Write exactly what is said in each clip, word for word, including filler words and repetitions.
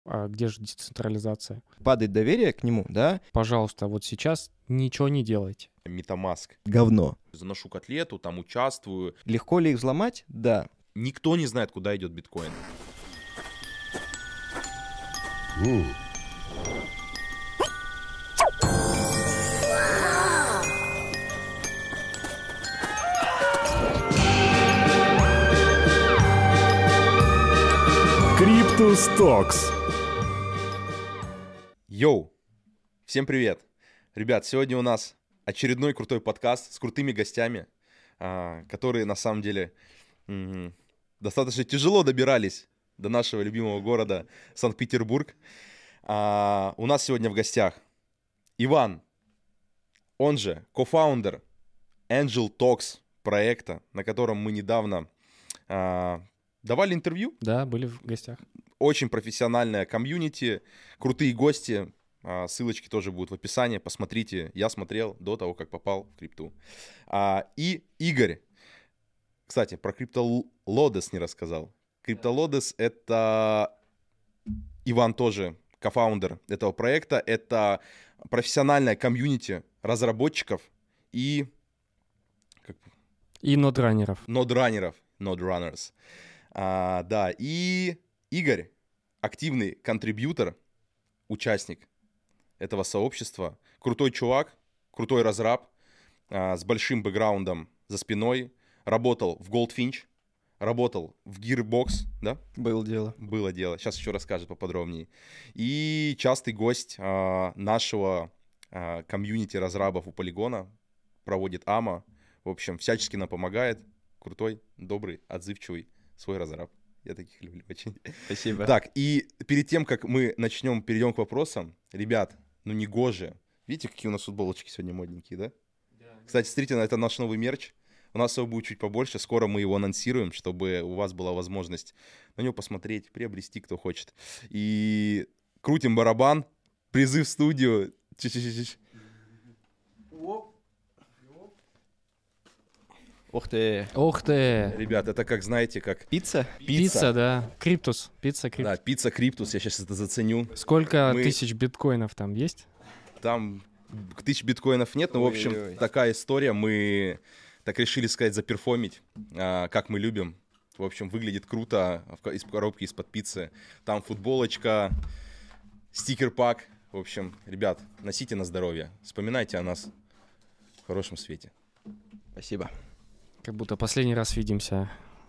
А где же децентрализация? Падает доверие к нему, да? Пожалуйста, вот сейчас ничего не делайте. MetaMask. Говно. Заношу котлету, там участвую. Легко ли их взломать? Да. Никто не знает, куда идет биткоин. Mm. Криптус Токс. Йоу! Всем привет! Ребят, сегодня у нас очередной крутой подкаст с крутыми гостями, которые на самом деле достаточно тяжело добирались до нашего любимого города Санкт-Петербург. У нас сегодня в гостях Иван, он же кофаундер Angel Talks проекта, на котором мы недавно давали интервью. Да, были в гостях. Очень профессиональная комьюнити, крутые гости. Ссылочки тоже будут в описании. Посмотрите. Я смотрел до того, как попал в крипту. И Игорь. Кстати, про CryptoLodes не рассказал. CryptoLodes — это Иван тоже, кофаундер этого проекта. Это профессиональная комьюнити разработчиков и... И нодранеров. Нодранеров. Node-runners. А, да, и Игорь, активный контрибьютор, участник этого сообщества, крутой чувак, крутой разраб, а, с большим бэкграундом за спиной, работал в Goldfinch, работал в Gearbox, да? Было дело. Было дело, сейчас еще расскажет поподробнее. И частый гость а, нашего а, комьюнити разрабов у Полигона, проводит АМА, в общем, всячески нам помогает, крутой, добрый, отзывчивый свой разраб. Я таких люблю очень. Спасибо. Так, и перед тем, как мы начнем, перейдем к вопросам, ребят, ну не гоже. Видите, какие у нас футболочки сегодня модненькие, да? Да. Кстати, смотрите, это наш новый мерч. У нас его будет чуть побольше. Скоро мы его анонсируем, чтобы у вас была возможность на него посмотреть, приобрести, кто хочет. И крутим барабан. Призыв в студию. Чи-чи-чи-чи. Ух ты. Ух ты. Ребят, это как, знаете, как... Пицца? Пицца, пицца да. Криптус. Пицца Криптус. Да, пицца Криптус, я сейчас это заценю. Сколько Мы... тысяч биткоинов там есть? Там тысяч биткоинов нет, но, в общем, Ой-ой-ой. такая история. Мы так решили сказать, заперформить, а, как мы любим. В общем, выглядит круто из коробки из-под пиццы. Там футболочка, стикер-пак. В общем, ребят, носите на здоровье. Вспоминайте о нас в хорошем свете. Спасибо. Как будто последний раз видимся.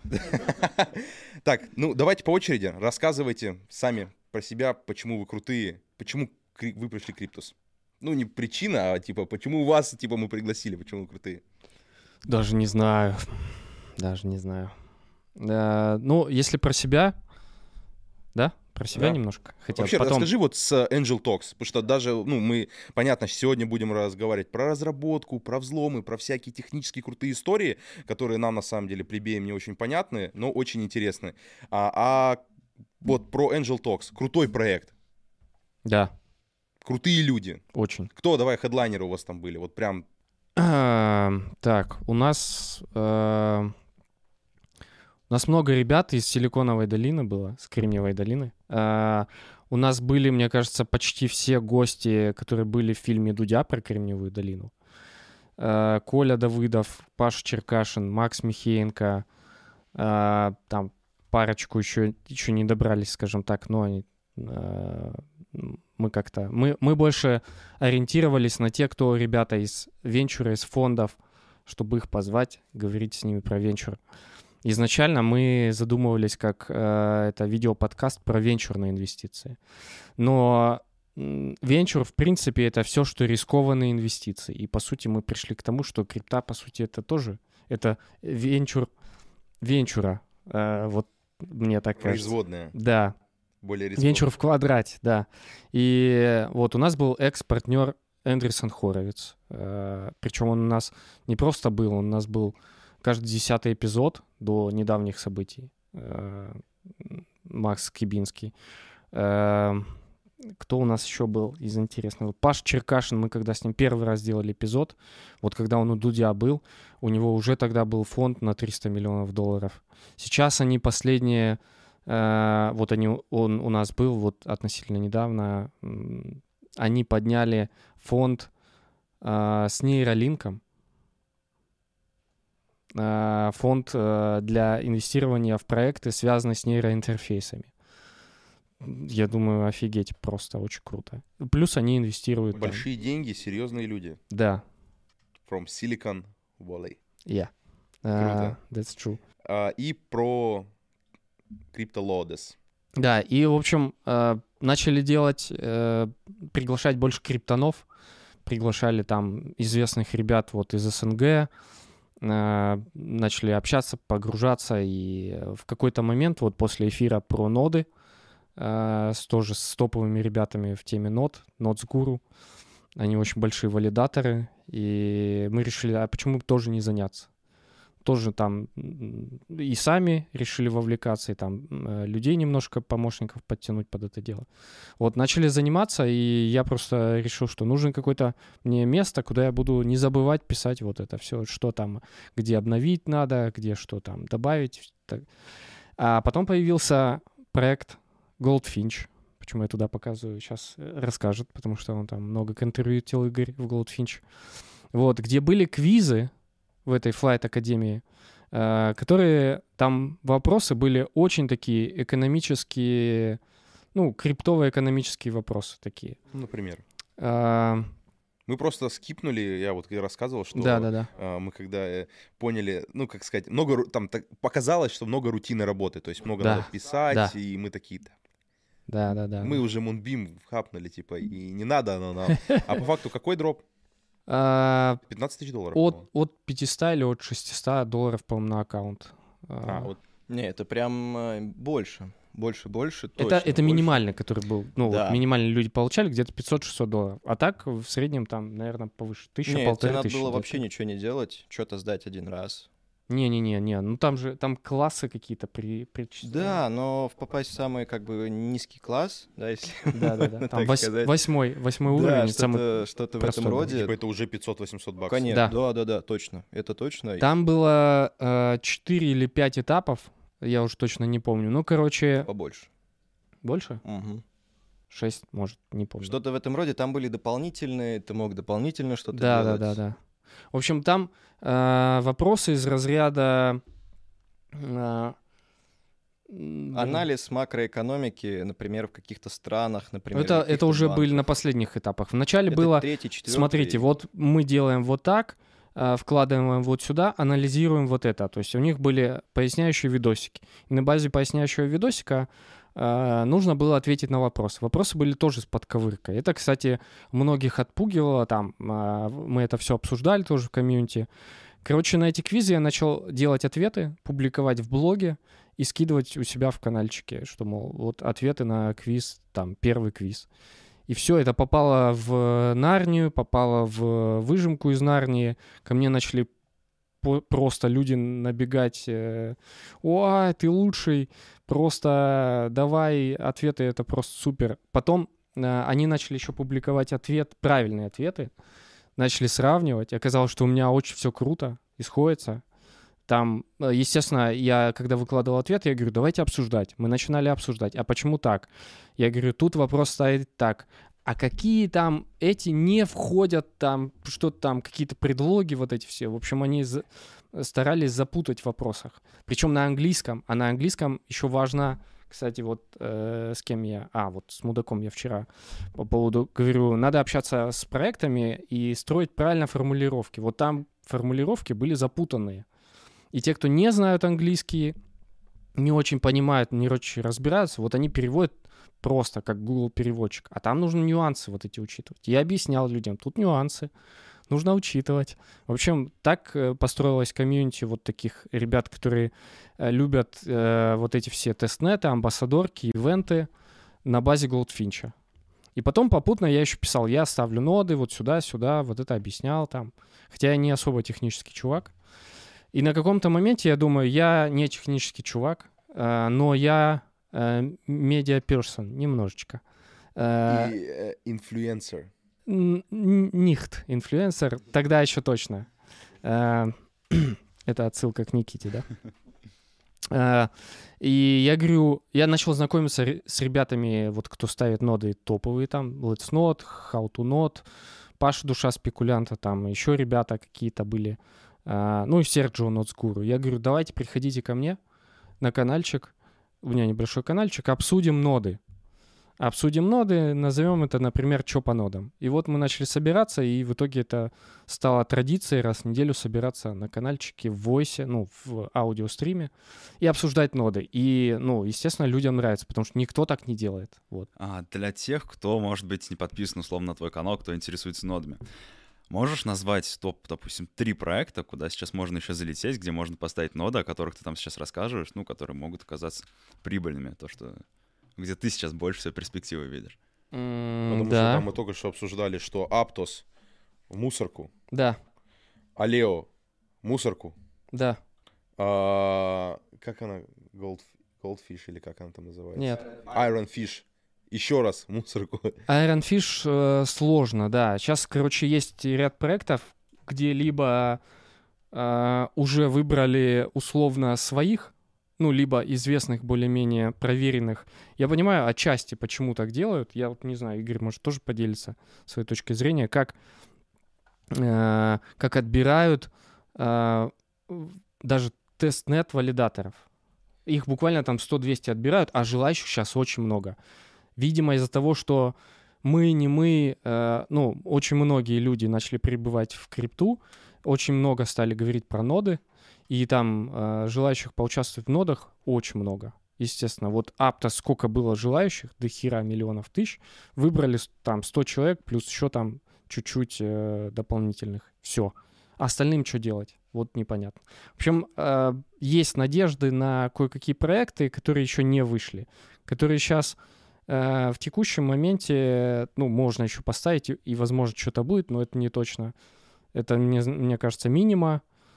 Так, ну давайте по очереди. Рассказывайте сами про себя, почему вы крутые, почему вы пришли к Криптус. Ну, не причина, а типа, почему вас типа мы пригласили, почему вы крутые. Даже не знаю. Даже не знаю. А, ну, если про себя, да? Про себя да. немножко. Хотя Вообще, потом... расскажи вот с Angel Talks, потому что даже, ну, мы, понятно, сегодня будем разговаривать про разработку, про взломы, про всякие технические крутые истории, которые нам, на самом деле, плебеям не очень понятны, но очень интересны. А, а вот про Angel Talks, крутой проект. Да. Крутые люди. Очень. Кто, давай, хедлайнеры у вас там были? Вот прям... А, так, у нас... А... У нас много ребят из Силиконовой долины было, с Кремниевой долины. Uh, у нас были, мне кажется, почти все гости, которые были в фильме «Дудя» про Кремниевую долину. Uh, Коля Давыдов, Паша Черкашин, Макс Михеенко. Uh, там парочку еще, еще не добрались, скажем так, но они, uh, мы как-то... Мы, мы больше ориентировались на те, кто ребята из венчура, из фондов, чтобы их позвать, говорить с ними про венчур. Изначально мы задумывались как э, это видеоподкаст про венчурные инвестиции. Но э, венчур, в принципе, это все, что рискованные инвестиции. И, по сути, мы пришли к тому, что крипта, по сути, это тоже это венчур венчура. Э, вот мне так кажется. Производная. Да. Более рискованная. Венчур в квадрате, да. И вот у нас был экс-партнер Эндрюсон Хоровиц. Э, причем он у нас не просто был, он у нас был... Каждый десятый эпизод до недавних событий. Макс Кибинский. Кто у нас еще был из интересного? Паш Черкашин, мы когда с ним первый раз делали эпизод, вот когда он у Дудя был, у него уже тогда был фонд на триста миллионов долларов. Сейчас они последние Э, вот они, он у нас был вот относительно недавно. м, Они подняли фонд э, с нейролинком. Э, Фонд э, для инвестирования в проекты, связанные с нейроинтерфейсами. Я думаю, офигеть, просто очень круто. Плюс они инвестируют там. Большие деньги, серьезные люди. Да, From Silicon Valley. yeah. Круто. Uh, that's true. А, и про CryptoLodes. Да, и, в общем, э, начали делать, э, приглашать больше криптонов, приглашали там известных ребят вот из СНГ, э, начали общаться, погружаться, и в какой-то момент, вот после эфира про ноды, э, с, тоже с топовыми ребятами в теме нод, Нодс-гуру, они очень большие валидаторы, и мы решили, а почему бы тоже не заняться? Тоже там м, и сами решили вовлекаться, и там э, людей немножко, помощников подтянуть под это дело. Вот, начали заниматься, и я просто решил, что нужно какое-то мне место, куда я буду не забывать писать вот это все, что там, где обновить надо, где что там добавить. Так. А потом появился проект Goldfinch. Почему я туда показываю, сейчас расскажет, потому что он там много контрибьютил Игорь в Goldfinch. Вот, где были квизы в этой Flight Академии, э, которые там вопросы были очень такие экономические, ну, криптовые экономические вопросы такие. Ну, например. А, Мы просто скипнули, я вот рассказывал, что Да-да-да. а, мы когда э, поняли, ну, как сказать, много ру- там так показалось, что много рутинной работы, то есть много Да, надо писать, да. и мы такие, «Да, Да-да-да. мы уже Moonbeam хапнули, типа, и не надо оно нам. А по факту какой дроп? А, пятнадцать тысяч долларов. от, по-моему. от пятисот или от шестисот долларов, по-моему, на аккаунт. А, А, вот Не, это прям э, больше. Больше, больше, это, точно. это больше. минимальный, который был. Ну, Да. вот минимальные люди получали где-то пятьсот-шестьсот долларов. А так в среднем там, наверное, повыше. Тысяча, Не, полторы тебе надо тысячи. было где-то. вообще ничего не делать, что-то сдать один раз. Не-не-не, ну там же, там классы какие-то при, причисляют. Да, но в попасть в самый как бы низкий класс, да, если Да-да-да. можно Там так вось- сказать. восьмой, восьмой Да, уровень. самый- что-то, что-то в простой этом был. роде. типа это уже пятьсот-восемьсот баксов. Конечно, Да. да, да, да, точно. Это точно. Там было э, четыре или пять этапов, я уже точно не помню. Ну, короче, Побольше. больше? Мгм. шесть, может, не помню. Что-то в этом роде. Там были дополнительные, ты мог дополнительно что-то Да, делать. да, да, да. В общем, там э, вопросы из разряда... э, м, Анализ макроэкономики, например, в каких-то странах, например. Это, в это каких-то уже были банках. на последних этапах. Вначале Это было... третий, четвертый. Смотрите, вот мы делаем вот так, э, вкладываем вот сюда, анализируем вот это. То есть у них были поясняющие видосики. И на базе поясняющего видосика э, нужно было ответить на вопросы. Вопросы были тоже с подковыркой. Это, кстати, многих отпугивало. Там э, мы это все обсуждали тоже в комьюнити. Короче, на эти квизы я начал делать ответы, публиковать в блоге и скидывать у себя в каналчике, что, мол, вот ответы на квиз, там, первый квиз. И все это попало в Нарнию, попало в выжимку из Нарнии. Ко мне начали по- просто люди набегать. э, «О, ты лучший, просто давай ответы, это просто супер». Потом э, они начали еще публиковать ответ, правильные ответы, начали сравнивать. Оказалось, что у меня очень все круто, исходится. Там, э, естественно, я, когда выкладывал ответ, я говорю, давайте обсуждать. Мы начинали обсуждать. А почему так? Я говорю, тут вопрос стоит так. А какие там эти не входят там, что-то там, какие-то предлоги вот эти все. В общем, они за- старались запутать в вопросах. Причем на английском. А на английском еще важно, кстати, вот э, с кем я... А, вот с Мудаком я вчера по поводу говорю, надо общаться с проектами и строить правильно формулировки. Вот там формулировки были запутанные. И те, кто не знают английский, не очень понимают, не очень разбираются, вот они переводят просто как Google переводчик. А там нужно нюансы вот эти учитывать. Я объяснял людям, тут нюансы, нужно учитывать. В общем, так э, построилась комьюнити вот таких ребят, которые э, любят э, вот эти все тестнеты, амбассадорки, ивенты на базе Goldfinch. И потом попутно я еще писал, я ставлю ноды вот сюда, сюда, вот это объяснял там. Хотя я не особо технический чувак. И на каком-то моменте я думаю, я не технический чувак, э, но я медиа-персон немножечко. Э, И э, инфлюенсер. н- н- Нихт инфлюенсер, тогда еще точно. Э, Это отсылка к Никите, да? Э, И я говорю, я начал знакомиться ре- с ребятами, вот кто ставит ноды топовые там, Let's Node, How to Node, Паша Душа Спекулянта, там еще ребята какие-то были, а, ну и Серджио Нодсгуру. Я говорю, давайте приходите ко мне на каналчик, у меня небольшой каналчик, обсудим ноды. Обсудим ноды, назовем это, например, чё по нодам. И вот мы начали собираться, и в итоге это стало традицией раз в неделю собираться на каналчике в войсе, ну, в аудиостриме и обсуждать ноды. И, ну, естественно, людям нравится, потому что никто так не делает. Вот. А для тех, кто, может быть, не подписан условно на твой канал, кто интересуется нодами, можешь назвать топ, допустим, три проекта, куда сейчас можно еще залететь, где можно поставить ноды, о которых ты там сейчас рассказываешь, ну, которые могут оказаться прибыльными, то, что... где ты сейчас больше всего перспективы видишь. М, Потому что да, там мы только что обсуждали, что Aptos в мусорку, да, Aleo в мусорку, да. а, как она, Gold, Goldfish или как она там называется? Нет. Iron Fish. Еще раз в мусорку. Iron Fish э, сложно, да. Сейчас, короче, есть ряд проектов, где либо э, уже выбрали условно своих, ну, либо известных, более-менее проверенных. Я понимаю отчасти, почему так делают. Я вот не знаю, Игорь, может, тоже поделиться своей точкой зрения, как, э, как отбирают э, даже тестнет валидаторов. Их буквально там сто-двести отбирают, а желающих сейчас очень много. Видимо, из-за того, что мы, не мы, э, ну, очень многие люди начали прибывать в крипту, очень много стали говорить про ноды, и там э, желающих поучаствовать в нодах очень много. Естественно, вот Aptos, сколько было желающих, до хера миллионов тысяч, выбрали там сто человек, плюс еще там чуть-чуть э, дополнительных. Все. А остальным что делать? Вот непонятно. В общем, э, есть надежды на кое-какие проекты, которые еще не вышли, которые сейчас э, в текущем моменте, ну, можно еще поставить, и, и возможно, что-то будет, но это не точно. Это, мне, мне кажется, минима.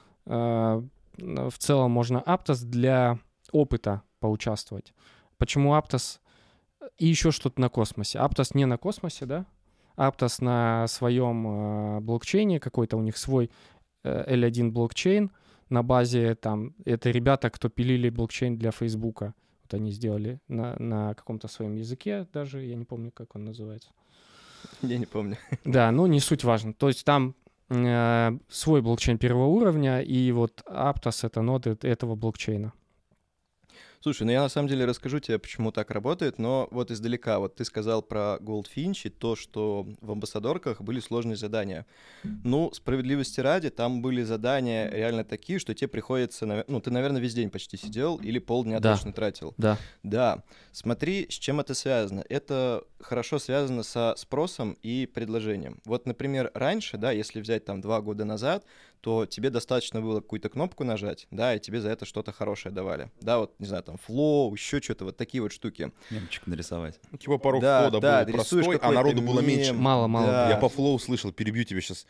Э, в целом можно Aptos для опыта поучаствовать. Почему Aptos и еще что-то на космосе? Aptos не на космосе, да? Aptos на своем э, блокчейне, какой-то у них свой э, эл один блокчейн на базе, там, это ребята, кто пилили блокчейн для Фейсбука. Вот они сделали на, на каком-то своем языке даже, я не помню, как он называется. Я не помню. Да, ну не суть важно. То есть там э, свой блокчейн первого уровня, и вот Aptos — это ноды этого блокчейна. Слушай, ну я на самом деле расскажу тебе, почему так работает, но вот издалека. Вот ты сказал про Goldfinch и то, что в амбассадорках были сложные задания. Ну, справедливости ради, там были задания реально такие, что тебе приходится... наве- Ну, ты, наверное, весь день почти сидел или полдня Да. точно тратил. Да. Да. Смотри, с чем это связано. Это хорошо связано со спросом и предложением. Вот, например, раньше, да, если взять там два года назад, то тебе достаточно было какую-то кнопку нажать, да, и тебе за это что-то хорошее давали. Да, вот, не знаю, там, флоу, еще что-то, вот такие вот штуки. Мемчик нарисовать. Типа порог Да, входа да, был рисуешь простой, а какой-то народу было мем. меньше. Мало-мало. Да. Я по флоу слышал, перебью тебя сейчас,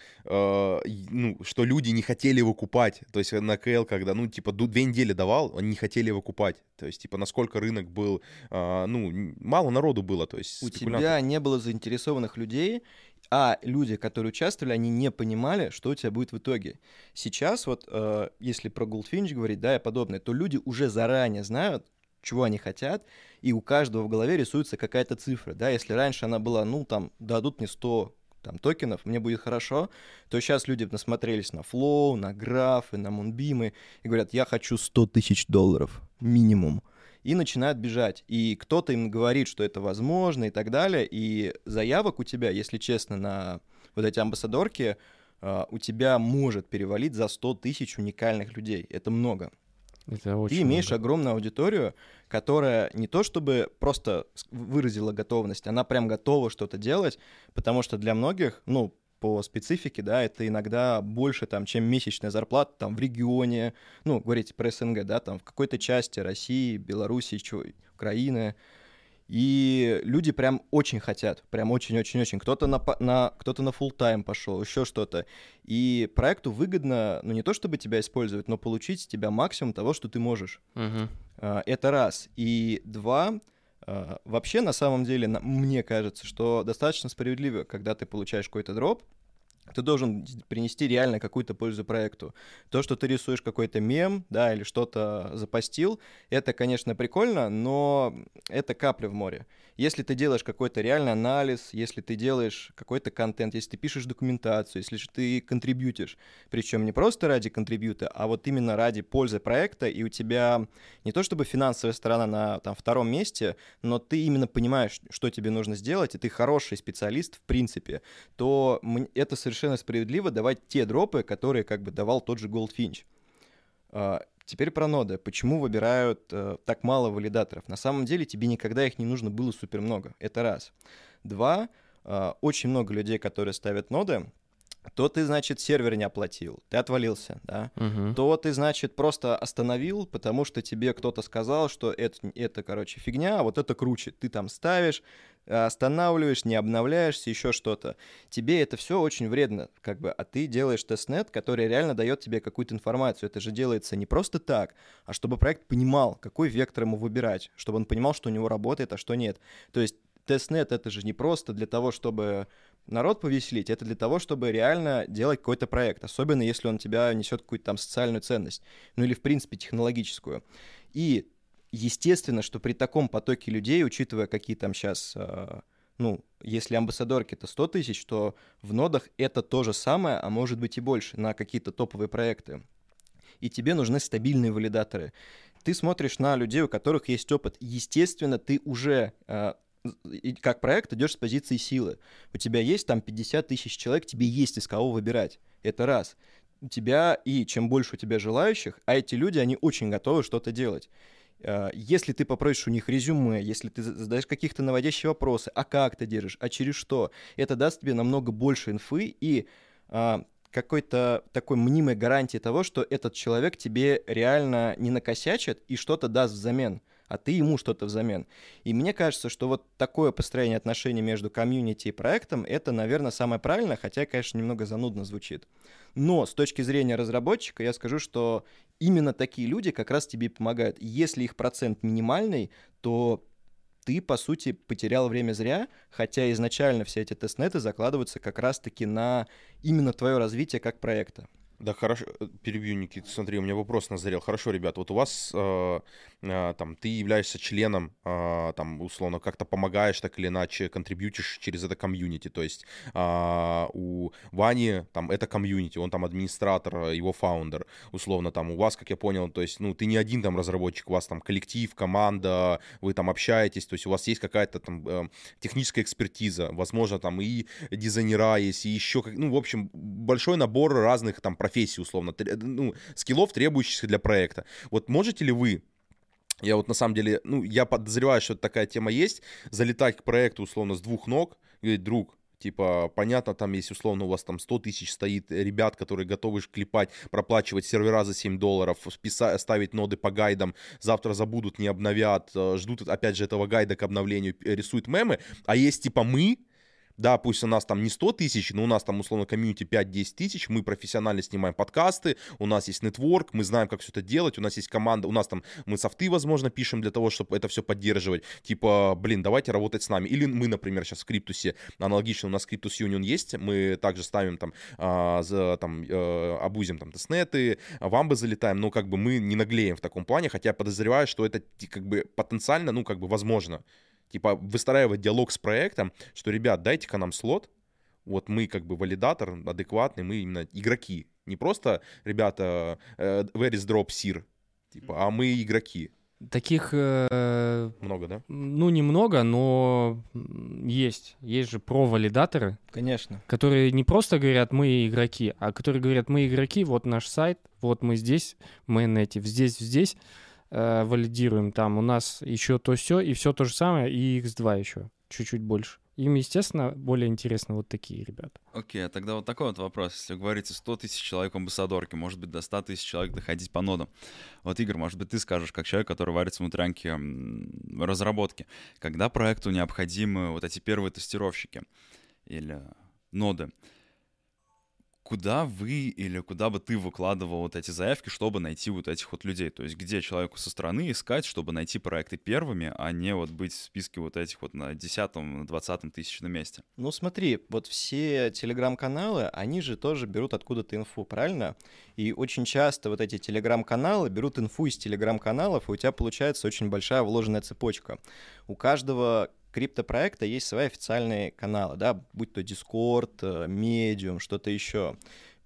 ну, что люди не хотели его купать. То есть на КЛ, когда, ну, типа, ду- две недели давал, они не хотели его купать. То есть, типа, насколько рынок был, а, ну, н- мало народу было, то есть У спекулянтов. тебя не было заинтересованных людей, а люди, которые участвовали, они не понимали, что у тебя будет в итоге. Сейчас вот, э, если про Goldfinch говорить, да, и подобное, то люди уже заранее знают, чего они хотят, и у каждого в голове рисуется какая-то цифра, да, если раньше она была, ну, там, дадут мне сто там, токенов, мне будет хорошо, то сейчас люди насмотрелись на Flow, на графы, на Moonbeam и говорят, я хочу сто тысяч долларов минимум. И начинают бежать. И кто-то им говорит, что это возможно и так далее. И заявок у тебя, если честно, на вот эти амбассадорки, а, у тебя может перевалить за сто тысяч уникальных людей. Это много. Это очень Ты имеешь много. огромную аудиторию, которая не то чтобы просто с- выразила готовность, она прям готова что-то делать, потому что для многих, ну, по специфике, да, это иногда больше, там, чем месячная зарплата там в регионе, ну, говорите про СНГ, да, там в какой-то части России, Белоруссии, чё, Украины. И люди прям очень хотят, прям очень-очень-очень. Кто-то на, па- на, кто-то на фулл-тайм пошел, еще что-то. И проекту выгодно, ну, не то чтобы тебя использовать, но получить с тебя максимум того, что ты можешь. Мгм. А, Это раз. И два, а, вообще, на самом деле, на- мне кажется, что достаточно справедливо, когда ты получаешь какой-то дроп, ты должен принести реально какую-то пользу проекту. То, что ты рисуешь какой-то мем, да, или что-то запостил, это, конечно, прикольно, но это капля в море. Если ты делаешь какой-то реальный анализ, если ты делаешь какой-то контент, если ты пишешь документацию, если же ты контрибьютишь, причем не просто ради контрибьюта, а вот именно ради пользы проекта, и у тебя не то чтобы финансовая сторона на там, втором месте, но ты именно понимаешь, что тебе нужно сделать, и ты хороший специалист в принципе, то это совершенно справедливо давать те дропы, которые как бы давал тот же Goldfinch. Теперь про ноды. Почему выбирают э, так мало валидаторов? На самом деле тебе никогда их не нужно было супер много. Это раз. Два. Э, очень много людей, которые ставят ноды, то ты, значит, сервер не оплатил, ты отвалился, да? Угу. То ты, значит, просто остановил, потому что тебе кто-то сказал, что это, это, короче, фигня, а вот это круче. Ты там ставишь, останавливаешь, не обновляешься, еще что-то. Тебе это все очень вредно, как бы, а ты делаешь тестнет, который реально дает тебе какую-то информацию. Это же делается не просто так, а чтобы проект понимал, какой вектор ему выбирать, чтобы он понимал, что у него работает, а что нет. То есть тестнет — это же не просто для того, чтобы народ повеселить, это для того, чтобы реально делать какой-то проект, особенно если он тебя несет какую-то там социальную ценность, ну или в принципе технологическую. И естественно, что при таком потоке людей, учитывая, какие там сейчас, э, ну, если амбассадорки-то сто тысяч, то в нодах это то же самое, а может быть и больше, на какие-то топовые проекты. И тебе нужны стабильные валидаторы. Ты смотришь на людей, у которых есть опыт. Естественно, ты уже э, как проект идешь с позиции силы. У тебя есть там пятьдесят тысяч человек, тебе есть из кого выбирать. Это раз. У тебя, и чем больше у тебя желающих, а эти люди, они очень готовы что-то делать. Если ты попросишь у них резюме, если ты задаешь каких-то наводящие вопросы, а как ты держишь, а через что, это даст тебе намного больше инфы и а, какой-то такой мнимой гарантии того, что этот человек тебе реально не накосячит и что-то даст взамен, а ты ему что-то взамен. И мне кажется, что вот такое построение отношений между комьюнити и проектом, это, наверное, самое правильное, хотя, конечно, немного занудно звучит. Но с точки зрения разработчика я скажу, что именно такие люди как раз тебе помогают. Если их процент минимальный, то ты, по сути, потерял время зря, хотя изначально все эти тестнеты закладываются как раз-таки на именно твое развитие как проекта. Да, хорошо, перебью, Никита, смотри, у меня вопрос назрел. Хорошо, ребят, вот у вас, э, э, там, ты являешься членом, э, там, условно, как-то помогаешь так или иначе, контрибьютишь через это комьюнити, то есть э, у Вани, там, это комьюнити, он там администратор, его фаундер, условно, там, у вас, как я понял, то есть, ну, ты не один там разработчик, у вас там коллектив, команда, вы там общаетесь, то есть у вас есть какая-то там э, техническая экспертиза, возможно, там, и дизайнера есть, и еще, ну, в общем, большой набор разных там профессий, условно, ну, скиллов, требующихся для проекта. Вот можете ли вы, я вот на самом деле, ну, я подозреваю, что такая тема есть, залетать к проекту, условно, с двух ног, и говорить: друг, типа, понятно, там, если, условно, у вас там сто тысяч стоит ребят, которые готовы клепать, проплачивать сервера за семь долларов, списа- ставить ноды по гайдам, завтра забудут, не обновят, ждут, опять же, этого гайда к обновлению, рисуют мемы, а есть, типа, мы. Да, пусть у нас там не сто тысяч, но у нас там, условно, комьюнити пять-десять тысяч, мы профессионально снимаем подкасты, у нас есть нетворк, мы знаем, как все это делать, у нас есть команда, у нас там, мы софты, возможно, пишем для того, чтобы это все поддерживать, типа, блин, давайте работать с нами. Или мы, например, сейчас в Криптусе, аналогично, у нас Криптус Union есть, мы также ставим там, а, за, там а, абузим там тестнеты, в амбы залетаем, но как бы мы не наглеем в таком плане, хотя я подозреваю, что это как бы потенциально, ну, как бы возможно. Типа выстраивать диалог с проектом, что, ребят, дайте-ка нам слот, вот мы как бы валидатор адекватный, мы именно игроки. Не просто, ребята, uh, where is drop sir, типа, а мы игроки. Таких... Э, много, да? Ну, немного, но есть. Есть же про-валидаторы. Конечно. Которые не просто говорят: мы игроки, а которые говорят: мы игроки, вот наш сайт, вот мы здесь, mainnative, здесь, здесь. Валидируем, там у нас еще то все и все то же самое, и икс два еще чуть-чуть больше. Им, естественно, более интересны вот такие ребята. Окей, okay, тогда вот такой вот вопрос. Если вы говорите сто тысяч человек в амбассадорке, может быть, до ста тысяч человек доходить по нодам. Вот, Игорь, может быть, ты скажешь, как человек, который варится в внутрянке разработки, когда проекту необходимы вот эти первые тестировщики или ноды, куда вы или куда бы ты выкладывал вот эти заявки, чтобы найти вот этих вот людей? То есть где человеку со стороны искать, чтобы найти проекты первыми, а не вот быть в списке вот этих вот на десятом, на двадцатом тысячном месте? Ну смотри, вот все телеграм-каналы, они же тоже берут откуда-то инфу, правильно? И очень часто вот эти телеграм-каналы берут инфу из телеграм-каналов, и у тебя получается очень большая вложенная цепочка. У каждого криптопроекта есть свои официальные каналы, да, будь то Discord, Medium, что-то еще.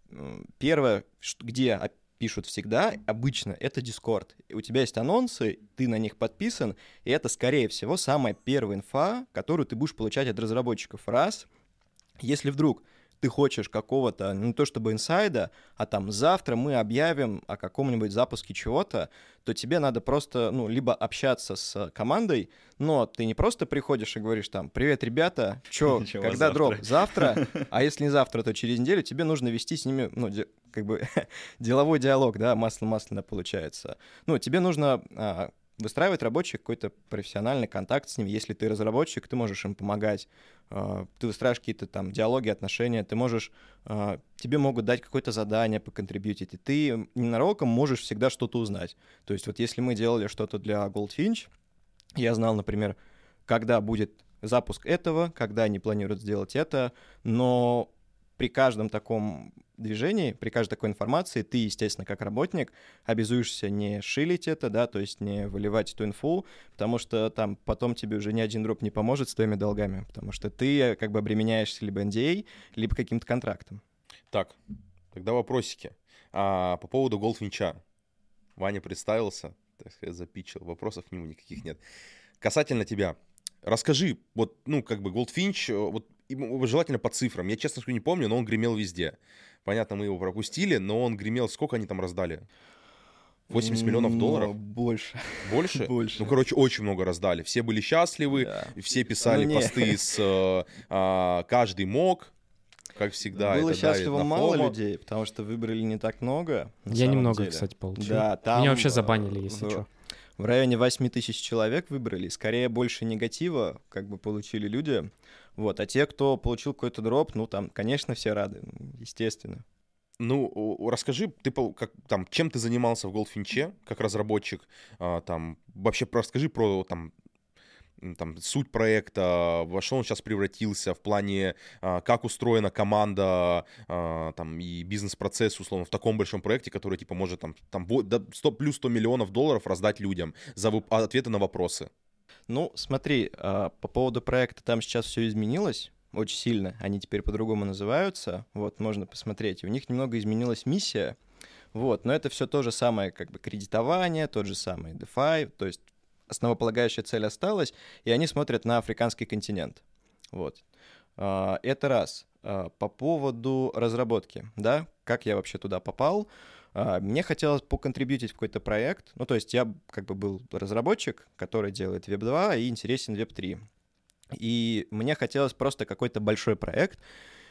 Первое, где пишут всегда, обычно, это Discord. У тебя есть анонсы, ты на них подписан, и это, скорее всего, самая первая инфа, которую ты будешь получать от разработчиков. Раз. Если вдруг ты хочешь какого-то, ну, не то чтобы инсайда, а там завтра мы объявим о каком-нибудь запуске чего-то, то тебе надо просто, ну, либо общаться с командой, но ты не просто приходишь и говоришь там: «Привет, ребята, чё, когда дроп? Завтра?» А если не завтра, то через неделю. Тебе нужно вести с ними, ну, де- как бы деловой диалог, да, масло-масляно получается. Ну, тебе нужно а, выстраивать рабочий какой-то профессиональный контакт с ними. Если ты разработчик, ты можешь им помогать. Uh, ты выстраиваешь какие-то там диалоги, отношения, ты можешь, uh, тебе могут дать какое-то задание поконтрибьютить, и ты ненароком можешь всегда что-то узнать. То есть вот если мы делали что-то для Goldfinch, я знал, например, когда будет запуск этого, когда они планируют сделать это, но при каждом таком движении, при каждой такой информации ты, естественно, как работник, обязуешься не шилить это, да, то есть не выливать эту инфу, потому что там потом тебе уже ни один дроп не поможет с твоими долгами, потому что ты как бы обременяешься либо эн ди эй, либо каким-то контрактом. Так, тогда вопросики. А, по поводу Goldfinch. Ваня представился, так сказать, запичил, вопросов к нему никаких нет. Касательно тебя, расскажи, вот, ну, как бы Goldfinch, вот, желательно по цифрам. Я, честно скажу, не помню, но он гремел везде. Понятно, мы его пропустили, но он гремел... Сколько они там раздали? восемьдесят миллионов долларов? Больше. Больше? Больше. Ну, короче, очень много раздали. Все были счастливы, Да. все писали Ну, не. посты с э, а, «каждый мог», как всегда. Было это давит счастливо на мало фомо. людей, потому что выбрали не так много. на Я самом немного, деле. кстати, получил. Да, там, Меня вообще э, забанили, если в- что. В районе восемь тысяч человек выбрали. Скорее, больше негатива как бы получили люди. Вот. А те, кто получил какой-то дроп, ну, там, конечно, все рады, ну, естественно. Ну, о, расскажи, ты пол- как, там, чем ты занимался в Goldfinch как разработчик? А, там, вообще расскажи про там, м, там, суть проекта, во что он сейчас превратился в плане, а, как устроена команда а, там, и бизнес-процесс, условно, в таком большом проекте, который типа может там, там, бо- да, сто, плюс сто миллионов долларов раздать людям за вып- ответы на вопросы. Ну, смотри, а, по поводу проекта там сейчас все изменилось очень сильно. Они теперь по-другому называются. Вот, можно посмотреть. И у них немного изменилась миссия. Вот, но это все то же самое, как бы кредитование, тот же самый DeFi. То есть основополагающая цель осталась, и они смотрят на африканский континент. Вот. А, это раз. А, по поводу разработки, да, как я вообще туда попал. А, Мне хотелось поконтрибьютить в какой-то проект. Ну, то есть я как бы был разработчик, который делает веб два и интересен веб три. И мне хотелось просто какой-то большой проект.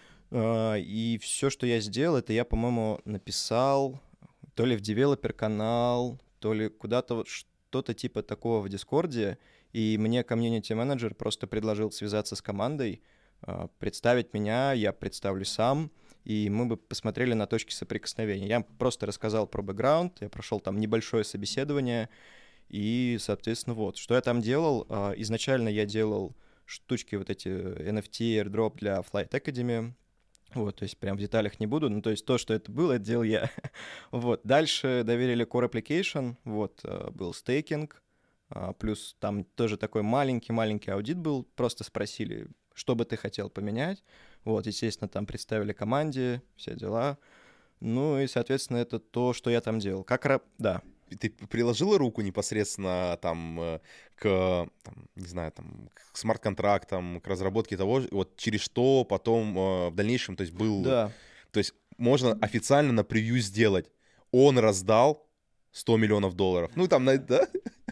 А, И все, что я сделал, это я, по-моему, написал то ли в девелопер-канал, то ли куда-то вот что-то типа такого в Дискорде. И мне комьюнити-менеджер просто предложил связаться с командой, а, представить меня, я представлю сам, и мы бы посмотрели на точки соприкосновения. Я просто рассказал про бэкграунд, я прошел там небольшое собеседование, и, соответственно, вот. Что я там делал? А, Изначально я делал штучки, вот эти эн эф ти, airdrop для Flight Academy. Вот, то есть прям в деталях не буду, ну, то есть то, что это было, это делал я. Вот, дальше доверили Core Application, вот, э, был стейкинг, а, плюс там тоже такой маленький-маленький аудит был, просто спросили, что бы ты хотел поменять. Вот, естественно, там представили команде, все дела. Ну и, соответственно, это то, что я там делал. Как раб... Да. Ты приложила руку непосредственно там э, к, там, не знаю, там, к смарт-контрактам, к разработке того, вот через что потом э, в дальнейшем, то есть был... Да. То есть можно официально на превью сделать. Он раздал сто миллионов долларов. Ну там, на- да?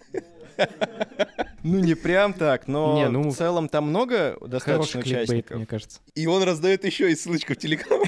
Ну, не прям так, но Не, ну, в целом там много достаточно Хороший кликбейт, участников. мне кажется. И он раздает еще и ссылочку в Телеграм.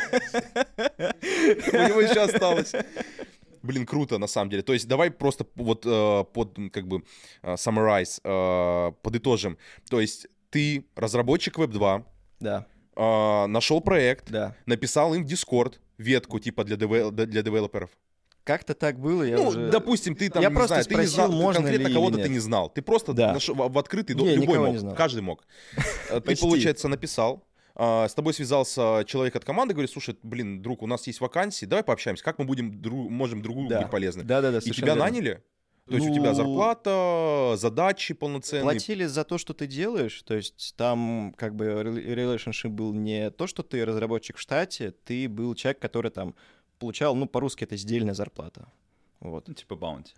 У него еще осталось. Блин, круто, на самом деле. То есть давай просто вот э, под, как бы, э, summarize, э, подытожим. То есть ты разработчик веб два, Да. а, нашел проект, Да. написал им в Discord ветку типа для, девел- для девелоперов. Как-то так было, я ну, уже... допустим, ты там, Я не просто знаю, ты не спросил, знал, ты можно конкретно ли кого-то или ты нет. не знал. Ты просто Да. нашел- в, в открытый, до- Не, любой никого мог, не знал. каждый мог. Ты, Почти. получается, написал, а, с тобой связался человек от команды, говорит, слушай, блин, друг, у нас есть вакансии, давай пообщаемся, как мы будем дру- можем друг другу Да. быть полезны. Да-да-да, И совершенно тебя верно. наняли? То есть у тебя Ну, зарплата, задачи полноценные? Платили за то, что ты делаешь, то есть там как бы рел- relationship был не то, что ты разработчик в штате, ты был человек, который там получал, ну, по-русски это сдельная зарплата. Вот. Ну, типа баунти.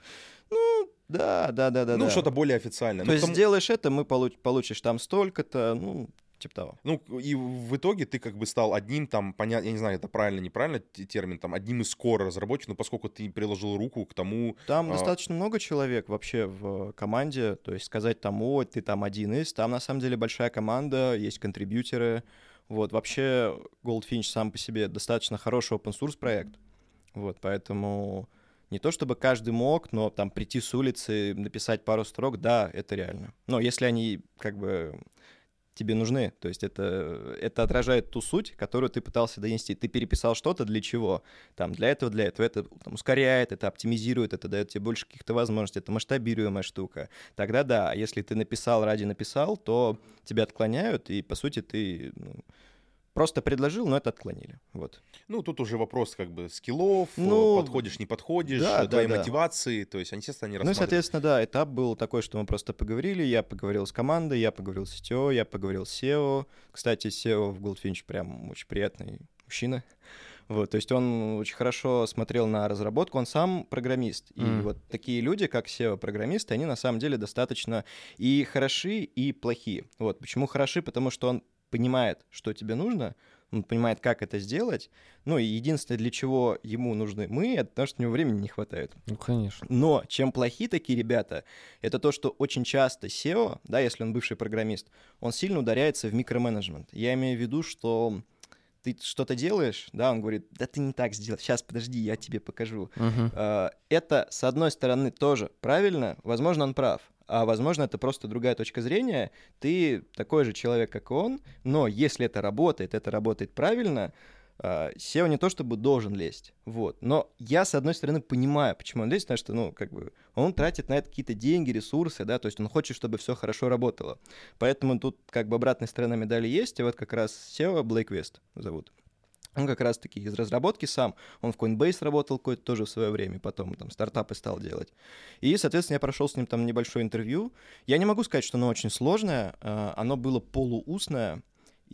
Да, да, да, да. ну, да. что-то более официальное. То Ну, есть потому- сделаешь это, мы получ- получишь там столько-то, ну, типа того. Ну, и в итоге ты как бы стал одним там, понятно, я не знаю, это правильно, неправильно т- термин, там, одним из core разработчиков, но поскольку ты приложил руку к тому... Там А. достаточно много человек вообще в команде, то есть сказать там, о, ты там один из, там на самом деле большая команда, есть контрибьюторы, вот, вообще Goldfinch сам по себе достаточно хороший open-source проект, вот, поэтому не то чтобы каждый мог, но там прийти с улицы, написать пару строк, да, это реально. Но если они как бы тебе нужны, то есть это, это отражает ту суть, которую ты пытался донести. Ты переписал что-то для чего? Там, для этого, для этого. Это там, ускоряет, это оптимизирует, это дает тебе больше каких-то возможностей, это масштабируемая штука. Тогда да, а если ты написал ради написал, то тебя отклоняют, и, по сути, ты ну, просто предложил, но это отклонили. Вот. Ну, тут уже вопрос как бы скиллов, Ну, подходишь, не подходишь, да, да, твоей да. мотивации, то есть они, естественно, не Ну и, рассматривают. соответственно, да, этап был такой, что мы просто поговорили, я поговорил с командой, я поговорил с си ти о, я поговорил с сео. Кстати, сео в Goldfinch прям очень приятный мужчина. Вот, то есть он очень хорошо смотрел на разработку, он сам программист. И Mm. вот такие люди, как сео-программисты, они на самом деле достаточно и хороши, и плохие. Вот, почему хороши? Потому что он понимает, что тебе нужно, он понимает, как это сделать. Ну и единственное, для чего ему нужны мы, это потому что у него времени не хватает. Ну, конечно. Но чем плохи такие ребята, это то, что очень часто сео, да, если он бывший программист, он сильно ударяется в микроменеджмент. Я имею в виду, что ты что-то делаешь, да, он говорит, да ты не так сделал, сейчас подожди, я тебе покажу. Мгм. Э, Это, с одной стороны, тоже правильно, возможно, он прав, а возможно, это просто другая точка зрения, ты такой же человек, как и он, но если это работает, это работает правильно, э, сео не то чтобы должен лезть, вот, но я, с одной стороны, понимаю, почему он лезет, потому что, ну, как бы, он тратит на это какие-то деньги, ресурсы, да, то есть он хочет, чтобы все хорошо работало, поэтому тут, как бы, обратная сторона медали есть, и вот как раз сео Блейк Вест зовут. Он как раз-таки из разработки сам. Он в Coinbase работал какое-то тоже в свое время, потом там стартапы стал делать. И, соответственно, я прошел с ним там небольшое интервью. Я не могу сказать, что оно очень сложное, а, оно было полуустное,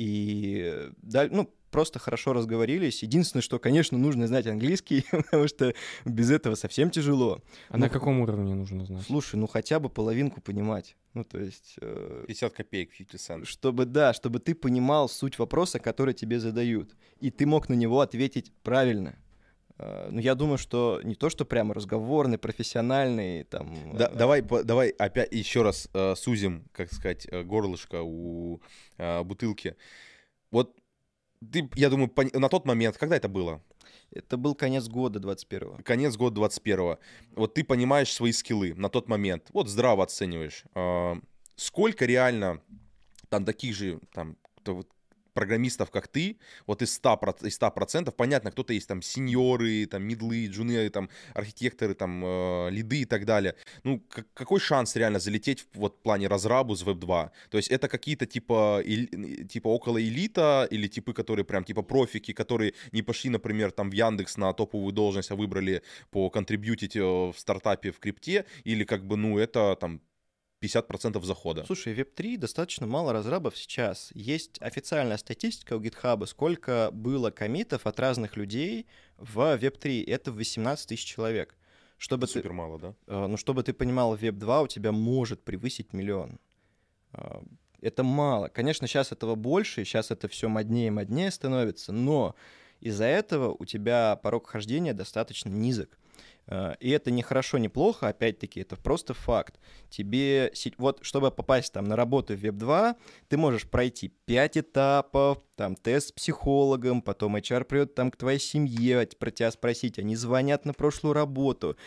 и, да, ну, просто хорошо разговорились. Единственное, что, конечно, нужно знать английский, потому что без этого совсем тяжело. А Ну, на каком уровне нужно знать? Слушай, ну хотя бы половинку понимать. Ну, то есть... э, пятьдесят копеек, пятьдесят центов. чтобы, да, чтобы ты понимал суть вопроса, который тебе задают, и ты мог на него ответить правильно. Э, Ну, я думаю, что не то, что прямо разговорный, профессиональный, там... Да, э, давай, по- давай опять еще раз э, сузим, как сказать, э, горлышко у э, бутылки. Вот ты, я думаю, пон- на тот момент, когда это было? Это был конец года двадцать первого. Конец года двадцать первого. Вот ты понимаешь свои скиллы на тот момент, вот здраво оцениваешь. э, Сколько реально там таких же там кто вот программистов, как ты, вот из ста процентов, понятно, кто-то есть там сеньоры, там мидлы, джуны, там архитекторы, там э, лиды и так далее. Ну, к- какой шанс реально залететь в вот, плане разрабу с веб два? То есть это какие-то типа, эл- типа около элита или типы, которые прям типа профики, которые не пошли, например, там в Яндекс на топовую должность, а выбрали по контрибьютить э, в стартапе в крипте, или как бы, ну, это там пятьдесят процентов захода. Слушай, веб три достаточно мало разрабов сейчас. Есть официальная статистика у GitHub, сколько было коммитов от разных людей в веб три. Это восемнадцать тысяч человек. Чтобы ты, Супер мало, да? э, ну, чтобы ты понимал, веб два у тебя может превысить миллион. Э, Это мало. Конечно, сейчас этого больше, сейчас это все моднее и моднее становится, но из-за этого у тебя порог хождения достаточно низок. Э, И это не хорошо, не плохо, опять-таки, это просто факт. Тебе, си- вот, чтобы попасть там на работу в веб два, ты можешь пройти пять этапов, там, тест с психологом, потом эйч ар придет там к твоей семье, про тебя спросить, они звонят на прошлую работу.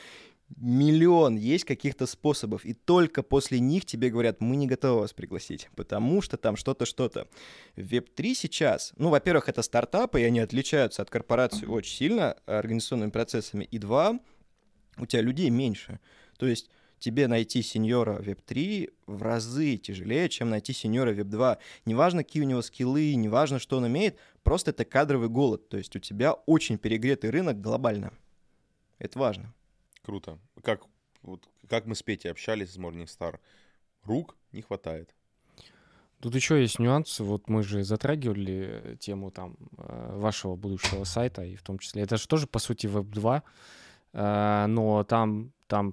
миллион есть каких-то способов, и только после них тебе говорят, мы не готовы вас пригласить, потому что там что-то, что-то. веб три сейчас, ну, во-первых, это стартапы, и они отличаются от корпораций очень сильно организационными процессами, и два, у тебя людей меньше. То есть тебе найти сеньора веб три в разы тяжелее, чем найти сеньора веб два. Неважно, какие у него скиллы, неважно, что он умеет, просто это кадровый голод. То есть у тебя очень перегретый рынок глобально. Это важно. Круто. Как, вот, как мы с Петей общались с Morningstar, рук не хватает. Тут еще есть нюансы. Вот мы же затрагивали тему там вашего будущего сайта, и в том числе это же тоже, по сути, веб два, но там, там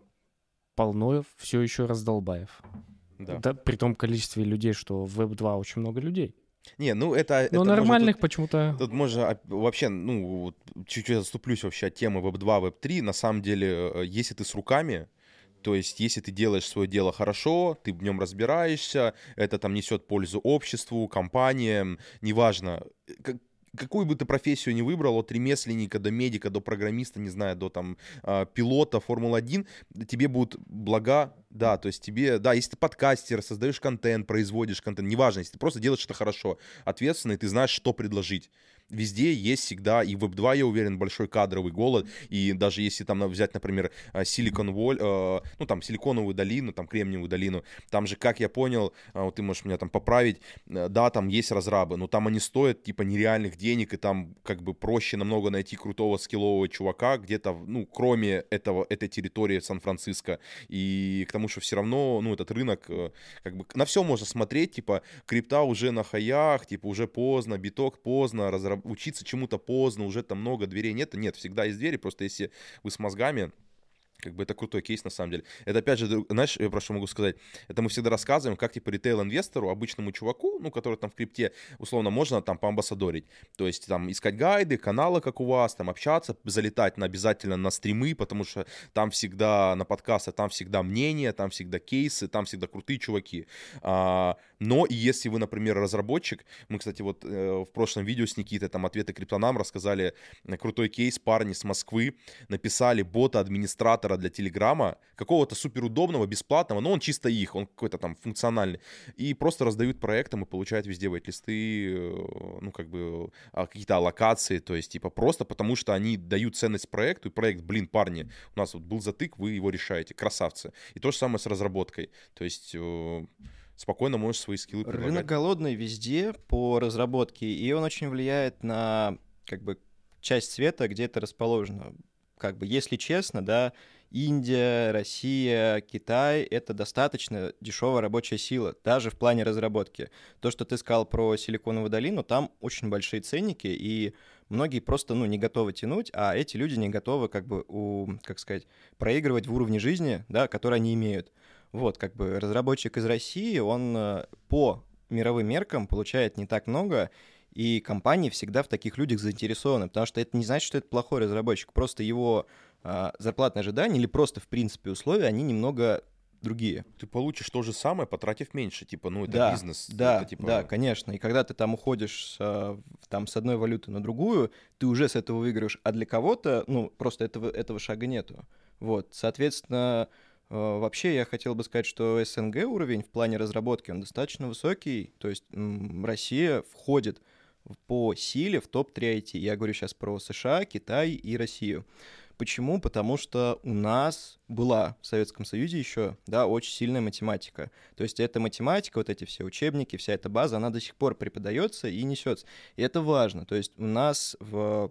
полно все еще раздолбаев. Да. Да, при том количестве людей, что в веб два очень много людей. Не, ну это... Но это нормальных может, почему-то... Тут можно вообще, ну, вот чуть-чуть отступлюсь вообще от темы веб два, веб три. На самом деле, если ты с руками, то есть если ты делаешь свое дело хорошо, ты в нем разбираешься, это там несет пользу обществу, компаниям, неважно, как, какую бы ты профессию ни выбрал, от ремесленника до медика, до программиста, не знаю, до там пилота, Формулы один, тебе будут блага, да, то есть тебе, да, если ты подкастер, создаешь контент, производишь контент, неважно, если ты просто делаешь это хорошо, ответственно, и ты знаешь, что предложить. Везде есть всегда, и в веб два, я уверен, большой кадровый голод, и даже если там взять, например, Silicon Valley, ну там Силиконовую долину, там Кремниевую долину, там же, как я понял, вот ты можешь меня там поправить, да, там есть разрабы, но там они стоят типа нереальных денег, и там как бы проще намного найти крутого скиллового чувака где-то, ну, кроме этого, этой территории Сан-Франциско, и к тому, что все равно, ну, этот рынок, как бы, на все можно смотреть, типа, крипта уже на хаях, типа, уже поздно, биток поздно, разраб учиться чему-то поздно, уже там много дверей нет. Нет, всегда есть двери, просто если вы с мозгами, как бы это крутой кейс на самом деле. Это опять же, знаешь, я про что могу сказать, это мы всегда рассказываем, как типа ритейл-инвестору, обычному чуваку, ну, который там в крипте, условно, можно там поамбассадорить. То есть там искать гайды, каналы, как у вас, там общаться, залетать на, обязательно на стримы, потому что там всегда на подкасты, там всегда мнения, там всегда кейсы, там всегда крутые чуваки. А, но и если вы, например, разработчик, мы, кстати, вот э, в прошлом видео с Никитой, там ответы криптонам рассказали крутой кейс, парни с Москвы написали бота-администратора для Телеграма, какого-то суперудобного, бесплатного, но он чисто их, он какой-то там функциональный, и просто раздают проектам и получают везде вайт-листы, ну, как бы, какие-то аллокации, то есть, типа, просто потому что они дают ценность проекту, и проект, блин, парни, у нас вот был затык, вы его решаете, красавцы. И то же самое с разработкой, то есть... спокойно можешь свои скиллы предлагать. Рынок голодный везде по разработке, и он очень влияет на, как бы, часть света, где это расположено. Как бы, если честно, да, Индия, Россия, Китай — это достаточно дешевая рабочая сила, даже в плане разработки. То, что ты сказал про Силиконовую долину, там очень большие ценники, и многие просто, ну, не готовы тянуть, а эти люди не готовы, как бы, у, как сказать, проигрывать в уровне жизни, да, который они имеют. Вот, как бы, разработчик из России, он по мировым меркам получает не так много, и компании всегда в таких людях заинтересованы, потому что это не значит, что это плохой разработчик, просто его а, зарплатные ожидания или просто, в принципе, условия, они немного другие. Ты получишь то же самое, потратив меньше, типа, ну, это да, бизнес. Да, это, типа... да, конечно, и когда ты там уходишь с, там, с одной валюты на другую, ты уже с этого выигрываешь, а для кого-то, ну, просто этого, этого шага нету. Вот, соответственно... Вообще, я хотел бы сказать, что СНГ уровень в плане разработки, он достаточно высокий, то есть м, Россия входит по силе в топ три ай ти. Я говорю сейчас про США, Китай и Россию. Почему? Потому что у нас была в Советском Союзе еще, да, очень сильная математика. То есть эта математика, вот эти все учебники, вся эта база, она до сих пор преподается и несется. И это важно. То есть у нас в...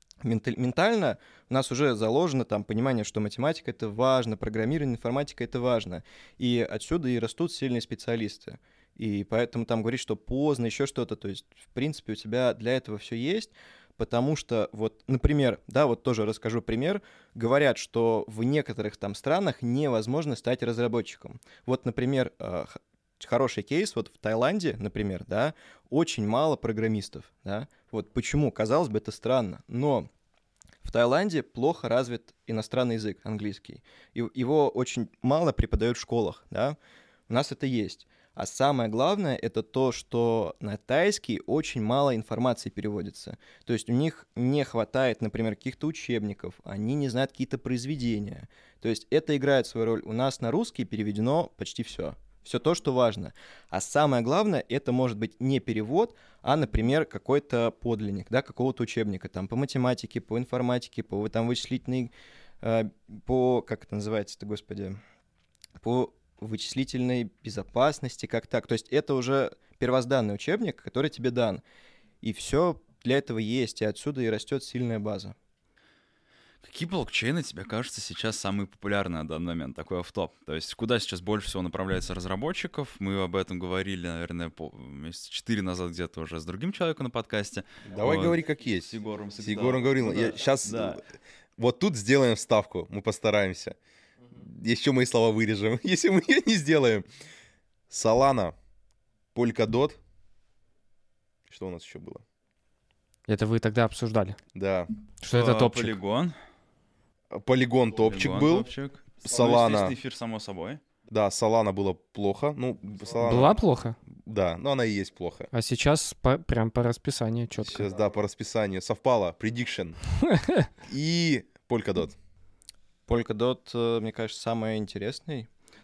ментально у нас уже заложено там понимание, что математика — это важно, программирование, информатика — это важно. И отсюда и растут сильные специалисты. И поэтому там говорить, что поздно, еще что-то. То есть, в принципе, у тебя для этого все есть, потому что, вот, например, да, вот тоже расскажу пример. Говорят, что в некоторых там странах невозможно стать разработчиком. Вот, например, хороший кейс, вот в Таиланде, например, да, очень мало программистов, да. Вот почему? Казалось бы, это странно, но в Таиланде плохо развит иностранный язык, английский. И его очень мало преподают в школах, да. У нас это есть. А самое главное, это то, что на тайский очень мало информации переводится. То есть у них не хватает, например, каких-то учебников, они не знают какие-то произведения. То есть это играет свою роль. У нас на русский переведено почти все. Все то, что важно. А самое главное, это может быть не перевод, а, например, какой-то подлинник, да, какого-то учебника, там, по математике, по информатике, по там, вычислительной, э, по, как это называется-то, господи, по вычислительной безопасности, как так. То есть это уже первозданный учебник, который тебе дан. И все для этого есть, и отсюда и растет сильная база. Какие блокчейны тебе кажутся сейчас самые популярные на данный момент? Такой автоп. То есть куда сейчас больше всего направляется разработчиков? Мы об этом говорили, наверное, пол... месяца четыре назад где-то уже с другим человеком на подкасте. Давай вот. говори как есть. С Егором. С Егором говорил. Ну, я да. сейчас Да. вот тут сделаем вставку, мы постараемся. Еще мои слова вырежем, если мы ее не сделаем. Solana, Polkadot. Что у нас еще было? Это вы тогда обсуждали. Да. Что это топчик. Полигон. Полигон топчик был. Топчик. Solana. Ну, естественно, эфир, само собой. Да, Solana было плохо. Ну, Solana... Была плохо? Да, но она и есть плохо. А сейчас по, прям по расписанию четко. Сейчас, да, по расписанию. Совпало. Prediction. И Polkadot. Polkadot, мне кажется, самый интересный.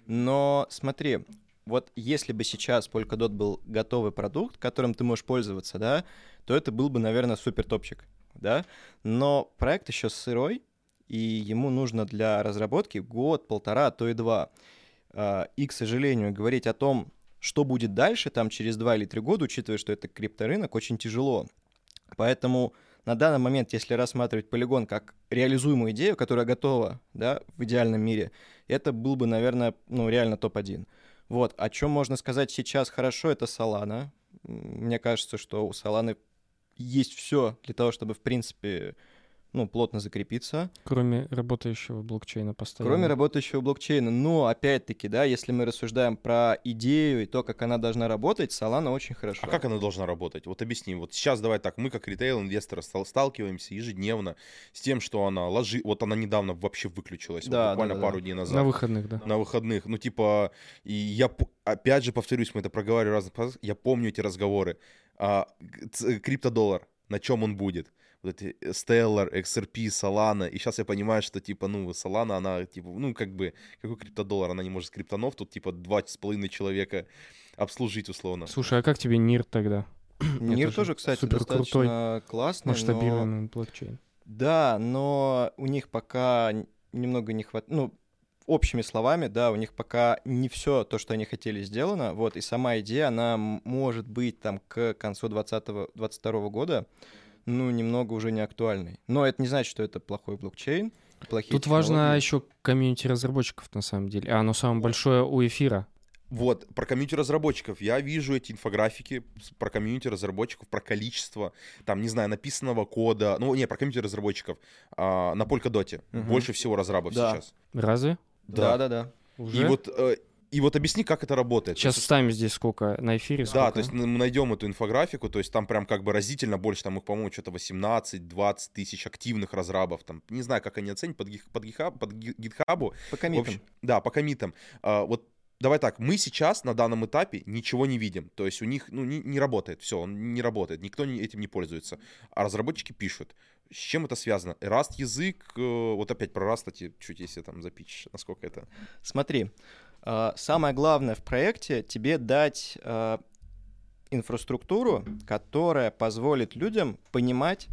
Но смотри, вот если бы сейчас Polkadot был готовый продукт, которым ты можешь пользоваться, да, то это был бы, наверное, супер топчик, да. Но проект еще сырой, и ему нужно для разработки год, полтора, а то и два. И, к сожалению, говорить о том, что будет дальше, там, через два или три года, учитывая, что это крипторынок, очень тяжело. Поэтому на данный момент, если рассматривать полигон как реализуемую идею, которая готова, да, в идеальном мире, это был бы, наверное, ну, реально топ один. Вот. О чем можно сказать сейчас хорошо, это Solana. Мне кажется, что у Solana есть все для того, чтобы, в принципе, ну, плотно закрепиться. Кроме работающего блокчейна постоянно. Кроме работающего блокчейна. Но, опять-таки, да, если мы рассуждаем про идею и то, как она должна работать, Solana очень хорошо. А как она должна работать? Вот объясни. Вот сейчас давай так, мы как ритейл-инвесторы сталкиваемся ежедневно с тем, что она ложи... Вот она недавно вообще выключилась, да, вот буквально да, да, пару да. дней назад. На выходных, да. На выходных. Ну, типа, и я, опять же, повторюсь, мы это проговаривали в разных подкастах, я помню эти разговоры. А, криптодоллар, на чем он будет? Вот эти Stellar, икс ар пи, Solana, и сейчас я понимаю, что, типа, ну, Solana, она, типа, ну, как бы, какой криптодоллар, она не может криптонов, тут, типа, два с половиной человека обслужить, условно. Слушай, а как тебе НИР тогда? НИР Это тоже, же кстати, супер достаточно классный, масштабированный но... блокчейн. Да, но у них пока немного не хватает, ну, общими словами, да, у них пока не все то, что они хотели, сделано, вот, и сама идея, она может быть там к концу двадцатого двадцать второго года, ну, немного уже не актуальной. Но это не значит, что это плохой блокчейн, плохие Тут технологии. важно еще комьюнити разработчиков, на самом деле. А оно самое большое у эфира. Вот, про комьюнити разработчиков. Я вижу эти инфографики про комьюнити разработчиков, про количество, там, не знаю, написанного кода. Ну, не, про комьюнити разработчиков. А, на Polkadot Мгм. больше всего разрабов Да. сейчас. Разве? Да-да-да. Уже? И вот, э, и вот объясни, как это работает. Сейчас То есть, ставим здесь сколько? На эфире сколько? да, то есть мы найдем эту инфографику, то есть там прям как бы разительно больше, там их, по-моему, что-то восемнадцать-двадцать тысяч активных разрабов, там, не знаю, как они оценят, под, гих- под, гихаб, под ги- гитхабу. По В коммитам. общем, да, по коммитам. А, вот давай так, мы сейчас на данном этапе ничего не видим, то есть у них, ну, не, не работает, все, он не работает, никто не- этим не пользуется, а разработчики пишут. С чем это связано? Rust язык, э, вот опять про Rust, кстати, чуть если там запичешь, насколько это... Смотри, а, самое главное в проекте тебе дать а, инфраструктуру, которая позволит людям понимать,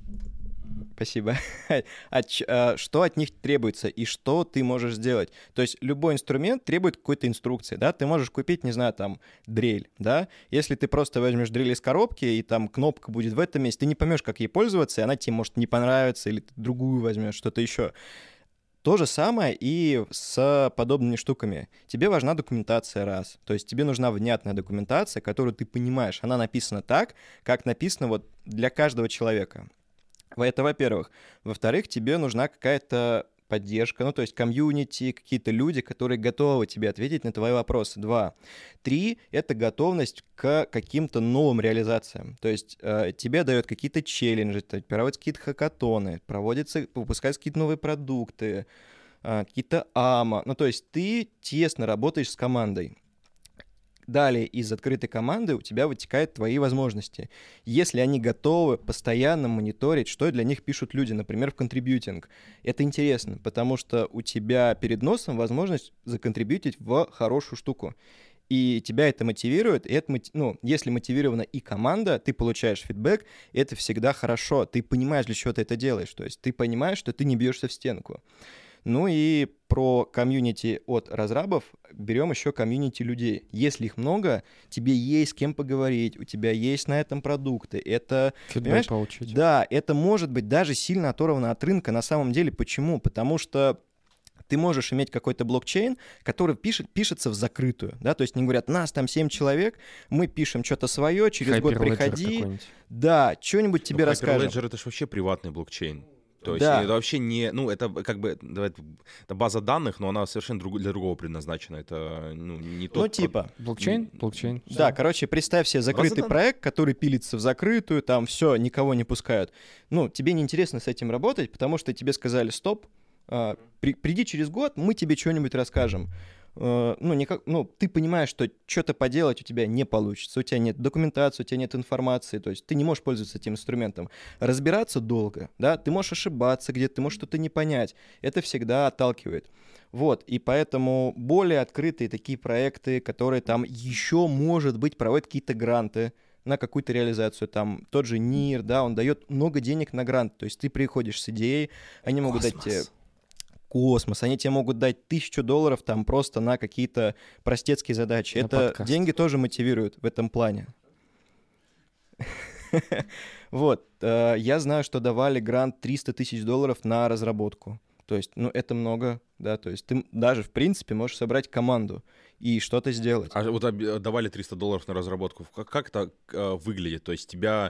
спасибо, от ч- а, что от них требуется и что ты можешь сделать. То есть любой инструмент требует какой-то инструкции, да, ты можешь купить, не знаю, там, дрель, да, если ты просто возьмешь дрель из коробки, и там кнопка будет в этом месте, ты не поймешь, как ей пользоваться, и она тебе может не понравиться, или ты другую возьмешь, что-то еще. То же самое и с подобными штуками. Тебе важна документация, раз. То есть тебе нужна внятная документация, которую ты понимаешь. Она написана так, как написано вот для каждого человека. Это, во-первых. Во-вторых, тебе нужна какая-то поддержка, ну, то есть комьюнити, какие-то люди, которые готовы тебе ответить на твои вопросы. Два. Три — это готовность к каким-то новым реализациям. То есть э, тебе дают какие-то челленджи, то есть проводятся какие-то хакатоны, проводятся, выпускаются какие-то новые продукты, э, какие-то ама. Ну, то есть ты тесно работаешь с командой. далее из открытой команды у тебя вытекают твои возможности. Если они готовы постоянно мониторить, что для них пишут люди, например, в контрибьютинг, это интересно, потому что у тебя перед носом возможность законтрибьютить в хорошую штуку. И тебя это мотивирует, и это, ну, если мотивирована и команда, ты получаешь фидбэк, это всегда хорошо. Ты понимаешь, для чего ты это делаешь, то есть ты понимаешь, что ты не бьешься в стенку. Ну и про комьюнити от разрабов берем еще комьюнити людей. Если их много, тебе есть с кем поговорить, у тебя есть на этом продукты. Это, фидбэк получить. Да, это может быть даже сильно оторвано от рынка на самом деле. Почему? Потому что ты можешь иметь какой-то блокчейн, который пишет, пишется в закрытую, да, то есть они говорят, нас там семь человек, мы пишем что-то свое, через год приходи, да, что-нибудь тебе расскажем. Hyperledger — это же вообще приватный блокчейн. То есть да. это вообще не, ну, это как бы, давай, это база данных, но она совершенно друг, для другого предназначена. Это, ну, не тот... Ну, типа. Блокчейн? Блокчейн. Да, все. Короче, представь себе закрытый проект, который пилится в закрытую, там все, никого не пускают. Ну, тебе неинтересно с этим работать, потому что тебе сказали, стоп, Uh, при, приди через год, мы тебе что-нибудь расскажем. Uh, ну, никак, ну, ты понимаешь, что что-то поделать у тебя не получится, у тебя нет документации, у тебя нет информации, то есть ты не можешь пользоваться этим инструментом. Разбираться долго, да, ты можешь ошибаться где-то, ты можешь что-то не понять. Это всегда отталкивает. Вот, и поэтому более открытые такие проекты, которые там еще, может быть, проводят какие-то гранты на какую-то реализацию, там тот же НИР, да, он дает много денег на грант, то есть ты приходишь с идеей, они могут Космос. дать тебе космос, они тебе могут дать тысячу долларов там просто на какие-то простецкие задачи. На Это подкаст. деньги тоже мотивируют в этом плане. Вот, я знаю, что давали грант триста тысяч долларов на разработку. То есть, ну, это много, да, то есть ты даже, в принципе, можешь собрать команду и что-то сделать. А вот давали триста долларов на разработку. Как, как это э, выглядит? То есть тебя,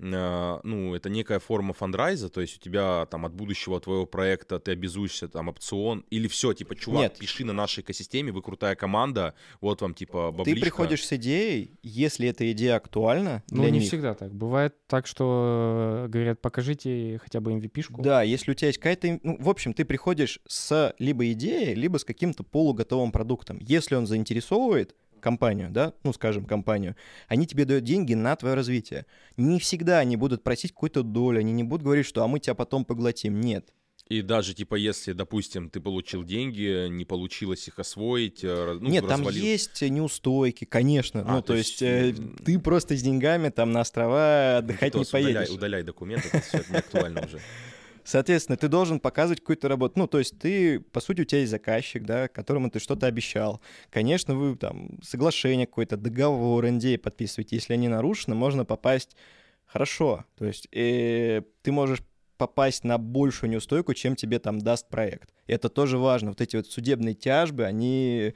э, ну, это некая форма фандрайза, то есть у тебя там от будущего твоего проекта ты обязуешься там опцион, или все, типа, чувак, Нет. пиши на нашей экосистеме, вы крутая команда, вот вам, типа, бабличка. Ты приходишь с идеей, если эта идея актуальна Ну, для не них. всегда так. Бывает так, что говорят, покажите хотя бы эм ви пи-шку. Да, если у тебя есть какая-то... Ну, в общем, ты приходишь с либо идеей, либо с каким-то полуготовым продуктом. Если он заинтересовывает компанию, да, ну, скажем, компанию, они тебе дают деньги на твое развитие. Не всегда они будут просить какую-то долю, они не будут говорить, что «а мы тебя потом поглотим». Нет. И даже, типа, если, допустим, ты получил деньги, не получилось их освоить, ну, Нет, там развалил. есть неустойки, конечно. А, ну, то, то есть, есть, э, ты просто с деньгами там на острова отдыхать не Никитос, удаляй, поедешь. удаляй документы, это все не актуально уже. Соответственно, ты должен показывать какую-то работу. Ну, то есть ты, по сути, у тебя есть заказчик, да, которому ты что-то обещал. Конечно, вы там соглашение какое-то, договор, эн ди эй подписываете. Если они нарушены, можно попасть хорошо. То есть э, ты можешь попасть на большую неустойку, чем тебе там даст проект. И это тоже важно. Вот эти вот судебные тяжбы, они...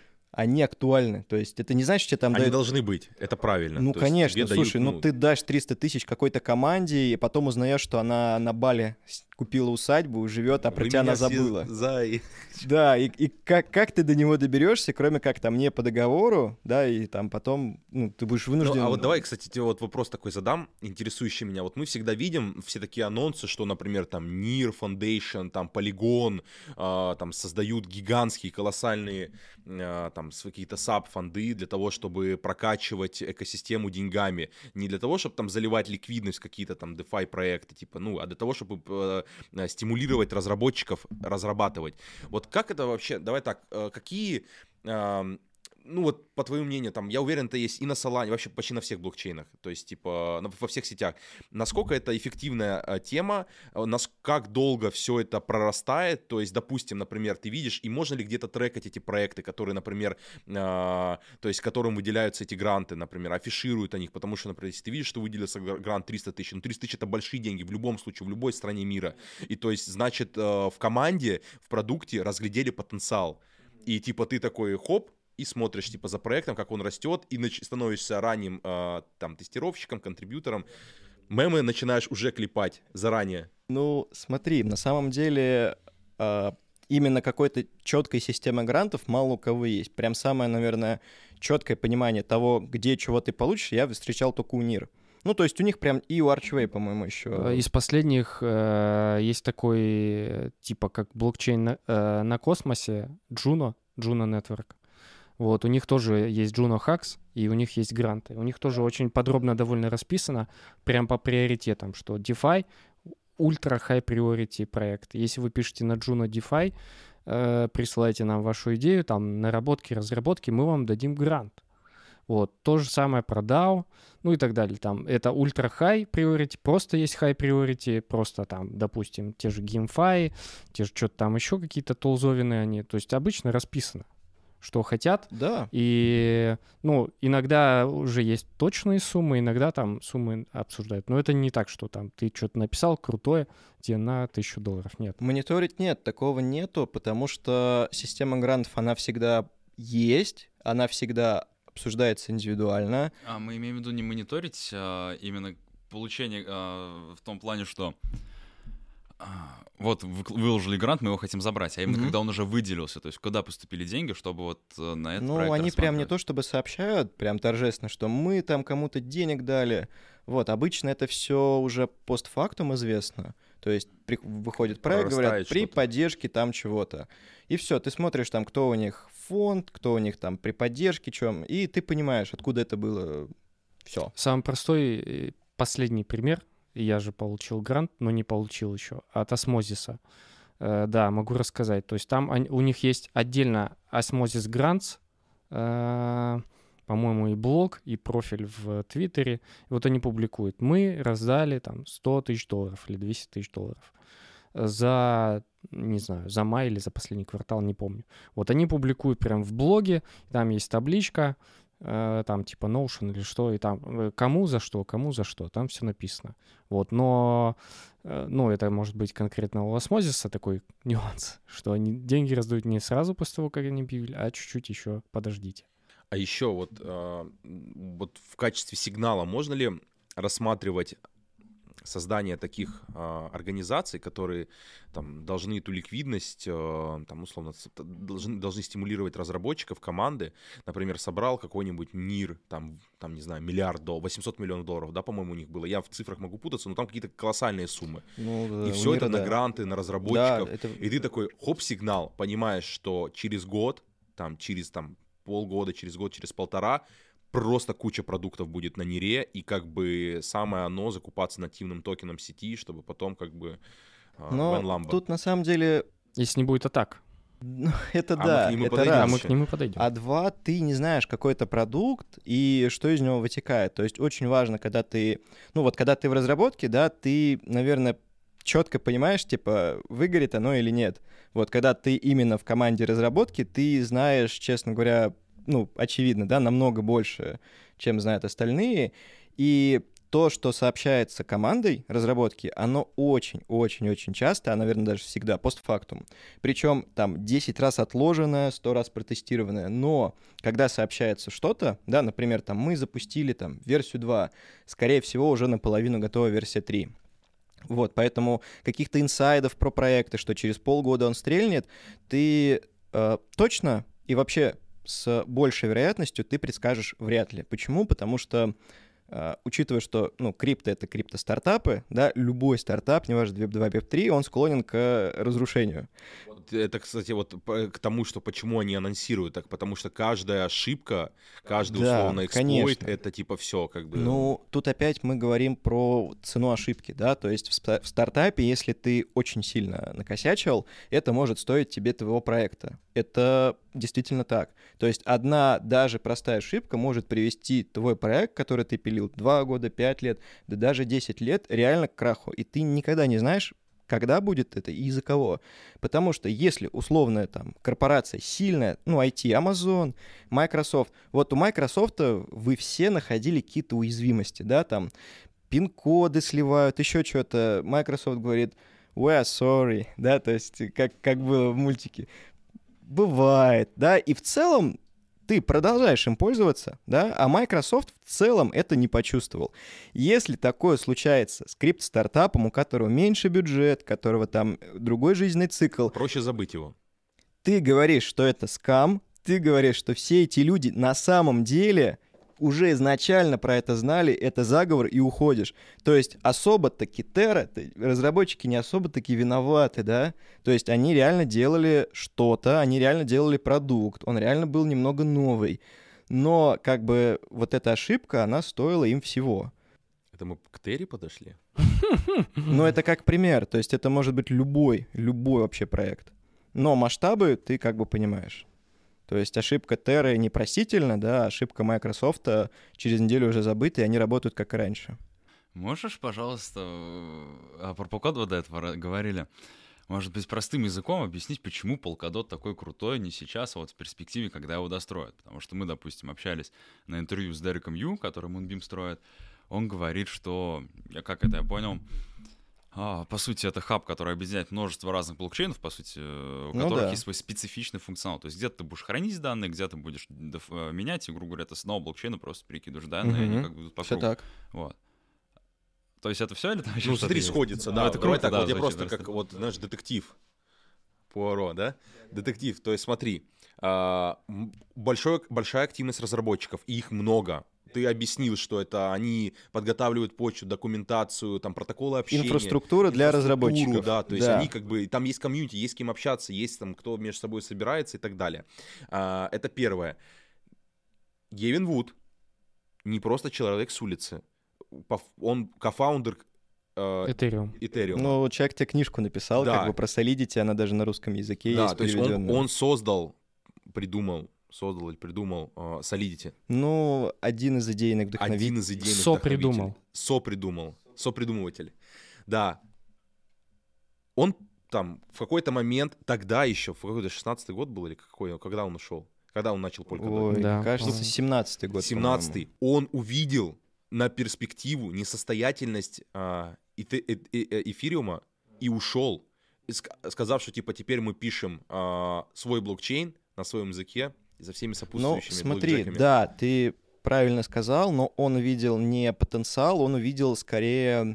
они актуальны. То есть это не значит, что тебе там Они дают... должны быть, это правильно. Ну, То есть конечно, тебе слушай, дают, ну ты дашь триста тысяч какой-то команде, и потом узнаешь, что она на Бали с- купила усадьбу, живет, а про вы тебя она меня все забыла. за- Да, и, и как, как ты до него доберешься, кроме как там не по договору, да, и там потом, ну, ты будешь вынужден... Ну, а вот давай, кстати, тебе вот вопрос такой задам, интересующий меня. Вот мы всегда видим все такие анонсы, что, например, там НИР, Foundation, там Polygon, э, там создают гигантские, колоссальные э, там с- какие-то саб-фонды для того, чтобы прокачивать экосистему деньгами. Не для того, чтобы там заливать ликвидность в какие-то там DeFi проекты, типа, ну, а для того, чтобы э, э, стимулировать разработчиков разрабатывать. Вот как это вообще, давай так, э, какие... э, ну вот, по твоему мнению, там, я уверен, это есть и на Solana, вообще почти на всех блокчейнах, то есть, типа, на- во всех сетях. Насколько это эффективная э, тема, э, нас, как долго все это прорастает, то есть, допустим, например, ты видишь, и можно ли где-то трекать эти проекты, которые, например, э, то есть, которым выделяются эти гранты, например, афишируют о них, потому что, например, если ты видишь, что выделился гр- грант триста тысяч, ну, триста тысяч это большие деньги в любом случае, в любой стране мира, и то есть, значит, э, в команде, в продукте разглядели потенциал, и типа ты такой, хоп, и смотришь, типа, за проектом, как он растет, и нач- становишься ранним, э, там, тестировщиком, контрибьютором. Мемы начинаешь уже клепать заранее. Ну, смотри, на самом деле а, именно какой-то четкой системы грантов мало у кого есть. Прям самое, наверное, четкое понимание того, где чего ты получишь, я встречал только у НИР. Ну, то есть у них прям и у Archway, по-моему, еще. Из последних э, есть такой, э, типа, как блокчейн на, э, на космосе, Juno, Juno Network. Вот, у них тоже есть Juno Hacks, и у них есть гранты. У них тоже очень подробно довольно расписано, прям по приоритетам, что DeFi — ультра high priority проект. Если вы пишете на Juno DeFi, э, присылайте нам вашу идею, там, наработки, разработки, мы вам дадим грант. Вот, то же самое про дао, ну и так далее. Там это ультра high priority, просто есть high priority, просто там, допустим, те же GameFi, те же что-то там еще какие-то толзовины они. То есть обычно расписано, что хотят. Да. И, ну, иногда уже есть точные суммы, иногда там суммы обсуждают. Но это не так, что там ты что-то написал крутое, тебе на тысячу долларов. Нет. Мониторить нет, такого нету, потому что система грантов, она всегда есть, она всегда обсуждается индивидуально. А мы имеем в виду не мониторить, а именно получение а, в том плане, что а, вот вы- выложили грант, мы его хотим забрать, а именно Мгм. когда он уже выделился, то есть куда поступили деньги, чтобы вот э, на этот Ну, проект они прям не рассматривать. то чтобы сообщают, прям торжественно, что мы там кому-то денег дали. Вот, обычно это все уже постфактум известно. То есть при- выходит проект, говорят, Прорастает при что-то. поддержке там чего-то. И все, ты смотришь там, кто у них фонд, кто у них там при поддержке, чем, и ты понимаешь, откуда это было. Все. Самый простой э, последний пример. Я же получил грант, но не получил еще, от Осмозиса. Э, да, могу рассказать. То есть там они- у них есть отдельно Osmosis Grants, э, по-моему, и блог, и профиль в Твиттере. И вот они публикуют. Мы раздали там сто тысяч долларов или двести тысяч долларов за, не знаю, за май или за последний квартал, не помню. Вот они публикуют прям в блоге, там есть табличка, э, там типа Notion или что, и там э, кому за что, кому за что, там все написано. Вот, но, э, ну, это может быть конкретно у Осмозиса такой нюанс, что они деньги раздают не сразу после того, как они объявили, а чуть-чуть еще подождите. А еще вот, а, м, вот в качестве сигнала можно ли рассматривать создание таких а, организаций, которые там должны эту ликвидность, а, там условно с- т- должны, должны стимулировать разработчиков, команды, например, собрал какой-нибудь НИР, там, там не знаю, миллиард долларов, восемьсот миллионов долларов, да, по-моему, у них было. Я в цифрах могу путаться, но там какие-то колоссальные суммы. Ну, И у все это Нира, на да. гранты, на Да, разработчиков. это... И ты такой, хоп, сигнал, понимаешь, что через год, там, через там, полгода, через год, через полтора, просто куча продуктов будет на Нире, и как бы самое оно закупаться нативным токеном сети, чтобы потом как бы а, Но Вен Ламбо. тут на самом деле, Если не будет атак, ну, это А мы да, к нему это подойдем а раз. мы еще. к нему подойдем. А два, ты не знаешь какой-то продукт и что из него вытекает. То есть очень важно, когда ты, ну вот когда ты в разработке, да, ты, наверное, четко понимаешь, типа, выгорит оно или нет. Вот когда ты именно в команде разработки, ты знаешь, честно говоря, ну, очевидно, да, намного больше, чем знают остальные. И то, что сообщается командой разработки, оно очень-очень-очень часто, а, наверное, даже всегда постфактум. Причем там десять раз отложенное, сто раз протестированное. Но когда сообщается что-то, да, например, там мы запустили там версию два, скорее всего, уже наполовину готова версия три. Вот, поэтому каких-то инсайдов про проекты, что через полгода он стрельнет, ты э, точно и вообще с большей вероятностью ты предскажешь вряд ли. Почему? Потому что, э, учитывая, что, ну, крипто — это крипто-стартапы, да, любой стартап, неважно, веб два, веб три, он склонен к разрушению. Вот это, кстати, вот по- к тому, что почему они анонсируют так, потому что каждая ошибка, каждый Да, условно эксплойт, конечно. это типа все как бы... Ну, тут опять мы говорим про цену ошибки, да, то есть в, ста- в стартапе, если ты очень сильно накосячил, это может стоить тебе твоего проекта. Это действительно так. То есть одна даже простая ошибка может привести твой проект, который ты пилил два года, пять лет, да даже десять лет, реально к краху. И ты никогда не знаешь, когда будет это и из-за кого. Потому что если условная там корпорация сильная, ну, ай ти, Amazon, Microsoft, вот у Microsoft вы все находили какие-то уязвимости, да, там пин-коды сливают, еще что-то. Microsoft говорит, we are sorry, да, то есть как, как было в мультике. Бывает, да, и в целом ты продолжаешь им пользоваться, да, а Microsoft в целом это не почувствовал. Если такое случается с крипто-стартапом, у которого меньше бюджет, у которого там другой жизненный цикл, Проще забыть его. ты говоришь, что это скам, ты говоришь, что все эти люди на самом деле уже изначально про это знали, это заговор, и уходишь. То есть особо-таки Terra, разработчики не особо-таки виноваты, да? То есть они реально делали что-то, они реально делали продукт, он реально был немного новый. Но как бы вот эта ошибка, она стоила им всего. Это мы к Терри подошли? Но это как пример, то есть это может быть любой, любой вообще проект. Но масштабы ты как бы понимаешь. То есть ошибка Terra непростительна, да, ошибка Microsoft через неделю уже забыта, и они работают как и раньше. Можешь, пожалуйста, а про Polkadot до этого говорили, может быть, простым языком объяснить, почему Polkadot такой крутой не сейчас, а вот в перспективе, когда его достроят? Потому что мы, допустим, общались на интервью с Дереком Ю, который Moonbeam строит. Он говорит, что, я как это я понял, а, по сути, это хаб, который объединяет множество разных блокчейнов, по сути, у Ну которых да. есть свой специфичный функционал. То есть где-то ты будешь хранить данные, где-то будешь деф- э, менять, и, грубо говоря, ты с одного блокчейна просто перекидываешь данные, и они Мгм. как бы идут по Все кругу. так. Вот. То есть это все или там еще Ну, что-то смотри, есть? сходится, Ну, да. это Давай круто, так, да, вот я звучит просто просто. как, вот, знаешь, детектив Пуаро, да? Детектив, то есть смотри, а, м, большой, большая активность разработчиков, и их много. Ты объяснил, что это они подготавливают почву, документацию, там, протоколы общения. Инфраструктура для инфраструктуру, разработчиков. Да, то есть Да. они как бы, там есть комьюнити, есть с кем общаться, есть там, кто между собой собирается и так далее. А, это первое. Гевин Вуд не просто человек с улицы. Поф- Он кофаундер э, Ethereum. Ethereum. Ну, человек тебе книжку написал, Да. как бы про Solidity, она даже на русском языке Да, есть то есть он, переведённая. он создал, придумал, создал или придумал э, Solidity. Ну, один из идейных вдохновителей. Один из идейных Сопридумал. вдохновителей. Сопридумал. Сопридумыватель. Да. Он там в какой-то момент, тогда еще, в какой-то шестнадцатый год был или какой, когда он ушел? Когда он начал Polkadot? Ой, Да, кажется, по-моему. семнадцатый год, семнадцатый. Он увидел на перспективу несостоятельность а, эте- э- э- э- эфириума и ушел, ск- сказав, что типа теперь мы пишем а, свой блокчейн на своем языке и со всеми Ну, сопутствующими смотри, блокчейнами. да, ты правильно сказал, но он увидел не потенциал, он увидел скорее,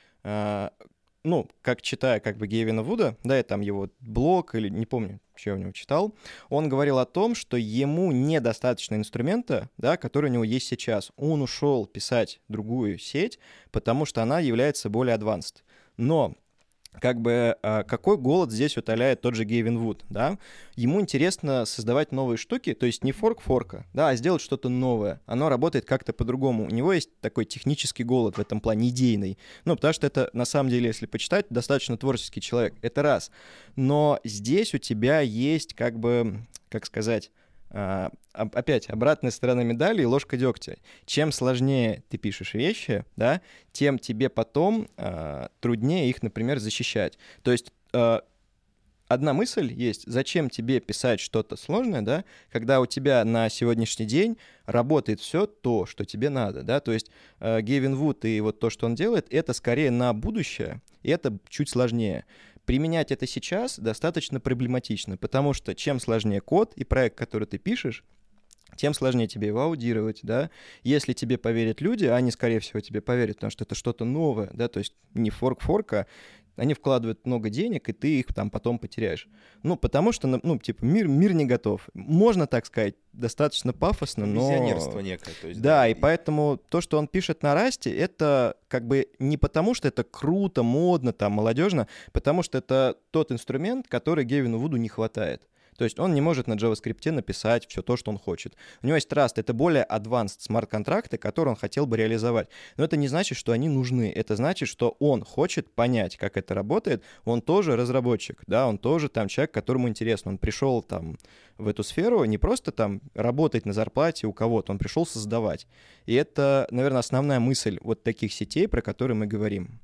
э, ну, как читая как бы Гевина Вуда, да, и там его блог, или не помню, что я у него читал, он говорил о том, что ему недостаточно инструмента, да, который у него есть сейчас. Он ушел писать другую сеть, потому что она является более advanced. Но как бы а, какой голод здесь утоляет тот же Гевин Вуд, да? Ему интересно создавать новые штуки, то есть не форк форка, да, а сделать что-то новое. Оно работает как-то по-другому. У него есть такой технический голод в этом плане, идейный. Ну, потому что это, на самом деле, если почитать, достаточно творческий человек. Это раз. Но здесь у тебя есть, как бы, как сказать, а, опять обратная сторона медали и ложка дегтя. Чем сложнее ты пишешь вещи, да, тем тебе потом а, труднее их, например, защищать. То есть а, одна мысль есть, зачем тебе писать что-то сложное, да, когда у тебя на сегодняшний день работает все то, что тебе надо, да, то есть а, Гевин Вуд и вот то, что он делает, это скорее на будущее, и это чуть сложнее. Применять это сейчас достаточно проблематично, потому что чем сложнее код и проект, который ты пишешь, тем сложнее тебе его аудировать, да. Если тебе поверят люди, они, скорее всего, тебе поверят, потому что это что-то новое, да, то есть не форк-форка, они вкладывают много денег, и ты их там потом потеряешь. Ну, потому что, ну, типа, мир, мир не готов. Можно так сказать, достаточно пафосно, но... Визионерство некое. То есть, Да, и поэтому то, что он пишет на Расте, это как бы не потому, что это круто, модно, там, молодежно, потому что это тот инструмент, который Гевину Вуду не хватает. То есть он не может на JavaScript написать все то, что он хочет. У него есть Rust, это более advanced смарт-контракты, которые он хотел бы реализовать. Но это не значит, что они нужны. Это значит, что он хочет понять, как это работает. Он тоже разработчик, да, он тоже там человек, которому интересно. Он пришел там в эту сферу не просто там работать на зарплате у кого-то, он пришел создавать. И это, наверное, основная мысль вот таких сетей, про которые мы говорим.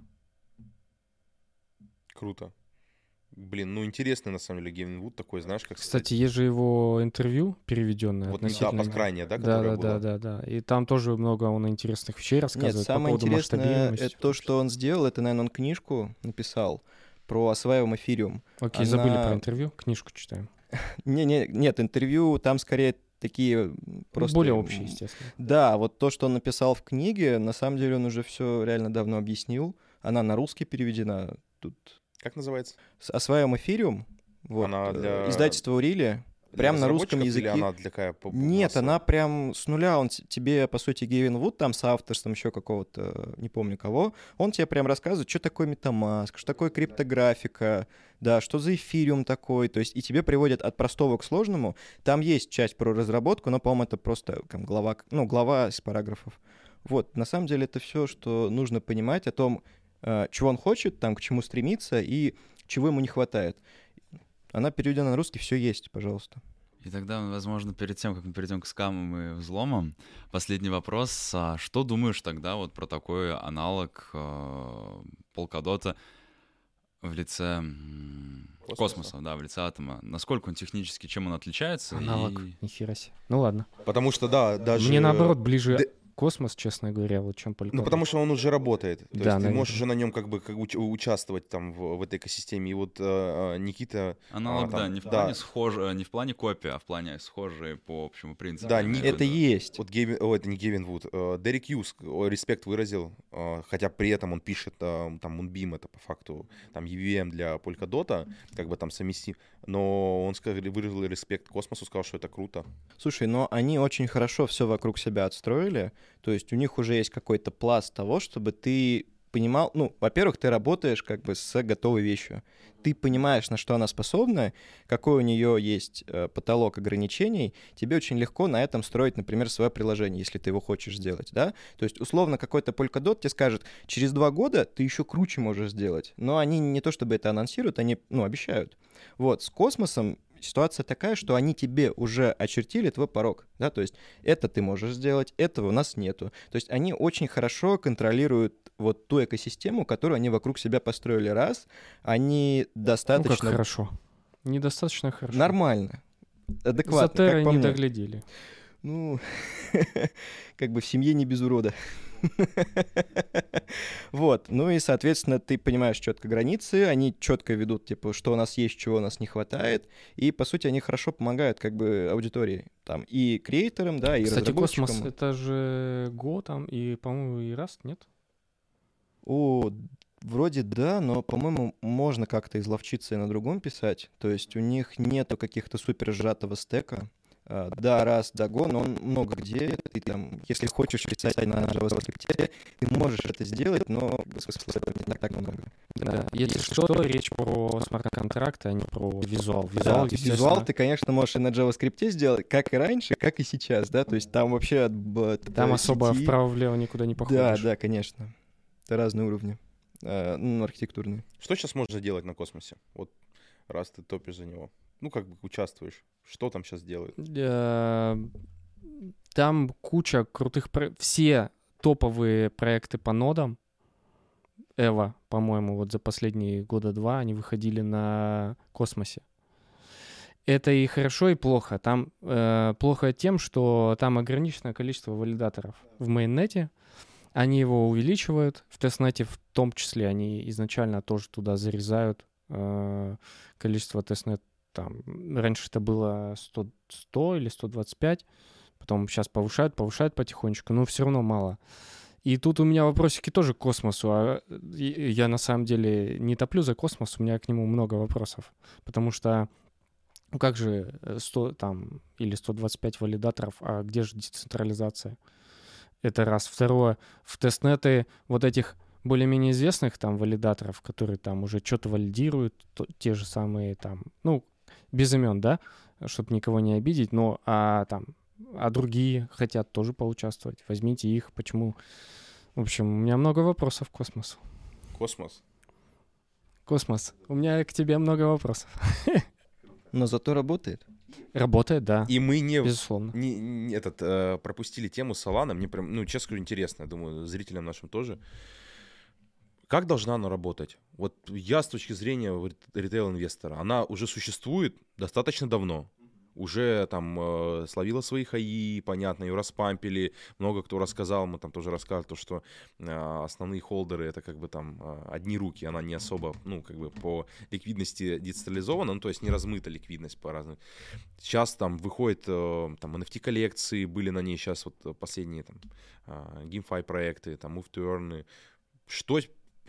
Круто. Блин, ну интересный на самом деле Гевин Вуд такой, знаешь, как Кстати, сказать, есть же его интервью переведенное вот не да, относительно... посткрайнее, да, Да, которое да, было? да, да, да. И там тоже много он интересных вещей Нет, рассказывает по самое поводу интересное, масштабируемости. это то, что он сделал, это, наверное, он книжку написал про осваиваем эфириум. Окей, она- забыли про интервью, книжку читаем. Не, не, нет, интервью там скорее такие просто... Более общие, естественно. Да, вот то, что он написал в книге, на самом деле он уже все реально давно объяснил. Она на русский переведена. Тут Как называется? с- осваиваем эфириум. Вот. Она э, для- Издательство Урили. прям Для на русском разработчиков или языке. она такая по- Нет, массовая? она прям с нуля, он т- тебе, по сути, Гевин Вуд там с авторством еще какого-то, не помню кого, он тебе прям рассказывает, что такое MetaMask, что такое криптографика, да, что за эфириум такой, то есть и тебе приводят от простого к сложному. Там есть часть про разработку, но, по-моему, это просто там, глава, ну, глава из параграфов. Вот, на самом деле это все, что нужно понимать о том, э, чего он хочет, там, к чему стремиться и чего ему не хватает. Она переведена на русский, все есть, пожалуйста. И тогда, возможно, перед тем, как мы перейдем к скамам и взломам, последний вопрос. А что думаешь тогда вот про такой аналог э, Polkadot в лице м, Космоса. космоса, да, в лице атома? Насколько он технически, чем он отличается? Аналог, И- нихера себе. Ну ладно. Потому что, да, даже... Мне наоборот ближе да- космос, честно говоря, вот чем Polkadot. Ну, потому что он уже работает. То Да, есть ты наверное. можешь уже на нем как бы как уч- участвовать там в, в этой экосистеме. И вот э, э, Никита... Аналог, а, да, там, не в да. плане схожи, не в плане копии, а в плане схожие по общему принципу. Да, я не- имею в Это виду. есть. Вот Гевин, о, это не Гевин Вуд, э, Дерек Юз э, респект выразил, э, хотя при этом он пишет, э, там, Moonbeam, это по факту, там, и ви эм для Polkadot, как бы там совместим, но он сказал, выразил респект космосу, сказал, что это круто. Слушай, но они очень хорошо все вокруг себя отстроили. То есть у них уже есть какой-то пласт того, чтобы ты понимал, ну, во-первых, ты работаешь как бы с готовой вещью. Ты понимаешь, на что она способна, какой у нее есть э, потолок ограничений. Тебе очень легко на этом строить, например, свое приложение, если ты его хочешь сделать, да? То есть, условно, какой-то Polkadot тебе скажет, через два года ты еще круче можешь сделать. Но они не то чтобы это анонсируют, они, ну, обещают. Вот, с космосом ситуация такая, что они тебе уже очертили твой порог, да, то есть это ты можешь сделать, этого у нас нету. То есть они очень хорошо контролируют вот ту экосистему, которую они вокруг себя построили, раз, они Ну, достаточно... как хорошо. Недостаточно хорошо. Нормально, За адекватно, Террой как по не мне. доглядели. Ну, как бы в семье не без урода. Вот, ну и, соответственно, ты понимаешь четко границы, они четко ведут, типа, что у нас есть, чего у нас не хватает, и, по сути, они хорошо помогают, как бы, аудитории, там, и креаторам, да, и Кстати, разработчикам. космос — это же Go там, и, по-моему, и Rust, нет? О, вроде да, но, по-моему, можно как-то изловчиться и на другом писать, то есть у них нету каких-то супер сжатого стека. А, Да, раз, да, Go, но он много где. Ты там, если хочешь писать на JavaScript, ты можешь это сделать, но смысла не так, так много. Да. Если что, речь про смарт-контракты, а не про визуал. Да, Визуал, визуал естественно, ты, конечно, можешь и на JavaScript сделать, как и раньше, как и сейчас, да, то есть там вообще от, б- от, там э, особо сети- вправо-влево никуда не Да, походишь. да, конечно. Это разные уровни, э, ну, архитектурные. Что сейчас можно делать на космосе? Вот раз ты топишь за него. Ну, как бы участвуешь. Что там сейчас делают? Э, Там куча крутых... про- Все топовые проекты по нодам, Эва, по-моему, вот за последние года два они выходили на космосе. Это и хорошо, и плохо. Там э, плохо тем, что там ограниченное количество валидаторов в мейннете. Они его увеличивают. В тестнете в том числе они изначально тоже туда зарезают э, количество тестнет. Там, раньше это было сто, сто или сто двадцать пять, потом сейчас повышают, повышают потихонечку, но все равно мало. И тут у меня вопросики тоже к космосу. А и- я на самом деле не топлю за космос, у меня к нему много вопросов. Потому что, ну как же сто там, или сто двадцать пять валидаторов, а где же децентрализация? Это раз. Второе, в тестнеты вот этих более-менее известных там валидаторов, которые там уже что-то валидируют, то- те же самые там, ну, без имен, да, чтобы никого не обидеть, но а там, а другие хотят тоже поучаствовать. Возьмите их, почему? В общем, у меня много вопросов к космосу. Космос. Космос, у меня к тебе много вопросов. Но зато работает. Работает, да, И мы не, безусловно. не, не этот, э, пропустили тему Solana. Мне прям, ну, честно говорю, интересно. Я думаю, зрителям нашим тоже. Как должна она работать? Вот я с точки зрения вот ритейл-инвестора, она уже существует достаточно давно. Уже там э, словила свои хаи, понятно, ее распампили. Много кто рассказал, мы там тоже рассказывали, то, что э, основные холдеры это как бы там э, одни руки, она не особо, ну, как бы по ликвидности децентрализована, ну, то есть не размыта ликвидность по разным. Сейчас там выходит э, там эн эф ти-коллекции, были на ней сейчас вот последние там э, GameFi проекты, там Move to Earn. Что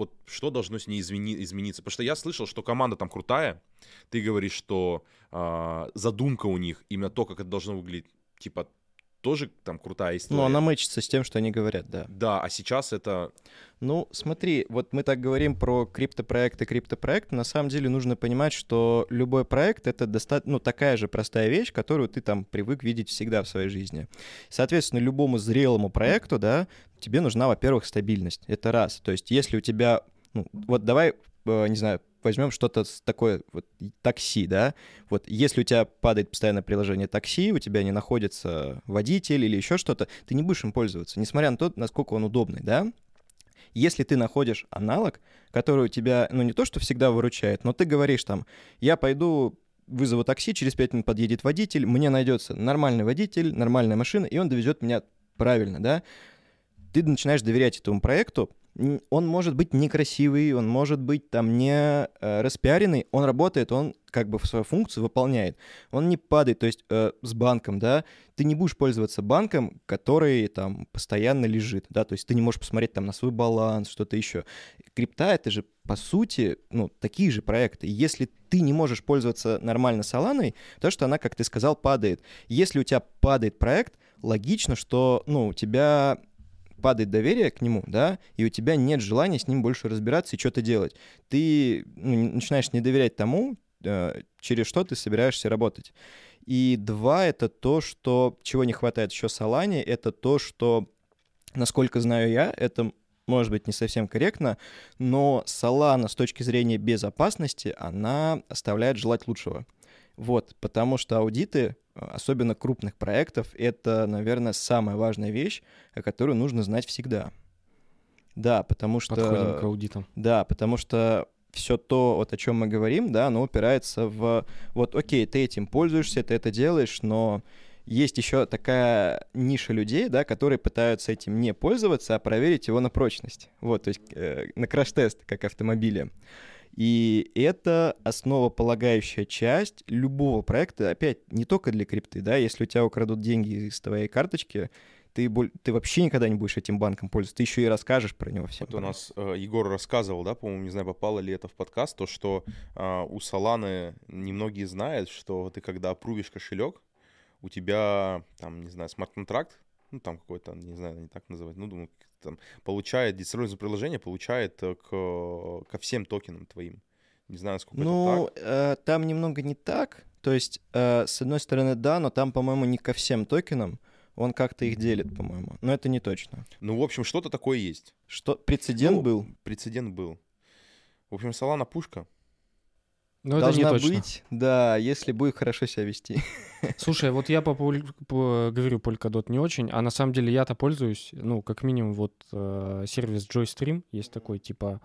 вот что должно с ней извини, измениться? Потому что я слышал, что команда там крутая, ты говоришь, что э, задумка у них, именно то, как это должно выглядеть, типа, тоже там крутая история. Ну, она мэчится с тем, что они говорят, да. Да, а сейчас это... Ну, смотри, вот мы так говорим про криптопроекты, криптопроекты. На самом деле нужно понимать, что любой проект — это достаточно, ну, такая же простая вещь, которую ты там привык видеть всегда в своей жизни. Соответственно, любому зрелому проекту, да, тебе нужна, во-первых, стабильность. Это раз. То есть если у тебя... Ну, вот давай, не знаю, возьмем что-то такое, вот, такси, да, вот если у тебя падает постоянно приложение такси, у тебя не находится водитель или еще что-то, ты не будешь им пользоваться, несмотря на то, насколько он удобный, да. Если ты находишь аналог, который у тебя, ну, не то, что всегда выручает, но ты говоришь там, я пойду вызову такси, через пять минут подъедет водитель, мне найдется нормальный водитель, нормальная машина, и он довезет меня правильно, да, ты начинаешь доверять этому проекту. Он может быть некрасивый, он может быть там не э, распиаренный, он работает, он как бы свою функцию выполняет. Он не падает, то есть э, с банком, да, ты не будешь пользоваться банком, который там постоянно лежит, да, то есть ты не можешь посмотреть там на свой баланс, что-то еще. Крипта — это же, по сути, ну, такие же проекты. Если ты не можешь пользоваться нормально Соланой, то что она, как ты сказал, падает. Если у тебя падает проект, логично, что, ну, у тебя... падает доверие к нему, да, и у тебя нет желания с ним больше разбираться и что-то делать. Ты ну, начинаешь не доверять тому, э, через что ты собираешься работать. И два — это то, что, чего не хватает еще Solana, это то, что, насколько знаю я, это может быть не совсем корректно, но Solana с точки зрения безопасности, она оставляет желать лучшего. Вот, потому что аудиты, особенно крупных проектов, это, наверное, самая важная вещь, о которой нужно знать всегда. Да, потому что... Подходим к аудитам. Да, потому что все то, вот о чем мы говорим, да, оно упирается в... Вот, окей, ты этим пользуешься, ты это делаешь, но есть еще такая ниша людей, да, которые пытаются этим не пользоваться, а проверить его на прочность. Вот, то есть э, на краш-тест, как автомобили. И это основополагающая часть любого проекта, опять, не только для крипты, да, если у тебя украдут деньги из твоей карточки, ты, ты вообще никогда не будешь этим банком пользоваться, ты еще и расскажешь про него всем. Вот у нас э, Егор рассказывал, да, по-моему, не знаю, попало ли это в подкаст, то, что э, у Solana немногие знают, что ты, когда опрувишь кошелек, у тебя, там, не знаю, смарт-контракт, ну, там какой-то, не знаю, не так называть, ну, думаю, там, получает, децентрализованное приложение получает к, ко всем токенам твоим. Не знаю, сколько ну, это так. Э, там немного не так. То есть, э, с одной стороны, да, но там, по-моему, не ко всем токенам. Он как-то их делит, по-моему. Но это не точно. Ну, в общем, что-то такое есть. Что, прецедент ну, был? Прецедент был. В общем, Solana пушка. Но Должна это не точно. быть, да, если будет хорошо себя вести. Слушай, вот я по, по, говорю Polkadot не очень, а на самом деле я-то пользуюсь, ну, как минимум, вот э, сервис JoyStream есть такой, типа,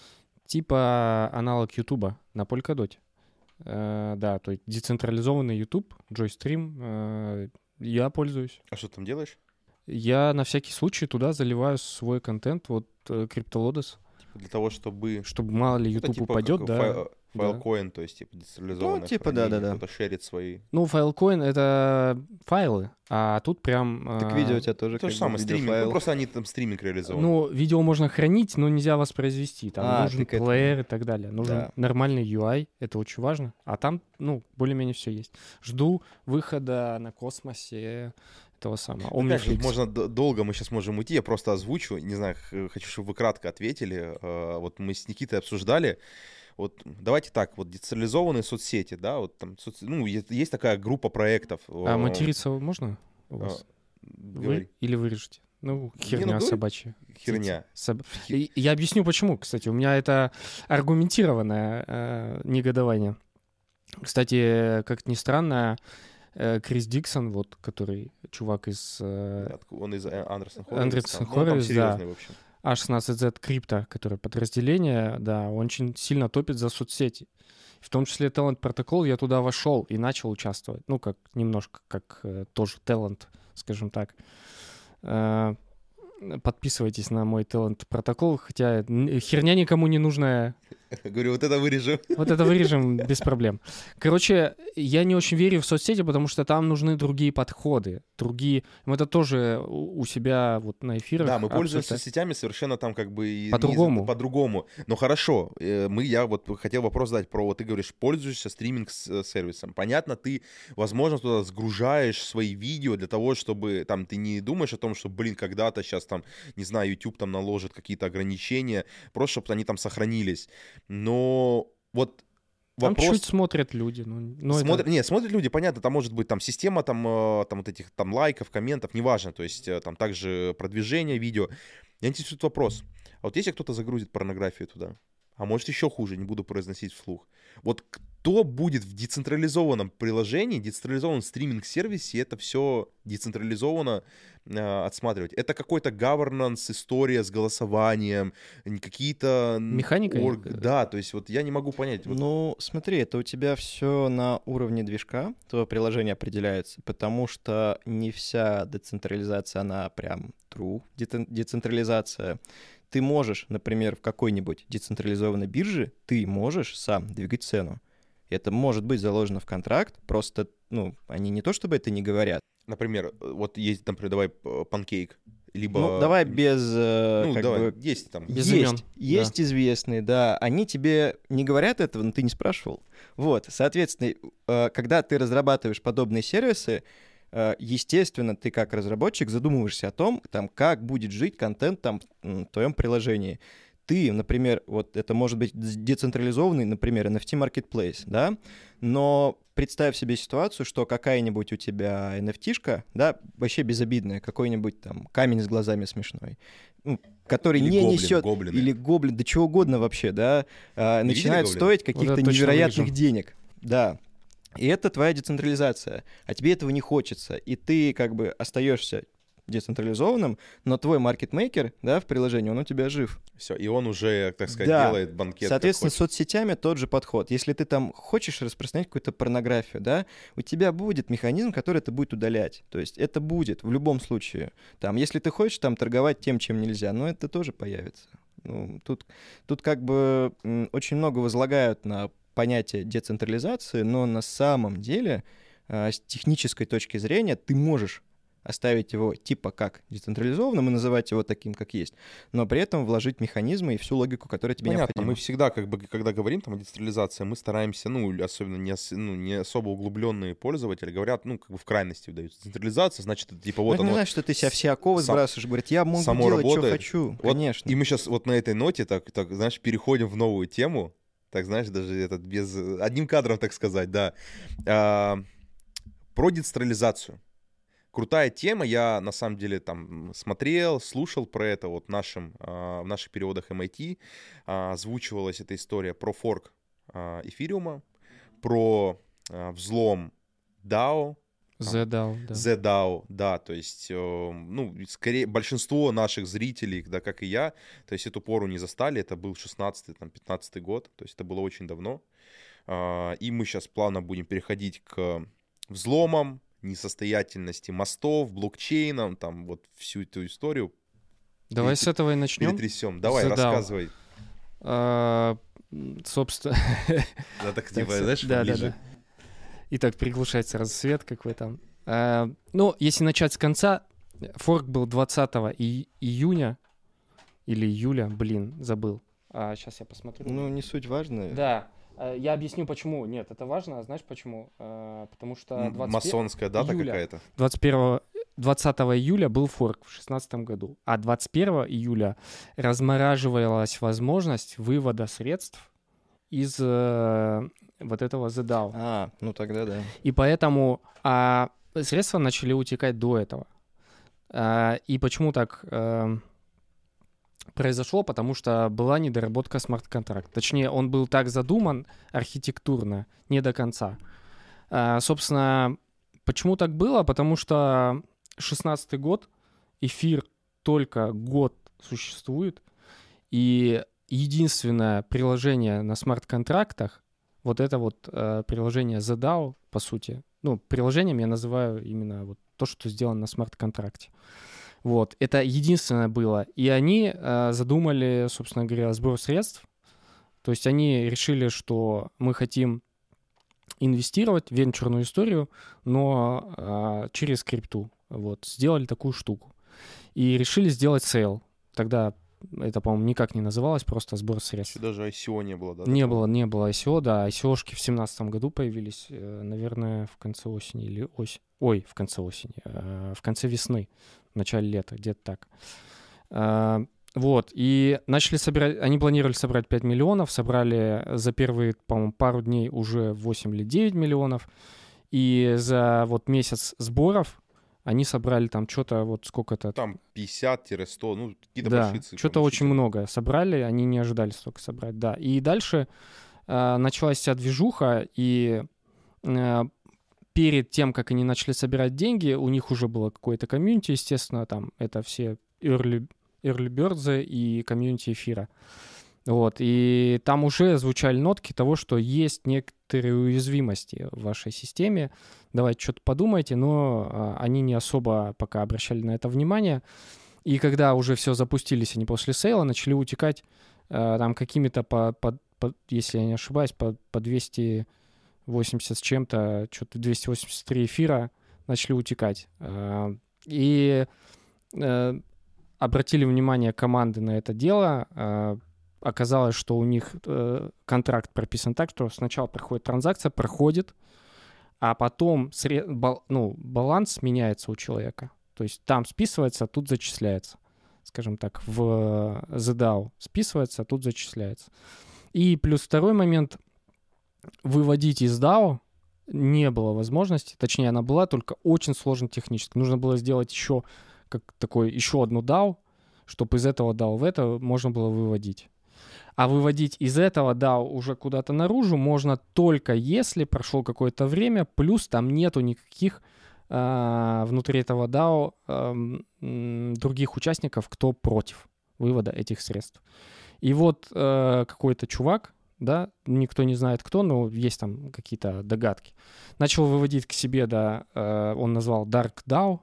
типа аналог Ютуба на Polkadot. Э, да, то есть децентрализованный YouTube, JoyStream, э, я пользуюсь. А что ты там делаешь? Я на всякий случай туда заливаю свой контент, вот э, CryptoLotus. Типа для того, чтобы... Чтобы мало ли YouTube это, типа, упадет, да. Файл, да. Filecoin, то есть, типа, децентрализованное Ну, типа, хранение, да-да-да. кто-то шерит свои... Ну, Filecoin — это файлы, а тут прям... Так э, видео у тебя тоже То как же бы самое, стриминг. видеофайл. Ну, просто они там стриминг реализованы. Ну, видео можно хранить, но нельзя воспроизвести. Там А, нужен ты к этому. плеер и так далее. Нужен Да. нормальный ю ай, это очень важно. А там, ну, более-менее все есть. Жду выхода на космосе этого самого. Опять же, Omniflix. можно д- долго, мы сейчас можем уйти, я просто озвучу, не знаю, х- хочу, чтобы вы кратко ответили. Э, Вот мы с Никитой обсуждали, вот давайте так, вот децентрализованные соцсети, да, вот там, соц- ну, е- есть такая группа проектов. А э, материться можно у э, вас? Вы- говори. Или вырежете? Ну, Не, херня ну, говори. собачья. Херня. Соб- Хи- И Я объясню, почему, кстати. У меня это аргументированное э, негодование. Кстати, как ни странно, э, Крис Диксон, вот, который чувак из э, Отку- Он из э, Андерсон Андерсон Хорowitz, ну, он там Horowitz, да. серьезный, в общем. аш шестнадцать зет Crypto, которое подразделение, да, он очень сильно топит за соцсети. В том числе Talent Protocol, я туда вошел и начал участвовать. Ну, как немножко, как э, тоже Talent, скажем так. Э, подписывайтесь на мой Talent Protocol, хотя н- херня никому не нужная. Говорю, вот это вырежем. Вот это вырежем без проблем. Короче, я не очень верю в соцсети, потому что там нужны другие подходы, другие... Мы это тоже у у себя вот на эфирах Да, мы пользуемся обсуждаем. соцсетями совершенно там как бы... и не- По-другому. По-другому. Но хорошо, э, мы, я вот хотел вопрос задать про, вот ты говоришь, пользуешься стриминг-сервисом. Понятно, ты, возможно, туда сгружаешь свои видео для того, чтобы там ты не думаешь о том, что, блин, когда-то сейчас там, не знаю, YouTube там наложит какие-то ограничения, просто чтобы они там сохранились. Но вот Там вопрос... чуть смотрят люди. Ну, ну, это- Смотрят, не, смотрят люди, понятно, там может быть там система там, э, там вот этих там лайков, комментов, неважно, то есть э, там также продвижение видео. Меня интересует вопрос, а вот если кто-то загрузит порнографию туда, а может еще хуже, не буду произносить вслух, вот кто будет в децентрализованном приложении, децентрализованном стриминг-сервисе это все децентрализованно э, отсматривать? Это какой-то governance, история с голосованием, не какие-то... Механика? орг- Да, то есть вот я не могу понять. вот- Ну, смотри, это у тебя все на уровне движка, твое приложение определяется, потому что не вся децентрализация, она прям true децен- децентрализация. Ты можешь, например, в какой-нибудь децентрализованной бирже, ты можешь сам двигать цену. Это может быть заложено в контракт, просто, ну, они не то чтобы это не говорят. Например, вот есть, например, давай э, панкейк, либо... Ну, давай без... э, Ну, как давай, бы, есть там. Без есть, имен, есть известные, да. Они тебе не говорят этого, но ты не спрашивал. Вот, соответственно, э, когда ты разрабатываешь подобные сервисы, э, естественно, ты как разработчик задумываешься о том, там, как будет жить контент там, в твоем приложении. Ты, например, вот это может быть децентрализованный, например, эн эф ти Marketplace, да, но представь себе ситуацию, что какая-нибудь у тебя эн эф ти-шка, да, вообще безобидная, какой-нибудь там камень с глазами смешной, ну, который Или не гоблин, несет, гоблины. или гоблин, да чего угодно вообще, да, а, Не начинает видели стоить Вот каких-то это точно невероятных вырежем. денег, да. И это твоя децентрализация, а тебе этого не хочется, и ты как бы остаешься децентрализованным, но твой маркетмейкер, да, в приложении, он у тебя жив. Все, и он уже, так сказать, Да. делает банкет. Соответственно, как с соцсетями тот же подход. Если ты там хочешь распространять какую-то порнографию, да, у тебя будет механизм, который это будет удалять. То есть это будет в любом случае. Там, если ты хочешь там торговать тем, чем нельзя, но это тоже появится. Ну, тут, тут как бы м, очень много возлагают на понятие децентрализации, но на самом деле а, с технической точки зрения ты можешь оставить его типа как децентрализованным и называть его таким, как есть, но при этом вложить механизмы и всю логику, которая тебе Понятно, необходима. мы всегда, как бы, когда говорим там о децентрализации, мы стараемся, ну, особенно не, ос- ну, не особо углубленные пользователи говорят, ну, как бы в крайности выдают. Децентрализация, значит, это типа Ну, вот это не оно... значит, что ты себя все оковы сам- сбрасываешь, говорит, я могу само делать, что работает. хочу, Вот, конечно. И мы сейчас вот на этой ноте, так, так, знаешь, переходим в новую тему, так, знаешь, даже этот без... Одним кадром, так сказать, да. А, про децентрализацию. Крутая тема, я на самом деле там смотрел, слушал про это вот нашим, а, в наших переводах эм ай ти, а, озвучивалась эта история про форк а, эфириума, про а, взлом дао, Z-дао, да. Z-дао, да, то есть, э, ну, скорее, большинство наших зрителей, да, как и я, то есть эту пору не застали, это был шестнадцатый, там, пятнадцатый год, то есть это было очень давно, А, и мы сейчас плавно будем переходить к взломам, несостоятельности мостов, блокчейнам, там, вот всю эту историю Давай перетря- с этого и начнем. перетрясем. Давай, Z-дао. рассказывай. А, м, собственно... Да, так, Так, типа, с- знаешь, да, да, ближе. да. Итак, приглушать сразу свет какой там. А, ну, если начать с конца, форк был двадцатого и- июня или июля, блин, забыл. А, сейчас я посмотрю. Ну, не суть важно. Да, а, я объясню почему. Нет, это важно, а знаешь почему? А, потому что М, двадцать Масонская дата июля. какая-то. двадцать первого, двадцатого июля был форк в шестнадцатом году, а двадцать первого июля размораживалась возможность вывода средств из э, вот этого Z-дао. А, ну тогда да. И поэтому а, средства начали утекать до этого. А, и почему так э, произошло? Потому что была недоработка смарт-контракта. Точнее, он был так задуман архитектурно, не до конца. А, собственно, почему так было? Потому что шестнадцатый год, эфир только год существует, и единственное приложение на смарт-контрактах, вот это вот э, приложение Z-дао, по сути, ну, приложением я называю именно вот то, что сделано на смарт-контракте. Вот, это единственное было. И они э, задумали, собственно говоря, сбор средств То есть они решили, что мы хотим инвестировать в венчурную историю, но а, через крипту. Вот, сделали такую штуку. И решили сделать сейл. Тогда это, по-моему, никак не называлось, просто сбор средств. Даже ай си о не было, да? Не такого? было, не было ай си о, да. ай си о-шки в семнадцатом году появились, э, наверное, в конце осени или осень. Ой, в конце осени. э, В конце весны, в начале лета, где-то так. А, Вот, и начали собирать, они планировали собрать пять миллионов, собрали за первые, по-моему, пару дней уже восемь или девять миллионов, и за вот месяц сборов они собрали там что-то, вот сколько-то... Там пятьдесят-сто, ну, какие-то Да, большие цифры. что-то очень действительно. много собрали, они не ожидали столько собрать, да. И дальше э, началась вся движуха, и э, перед тем, как они начали собирать деньги, у них уже было какое-то комьюнити, естественно, там это все early, early birds и комьюнити эфира. Вот, и там уже звучали нотки того, что есть некоторые уязвимости в вашей системе, давайте что-то подумайте, но а, они не особо пока обращали на это внимание. И когда уже все запустились, они после сейла начали утекать а, там какими-то, по, по, по, если я не ошибаюсь, по, по двести восемьдесят с чем-то, что-то двести восемьдесят три эфира начали утекать. А, и а, обратили внимание команды на это дело. А, оказалось, что у них э, контракт прописан так, что сначала проходит транзакция, проходит, а потом сред... бал... ну, баланс меняется у человека. То есть там списывается, а тут зачисляется. Скажем так, в зет дао списывается, а тут зачисляется. И плюс второй момент. Выводить из дао не было возможности. Точнее, она была, только очень сложно технически. Нужно было сделать еще, как такое, еще одну дао, чтобы из этого дао в это можно было выводить. А выводить из этого дао уже куда-то наружу можно только если прошло какое-то время, плюс там нету никаких э, внутри этого дао э, э, других участников, кто против вывода этих средств. И вот э, какой-то чувак, да, никто не знает кто, но есть там какие-то догадки, начал выводить к себе, да, э, он назвал Dark дао,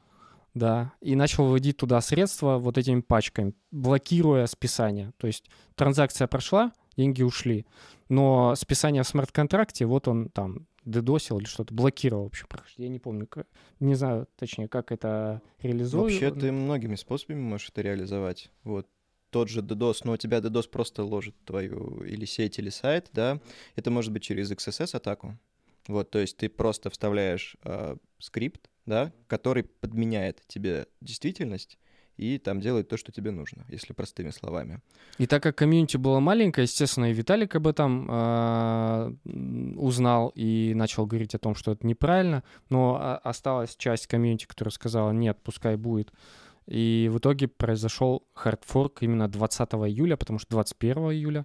да, и начал выводить туда средства вот этими пачками, блокируя списание. То есть транзакция прошла, деньги ушли, но списание в смарт-контракте, вот он там дедосил или что-то, блокировал вообще. Я не помню, как, не знаю точнее, как это реализуется. Вообще ты многими способами можешь это реализовать. Вот тот же DDoS, но у тебя DDoS просто ложит твою или сеть, или сайт, да, это может быть через икс эс эс-атаку. Вот, то есть ты просто вставляешь э, скрипт, да, который подменяет тебе действительность и там делает то, что тебе нужно, если простыми словами. И так как комьюнити было маленькое, естественно, и Виталик об этом э, узнал и начал говорить о том, что это неправильно, но осталась часть комьюнити, которая сказала, нет, пускай будет. И в итоге произошел хардфорк именно двадцатого июля, потому что двадцать первого июля